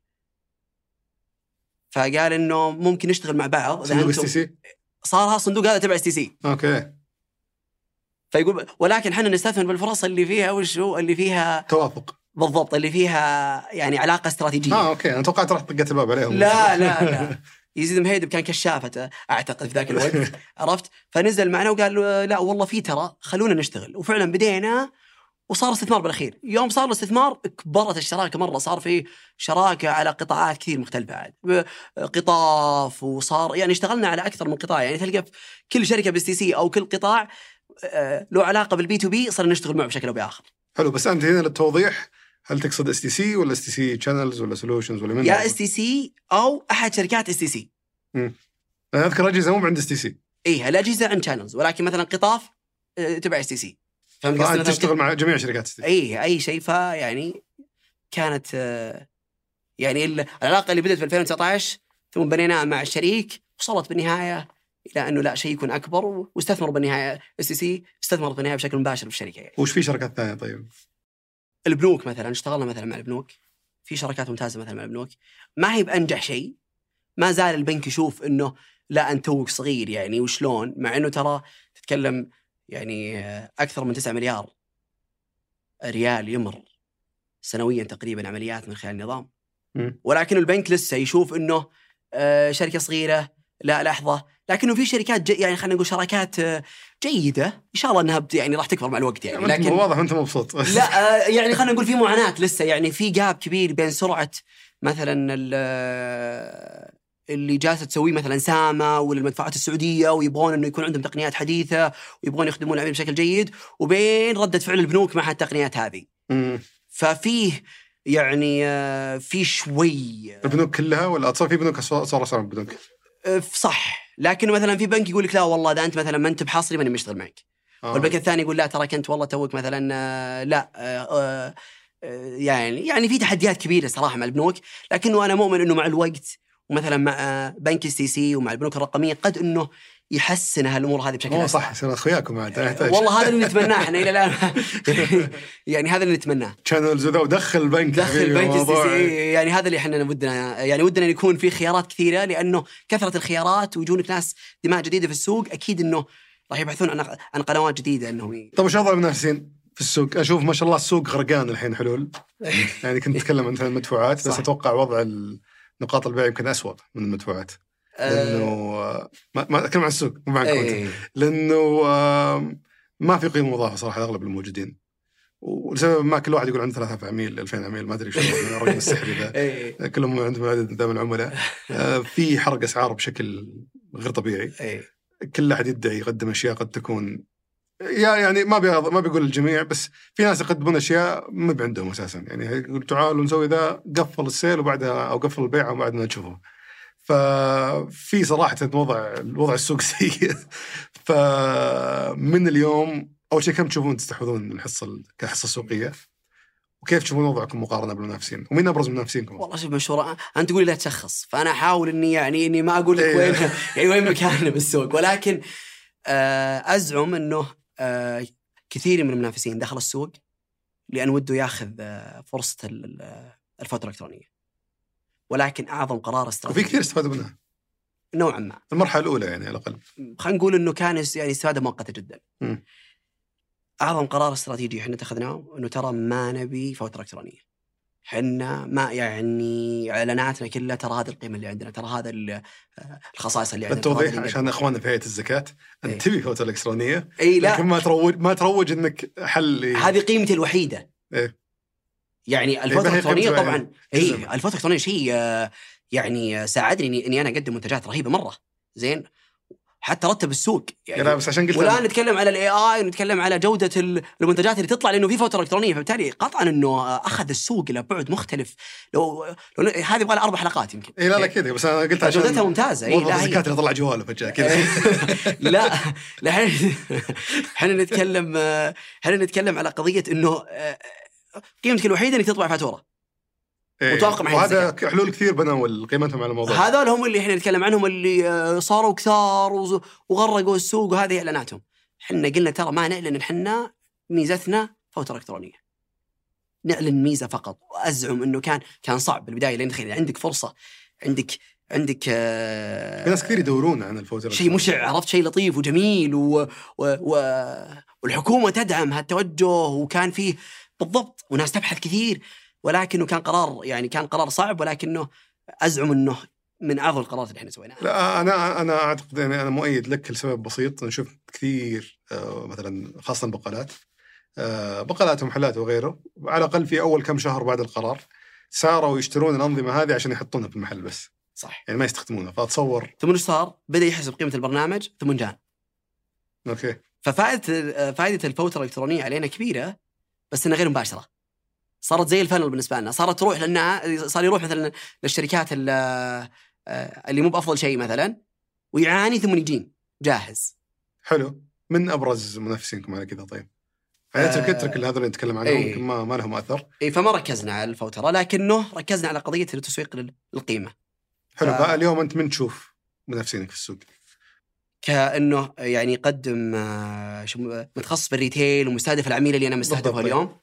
فقال انه ممكن نشتغل مع بعض. صندوق STC صار صندوق هذا تبع STC. اوكي. فيقول ولكن احنا نستثمر بالفرص اللي فيها وشو اللي فيها توافق. بالضبط، اللي فيها يعني علاقة استراتيجية. اوكي. انا توقعت راح طقت الباب عليهم. لا يزيد مهيدب كان كشافته اعتقد في ذاك الوقت. عرفت؟ فنزل معنا وقال لا والله في ترى خلونا نشتغل. وفعلا بدينا وصار استثمار بالاخير. يوم صار الاستثمار كبرت الشراكه مره، صار في شراكه على قطاعات كثير مختلفه عاد، قطاف، وصار يعني اشتغلنا على اكثر من قطاع. يعني تلقى في كل شركه BSTC او كل قطاع له علاقه بالB2B صرنا نشتغل معه بشكل او باخر. حلو. بس انت هنا للتوضيح، هل تقصد STC ولا STC channels ولا solutions ولا من؟ يا STC او احد شركات STC. انا اذكر اجهزه مو عند STC. ايه الاجهزه عند channels، ولكن مثلا قطاف تبع STC. فانت تشتغل مع جميع شركات STC. اي شيء. فيعني كانت يعني العلاقه اللي بدت في 2019 ثم بنيناها مع الشريك، وصلت بالنهايه الى انه لا شيء يكون اكبر، واستثمر بالنهايه STC استثمرت بالنهايه بشكل مباشر في الشركه. يعني وش في شركات ثانيه؟ طيب البنوك مثلا، اشتغلنا مثلا مع البنوك، في شركات ممتازه مثلا مع البنوك. ما هي بانجح شيء، ما زال البنك يشوف انه لا انت توك صغير يعني وشلون، مع انه ترى تتكلم يعني اكثر من 9 مليار ريال يمر سنويا تقريبا عمليات من خلال النظام. ولكن البنك لسه يشوف انه شركه صغيره، لا لحظه، لكنه في شركات يعني خلينا نقول شراكات جيده ان شاء الله انها يعني راح تكبر مع الوقت يعني. لكن واضح انت مبسوط. لا يعني خلينا نقول في معاناه لسه، يعني في جاب كبير بين سرعه مثلا اللي جالسه تسويه مثلا سامة ولا المدفوعات السعوديه، ويبغون انه يكون عندهم تقنيات حديثه ويبغون يخدمون العميل بشكل جيد، وبين ردة فعل البنوك مع التقنيات هذه. ففيه يعني في شوي البنوك كلها ولا صار في بنوك صار بنوك صح، لكن مثلا في بنك يقول لك لا والله ده انت مثلا ما انت بحصري ماني مشتغل معك. والبنك الثاني يقول لا ترى كنت والله توك مثلا لا يعني في تحديات كبيره صراحه مع البنوك. لكنه انا مؤمن انه مع الوقت ومثلا مع بنك STC ومع البنوك الرقميه قد انه يحسن هالامور هذه بشكل اسرع. صح، يصير اخوياكم عاد. والله هذا اللي نتمناه احنا الى الان. يعني هذا اللي نتمناه. channels وذا ودخل البنك STC. يعني هذا اللي احنا ودنا، يعني ودنا ان يكون في خيارات كثيره، لانه كثره الخيارات ويجونك ناس دماء جديده في السوق اكيد انه راح يبحثون عن قنوات جديده انهم. طيب وش وضع المنافسين في السوق؟ اشوف ما شاء الله السوق غرقان الحين حلول. يعني كنت اتكلم عن المدفوعات بس اتوقع وضع نقاط البيع يمكن أسوأ من المدفوعات، لأنه ما أتكلم عن السوق مو معكم، لأنه ما في قيمة مضافة صراحة أغلب الموجودين، ولسبب ما كل واحد يقول عنده 3000 عميل 2000 عميل ما أدري شو الرقم السحري ذا. كلهم عندهم عدد دائما العملاء. في حرق أسعار بشكل غير طبيعي. كل أحد يدعي يقدم أشياء قد تكون يعني ما بيقول الجميع، بس في ناس يقدمون أشياء ما عندهم أساسا. يعني يقول تعالوا نسوي ذا، قفل السيل وبعدها أو قفل البيع وبعد ما نشوفه. ففي صراحة وضع السوق سيء. فمن اليوم أول شيء كم تشوفون تستحوذون الحصة كحصة سوقية، وكيف تشوفون وضعكم مقارنة بالمنافسين، ومين أبرز منافسينكم؟ والله شوف مشهورة، أنت تقولي لا تشخص، فأنا أحاول إني ما أقول لك وين يعني وين مكاننا بالسوق، ولكن أزعم إنه كثير من المنافسين دخل السوق لأن وده ياخذ فرصة الفاتورة الإلكترونية، ولكن أعظم قرار استراتيجي وفي كثير استفادوا منها نوعا ما المرحلة الأولى، يعني على الأقل خلينا نقول إنه كان يعني استفادة مؤقتة جدا. أعظم قرار استراتيجي إحنا اتخذناه إنه ترى ما نبي فاتورة إلكترونية، حنا ما يعني إعلاناتنا كلها ترى هذه القيمة اللي عندنا، ترى هذا الخصائص اللي عندنا. التوضيح عشان أخواننا في هيئة الزكاة، أنت تبي فاتورة إلكترونية لكن ما تروج إنك حل. هذه قيمتي الوحيدة. يعني الفاتورة الإلكترونية طبعا الفاتورة الإلكترونية شيء يعني ساعدني إني أنا أقدم منتجات رهيبة مرة زين، حتى رتب السوق يعني. لا بس عشان قلت والآن نتكلم على الاي اي ونتكلم على جودة المنتجات اللي تطلع لأنه في فواتير إلكترونية، فبالتالي قطعا إنه أخذ السوق إلى بعد مختلف. لو هذه يبغى لها 4 حلقات يمكن. إيه لا كذا، بس أنا قلت عشان جودتها ممتازة. موظف الزكاة اللي طلع جواله فجأة كذا. لا احنا نتكلم على قضية إنه قيمتك الوحيدة إنك تطبع فاتورة متوافقة مع وهذا حلول كثير بنوا قيمتهم على الموضوع. هذول هم اللي احنا نتكلم عنهم، اللي صاروا كثار وغرقوا السوق، وهذه اعلاناتهم. احنا قلنا ترى ما نعلن، احنا ميزتنا فواتير الكترونيه، نعلن ميزه فقط. وازعم انه كان صعب بالبدايه، لان تخيل عندك فرصه، عندك في ناس كثير يدورون عن الفواتير، شيء مشع، عرفت، شيء لطيف وجميل والحكومه تدعم هالتوجه، وكان فيه بالضبط وناس تبحث كثير، ولكنه كان قرار صعب، ولكنه أزعم أنه من أعظم القرارات اللي احنا سويناها. لا أنا أعتقد يعني أنا مؤيد لك لسبب بسيط. نشوف كثير مثلا خاصة بقالات ومحلات وغيره، على الأقل في أول كم شهر بعد القرار ساروا يشترون الأنظمة هذه عشان يحطونها في المحل بس، صح، يعني ما يستخدمونها. فأتصور ثم إيش صار؟ بدأ يحسب قيمة البرنامج ثم جان. أوكي. ففائدة الفواتير الإلكترونية علينا كبيرة، بس إنها غير مباشرة. صارت زي الفانل بالنسبة لنا، صارت تروح لأنها صار يروح مثلا للشركات اللي مو بأفضل شيء مثلا، ويعاني ثم يجين جاهز. حلو. من أبرز منافسينكم على كذا؟ طيب اترك هذول اللي نتكلم عنهم يمكن ما لهم أثر. فما ركزنا على الفواتير، لكنه ركزنا على قضية التسويق للقيمة. حلو. بقى اليوم أنت من تشوف منافسينك في السوق؟ كأنه يعني يقدم متخصص بالريتيل ومستهدف العميل اللي أنا مستهدفه اليوم.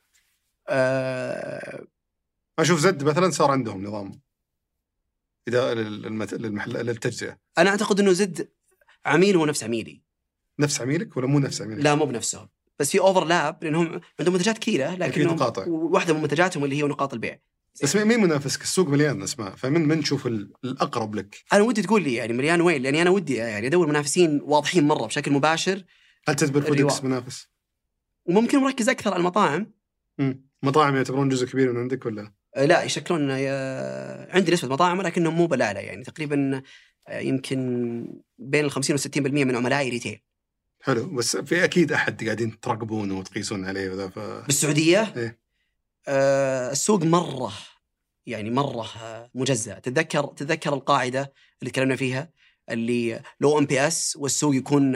أشوف زد مثلا صار عندهم نظام إذا للمحل للتجزئة. أنا أعتقد إنه زد عميل هو نفس عميلي. نفس عميلك ولا مو نفس عميلك؟ لا مو بنفسهم، بس في أوفرلاب لأنهم عندهم منتجات كثيرة، لكن واحدة من منتجاتهم اللي هي نقاط البيع. بس مين منافسك؟ السوق مليان أسماء، فمن تشوف الأقرب لك؟ أنا ودي تقول لي يعني مليان وين، لأني أنا ودي يعني أدور منافسين واضحين مرة بشكل مباشر. هل تدبر فودكس منافس؟ وممكن مركز أكثر على المطاعم. مطاعم يعتبرون جزء كبير من عندك ولا؟ لا يشكلون عندي نسبة مطاعم، ولكنهم مو بلالة، يعني تقريبا يمكن بين 50 و60% من عملائي ريتيل. حلو. بس في أكيد أحد قاعدين تراقبونه وتقيسون عليه وذا بالسعودية؟ إيه؟ السوق مرة مجزأ. تذكر القاعدة اللي تكلمنا فيها، اللي لو MPS والسوق يكون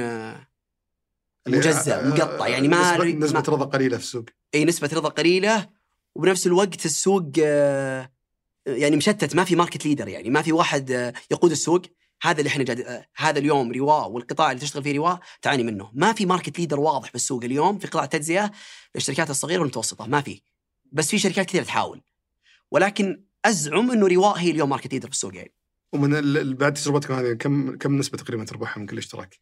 مجزأ مقطع، يعني نسبة رضا قليلة في السوق. أي نسبة رضا قليلة، وبنفس الوقت السوق يعني مشتت، ما في ماركت ليدر، يعني ما في واحد يقود السوق. هذا اللي احنا هذا اليوم رواء والقطاع اللي تشتغل فيه رواء تعاني منه. ما في ماركت ليدر واضح بالسوق اليوم في قطاع التجزئة للشركات الصغيرة والمتوسطة، ما في. بس في شركات كثيرة تحاول، ولكن أزعم إنه رواء هي اليوم ماركت ليدر في السوق يعني. ومن بعد تجربتكم هذه كم نسبة تقريبا تربحها من كل اشتراك؟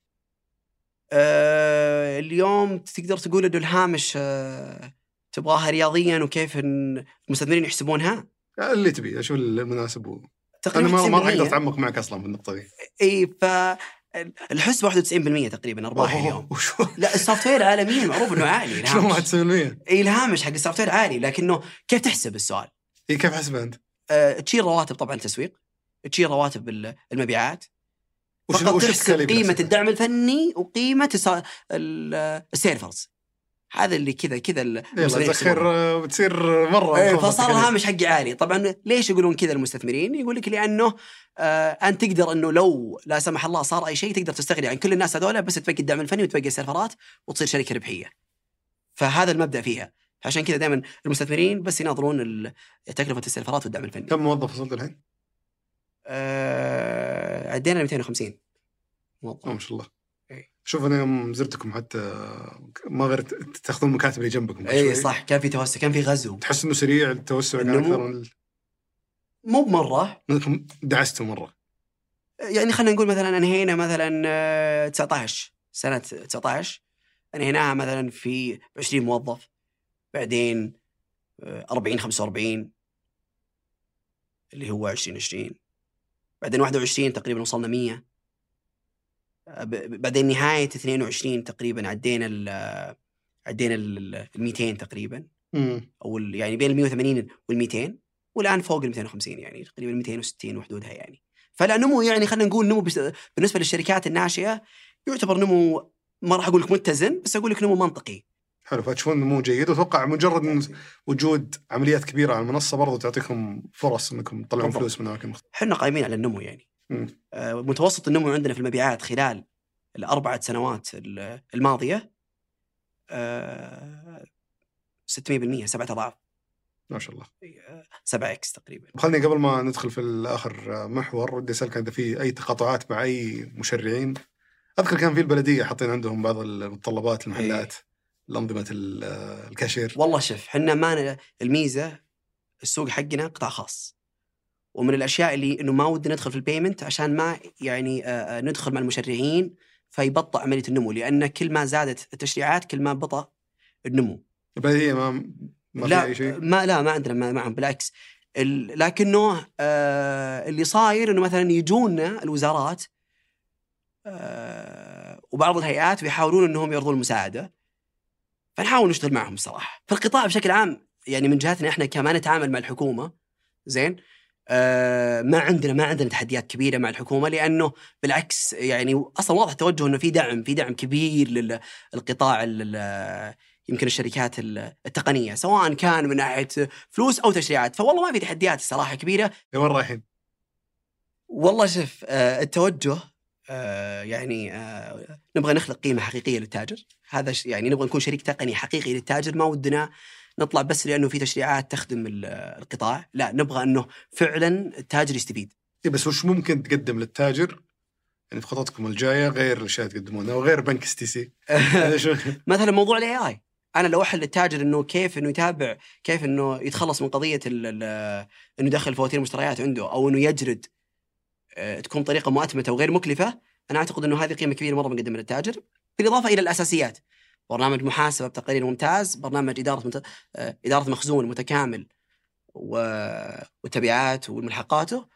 اليوم تقدر تقول إنه الهامش تبغاها رياضيا، وكيف المستثمرين يحسبونها اللي تبي شو المناسب تقريبا. أنا ما أقدر أتعمق معك أصلا في النقطة دي. إيه، فالحسبة 91% تقريبا أرباح اليوم. لا السوفت وير عالميا معروف إنه عالي. شلون 91%؟ إيه الهامش حق السوفت وير عالي، لكنه كيف تحسب السؤال؟ إيه كيف حسبه أنت؟ تشيل رواتب طبعا التسويق، تشيل رواتب المبيعات، فقط تحسب قيمة الدعم الفني وقيمة السيرفرز. هذا اللي كذا تخير بتصير مرة. فصار الهامش حقي عالي. طبعا ليش يقولون كذا المستثمرين؟ يقول لك لأنه أنت تقدر أنه لو لا سمح الله صار أي شيء تقدر تستغني عن كل الناس هذولا، بس تبقي الدعم الفني وتبقي السيرفرات وتصير شركة ربحية. فهذا المبدأ فيها. عشان كذا دائما المستثمرين بس يناظرون تكلفة السيرفرات والدعم الفني. كم موظف وصلت الحين؟ عدينا 250 موظف. ما شاء الله. شوف أنا يوم زرتكم حتى ما غير تأخذون المكاتب اللي جنبكم. أي صح، كان في توسع، كان في غزو. تحس إنه سريع التوسع أكثر؟ مو بمرة. منكم دعستوا مرة. يعني خلينا نقول مثلا أنهينا مثلا 19 سنة 19 أنهيناها مثلا في 20 موظف، بعدين 40-45 اللي هو 2020، بعدين 21 تقريبا وصلنا 100، بعدين نهاية 22 تقريبا عدينا ال 200 تقريبا، أو يعني بين 180 وال 200، والآن فوق ال 250 يعني تقريبا 260 وحدودها يعني. فلا نمو يعني خلينا نقول نمو بالنسبة للشركات الناشئة يعتبر نمو ما راح أقول لك متزن، بس أقول لك نمو منطقي. حلو، فتشوفون نمو جيد، وتوقع مجرد وجود عمليات كبيرة على المنصة برضو تعطيكم فرص أنكم تطلعون فلوس من أماكن مختلفة. حنا قائمين على النمو يعني. متوسط النمو عندنا في المبيعات خلال 4 سنوات الماضية 600%، 7 أضعاف ما شاء الله، 7x تقريبا. خلني قبل ما ندخل في الآخر محور ودي أسألك إذا في أي تقاطعات مع أي مشرعين. أذكر كان في البلدية حاطين عندهم بعض المتطلبات المحلات الأنظمة الكاشير. والله شوف، حنا ما الميزة السوق حقنا قطاع خاص، ومن الأشياء اللي إنه ما ودنا ندخل في البيمنت عشان ما يعني ندخل مع المشرعين فيبطأ عملية النمو، لأن كل ما زادت التشريعات كل ما بطأ النمو. البلدية ما لا في أي شيء؟ ما عندنا معهم، بالعكس. لكنه اللي صاير إنه مثلا يجونا الوزارات وبعض الهيئات بيحاولون إنهم يرضون المساعدة، فنحاول نشتغل معهم الصراحة. في القطاع بشكل عام يعني من جهتنا إحنا كمان نتعامل مع الحكومة زين. ما عندنا تحديات كبيرة مع الحكومة، لأنه بالعكس يعني أصلا واضح توجه إنه في دعم كبير للقطاع يمكن الشركات التقنية، سواء كان من ناحية فلوس أو تشريعات. فوالله ما في تحديات الصراحة كبيرة. وين رايحين؟ والله شوف، التوجه يعني نبغى نخلق قيمة حقيقية للتاجر. هذا يعني نبغى نكون شريك تقني حقيقي للتاجر، ما ودنا نطلع بس لأنه في تشريعات تخدم القطاع، لا نبغى أنه فعلا التاجر يستفيد. بس وش ممكن تقدم للتاجر يعني في خططكم الجاية غير الأشياء تقدمونها وغير بنك STC؟ مثلا موضوع AI، أنا لو أحل للتاجر إنه كيف إنه يتابع، كيف إنه يتخلص من قضية إنه يدخل فواتير المشتريات عنده، أو إنه يجرد تكون طريقة مؤتمتة وغير مكلفة، أنا أعتقد إنه هذه قيمة كبيرة مرة بنقدمها للتاجر، بالإضافة إلى الأساسيات: برنامج محاسبة بتقرير ممتاز، برنامج إدارة مخزون متكامل، والتبعات والملحقاته.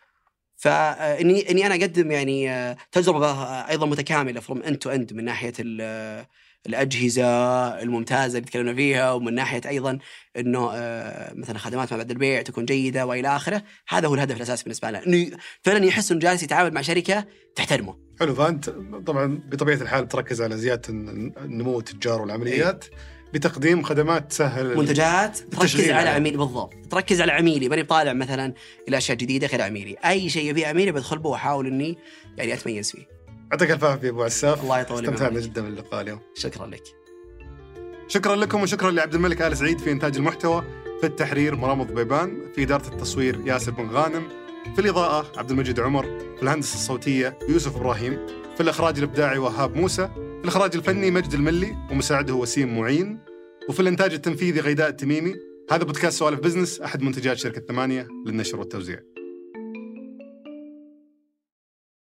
فإني أنا أقدم يعني تجربة أيضا متكاملة from end to end، من ناحية الأجهزة الممتازة اللي تكلمنا فيها، ومن ناحية أيضا إنه مثلا خدمات ما بعد البيع تكون جيدة وإلى آخره. هذا هو الهدف الأساسي بالنسبة لنا، إنه فعلا يحس إنه جالس يتعامل مع شركة تحترمه. حلو، فأنت طبعا بطبيعة الحال تركز على زيادة النمو التجار والعمليات بتقديم خدمات تسهل منتجات، تركز على عميلي. بالضبط، تركز على عميلي، ماني بطالع مثلا إلى أشياء جديدة غير عميلي. أي شيء يبيه عميلي بدخل به وأحاول إني يعني أتميز فيه. يعطيك الف عافية أبو عساف، الله يطول عمرك، استمتعنا جدا باللقاء اليوم. شكرا لك. شكرا لكم، وشكرا لعبد الملك آل سعيد في إنتاج المحتوى، في التحرير مرام ضبيبان، في إدارة التصوير ياسر بن غانم، في الإضاءة عبد المجيد عمر، في الهندسة الصوتية يوسف إبراهيم، في الإخراج الإبداعي وهاب موسى، في الإخراج الفني مجد الملي ومساعده وسيم معين، وفي الإنتاج التنفيذي غيداء التميمي. هذا بودكاست سوالف بزنس، أحد منتجات شركة 8 للنشر والتوزيع.